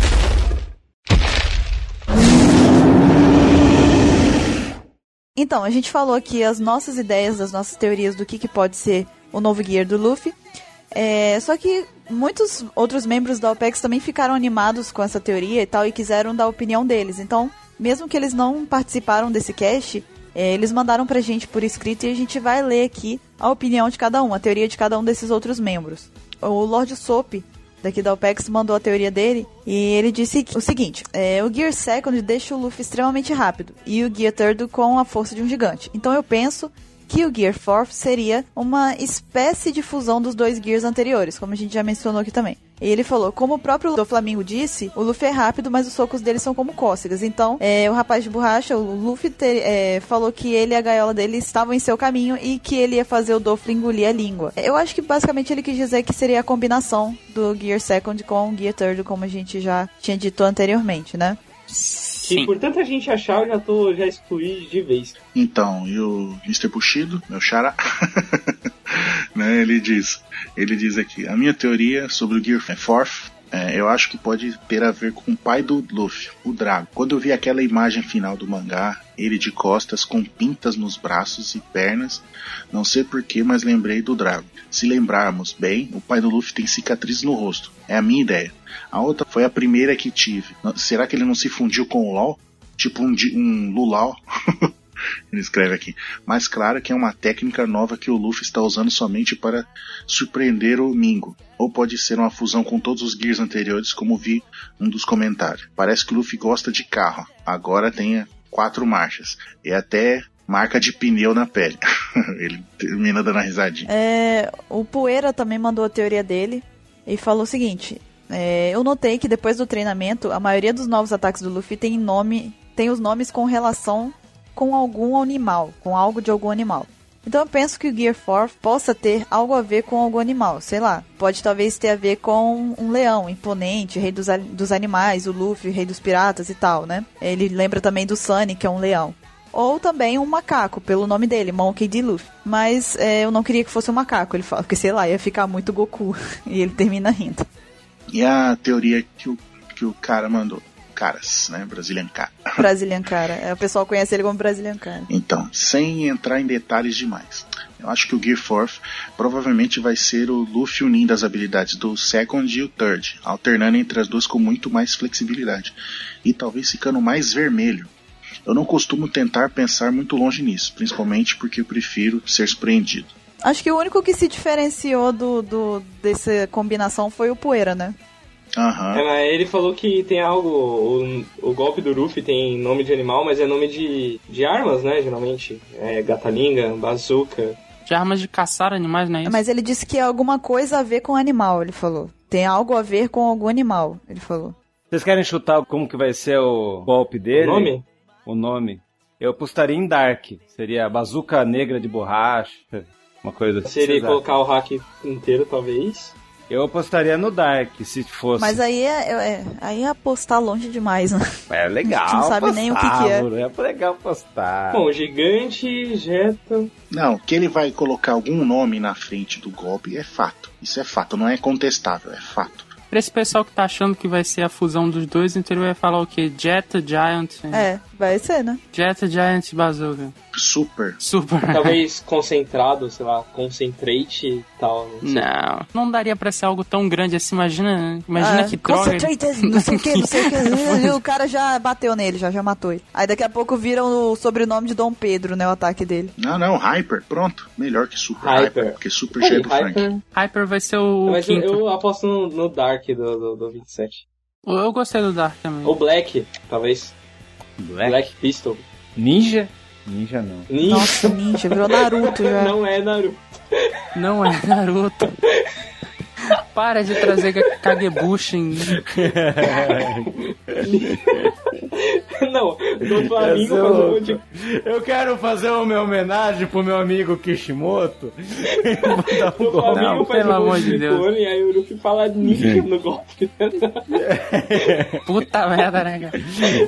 Então, a gente falou aqui as nossas ideias, as nossas teorias do que, que pode ser o novo Gear do Luffy. É, só que muitos outros membros da OPEX também ficaram animados com essa teoria e tal, e quiseram dar a opinião deles. Então, mesmo que eles não participaram desse cast, é, eles mandaram pra gente por escrito e a gente vai ler aqui a opinião de cada um, a teoria de cada um desses outros membros. O Lord Soap, daqui da OPEX, mandou a teoria dele e ele disse o seguinte: é, o Gear Second deixa o Luffy extremamente rápido e o Gear Third com a força de um gigante. Então eu penso que o Gear Fourth seria uma espécie de fusão dos dois Gears anteriores, como a gente já mencionou aqui também. E ele falou, como o próprio Doflamingo disse, o Luffy é rápido, mas os socos dele são como cócegas. Então, é, o rapaz de borracha, o Luffy, ter, é, falou que ele e a gaiola dele estavam em seu caminho e que ele ia fazer o Dofla engolir a língua. Eu acho que basicamente ele quis dizer que seria a combinação do Gear Second com o Gear Third, como a gente já tinha dito anteriormente, né? Que por tanta gente achar, eu já tô já excluí de vez. Então, e o mister Bushido, meu xará, né, ele diz, ele diz aqui, a minha teoria sobre o Gear Fourth, é, eu acho que pode ter a ver com o pai do Luffy, o Drago. Quando eu vi aquela imagem final do mangá, ele de costas com pintas nos braços e pernas, não sei porquê, mas lembrei do Drago. Se lembrarmos bem, o pai do Luffy tem cicatriz no rosto, é a minha ideia. A outra foi a primeira que tive. Será que ele não se fundiu com o LOL? Tipo um, um Lulau? Ele escreve aqui. Mas claro que é uma técnica nova que o Luffy está usando somente para surpreender o Mingo. Ou pode ser uma fusão com todos os Gears anteriores, como vi um dos comentários. Parece que o Luffy gosta de carro. Agora tem quatro marchas. E até marca de pneu na pele. Ele termina dando a risadinha. É, o Poeira também mandou a teoria dele e falou o seguinte... É, eu notei que depois do treinamento, a maioria dos novos ataques do Luffy tem nome, tem os nomes com relação com algum animal, com algo de algum animal. Então eu penso que o Gear Fourth possa ter algo a ver com algum animal, sei lá. Pode talvez ter a ver com um leão imponente, rei dos, dos animais, o Luffy, rei dos piratas e tal, né? Ele lembra também do Sunny, que é um leão. Ou também um macaco, pelo nome dele, Monkey D. Luffy. Mas é, eu não queria que fosse um macaco, ele fala, porque sei lá, ia ficar muito Goku. E ele termina rindo. E a teoria que o, que o cara mandou? Caras, né? Brazilian Cara. Brazilian Cara. É, o pessoal conhece ele como Brazilian Cara. Então, sem entrar em detalhes demais, eu acho que o Gear Fourth provavelmente vai ser o Luffy unindo as habilidades do Second e o Third, alternando entre as duas com muito mais flexibilidade. E talvez ficando mais vermelho. Eu não costumo tentar pensar muito longe nisso, principalmente porque eu prefiro ser surpreendido. Acho que o único que se diferenciou do, do, dessa combinação foi o Poeira, né? Aham. Uhum. É, ele falou que tem algo... O, o golpe do Luffy tem nome de animal, mas é nome de, de armas, né? Geralmente. É gatalinga, bazooka. De armas de caçar animais, não é isso? Mas ele disse que é alguma coisa a ver com animal, ele falou. Tem algo a ver com algum animal, ele falou. Vocês querem chutar como que vai ser o golpe dele? O nome? O nome. Eu apostaria em Dark. Seria bazuca negra de borracha... Uma coisa assim. Seria colocar o hack inteiro, talvez. Eu apostaria no Dark, se fosse. Mas aí é, é, aí é apostar longe demais, né? É legal. A gente não sabe apostar, nem o que, que é. É legal apostar. Bom, gigante, Jetta. Não, que ele vai colocar algum nome na frente do golpe é fato. Isso é fato, não é contestável, é fato. Pra esse pessoal que tá achando que vai ser a fusão dos dois, então ele vai falar o quê? Jet Giant. É, vai ser, né? Jet Giant Bazooka. Super. Super. Talvez concentrado, sei lá, concentrate e tal. Não, sei. Não, não daria pra ser algo tão grande assim. Imagina, imagina É, que droga. concentrated, não sei o que, não sei o que. E o cara já bateu nele, já, já matou ele. Aí daqui a pouco viram o sobrenome de Dom Pedro, né? O ataque dele. Não, não, Hyper. Pronto. Melhor que Super Hyper. Hyper. Porque Super já é do Frank. Hyper. Hyper vai ser o Mas eu, quinto. eu aposto no, no Dark do, do, do vinte e sete. Eu, eu gostei do Dark também. Ou Black, talvez. Black? Black Pistol. Ninja? Ninja não. Ninja. Nossa, ninja, virou Naruto já. Não é Naruto. Não é Naruto. Para de trazer Kagebushin. Não, do Flamengo Essa é fazer um louca. de... Eu quero fazer uma homenagem pro meu amigo Kishimoto. Do Flamengo Não, faz pelo um amor monte de de Deus. clone, e aí o Luffy fala ninja no golpe. Puta merda, né, cara?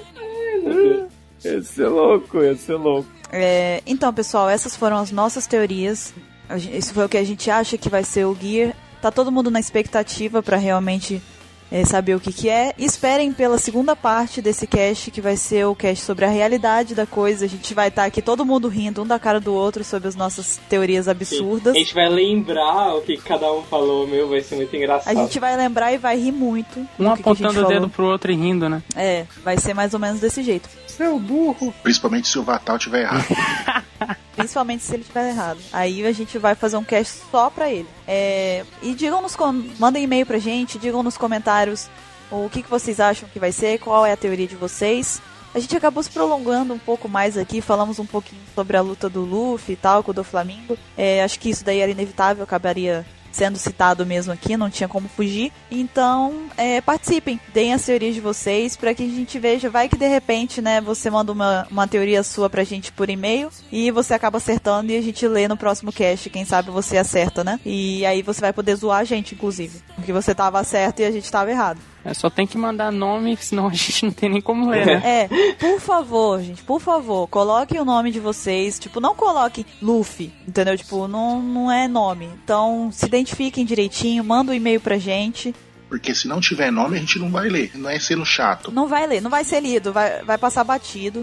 Esse é louco, esse é louco. É, então, pessoal, essas foram as nossas teorias. A gen- Isso foi o que a gente acha que vai ser o Gear. Tá todo mundo na expectativa pra realmente é, saber o que que é. Esperem pela segunda parte desse cast, que vai ser o cast sobre a realidade da coisa. A gente vai estar aqui todo mundo rindo um da cara do outro sobre as nossas teorias absurdas. A gente vai lembrar o que cada um falou, meu, vai ser muito engraçado. A gente vai lembrar e vai rir muito. Um do que que a gente apontando o falou. dedo pro outro e rindo, né? É, vai ser mais ou menos desse jeito. Seu burro. Principalmente se o Vatal tiver errado. Principalmente se ele estiver errado. Aí a gente vai fazer um cast só pra ele. É, e digam nos com... mandem e-mail pra gente, digam nos comentários o que, que vocês acham que vai ser, qual é a teoria de vocês. A gente acabou se prolongando um pouco mais aqui, falamos um pouquinho sobre a luta do Luffy e tal, com o do Flamengo. É, acho que isso daí era inevitável, acabaria sendo citado mesmo aqui, não tinha como fugir. Então, é, participem, deem as teorias de vocês pra que a gente veja. Vai que de repente, né, você manda uma, uma teoria sua pra gente por e-mail e você acaba acertando e a gente lê no próximo cast. Quem sabe você acerta, né? E aí você vai poder zoar a gente, inclusive, porque você tava certo e a gente tava errado. É, só tem que mandar nome, senão a gente não tem nem como ler, né? É, por favor, gente, por favor, coloquem o nome de vocês. Tipo, não coloquem Luffy, entendeu? Tipo, não, não é nome. Então, se identifiquem direitinho, manda um e-mail pra gente. Porque se não tiver nome, a gente não vai ler. Não é sendo chato. Não vai ler, não vai ser lido, vai, vai passar batido.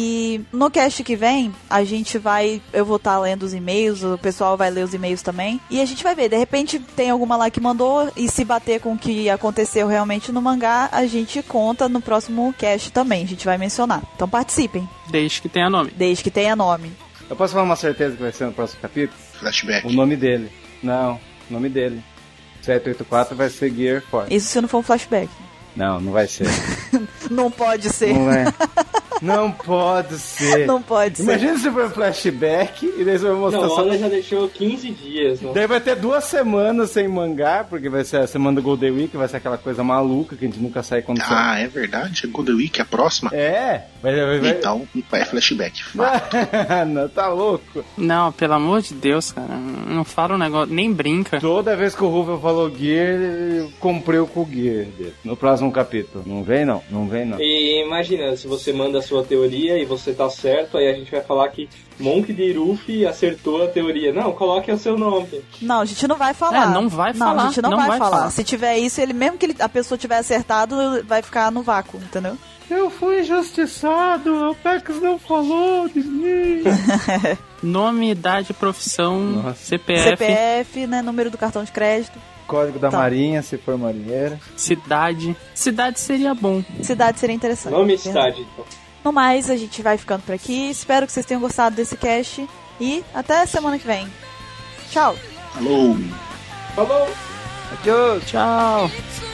E no cast que vem, a gente vai... Eu vou estar lendo os e-mails, o pessoal vai ler os e-mails também. E a gente vai ver, de repente tem alguma lá que mandou, e se bater com o que aconteceu realmente no mangá, a gente conta no próximo cast também, a gente vai mencionar. Então participem, Desde que tenha nome. desde que tenha nome. Eu posso falar uma certeza que vai ser no próximo capítulo? Flashback. O nome dele. Não, o nome dele. sete oito quatro vai ser Gear Force. Isso se não for um flashback. Não, não vai ser. Não pode ser. Não é. Não pode ser. Não pode ser. Imagina se for flashback e daí você vai mostrar Não, só... ela já deixou quinze dias. Não? Daí vai ter duas semanas sem mangá, porque vai ser a semana do Golden Week, vai ser aquela coisa maluca que a gente nunca sai quando Ah, é verdade? É Golden Week, a próxima? É, vai, vai, vai... Então, é flashback. Não, tá louco. Não, pelo amor de Deus, cara. Não fala um negócio, nem brinca. Toda vez que o Ruffy falou Gear, eu comprei com o Gear dele. No próximo capítulo. Não vem não, não vem não. E imagina, se você manda a sua teoria e você tá certo, aí a gente vai falar que Monk D. Luffy acertou a teoria. Não, coloque o seu nome. Não, a gente não vai falar. É, não vai Não, falar, a gente não, não vai, vai falar. falar. Se tiver isso, ele mesmo que ele- a pessoa tiver acertado, vai ficar no vácuo, entendeu? Eu fui injustiçado, o Pex não falou de mim. Nome, idade, profissão, Nossa. C P F, C P F, né, número do cartão de crédito, Código da Tá. Marinha, se for marinheira. cidade. Cidade seria bom. cidade seria interessante. Nome e Verdade. cidade, então. No mais, a gente vai ficando por aqui. Espero que vocês tenham gostado desse cast e até semana que vem. Tchau! Alô? Falou! Tchau. Tchau. 「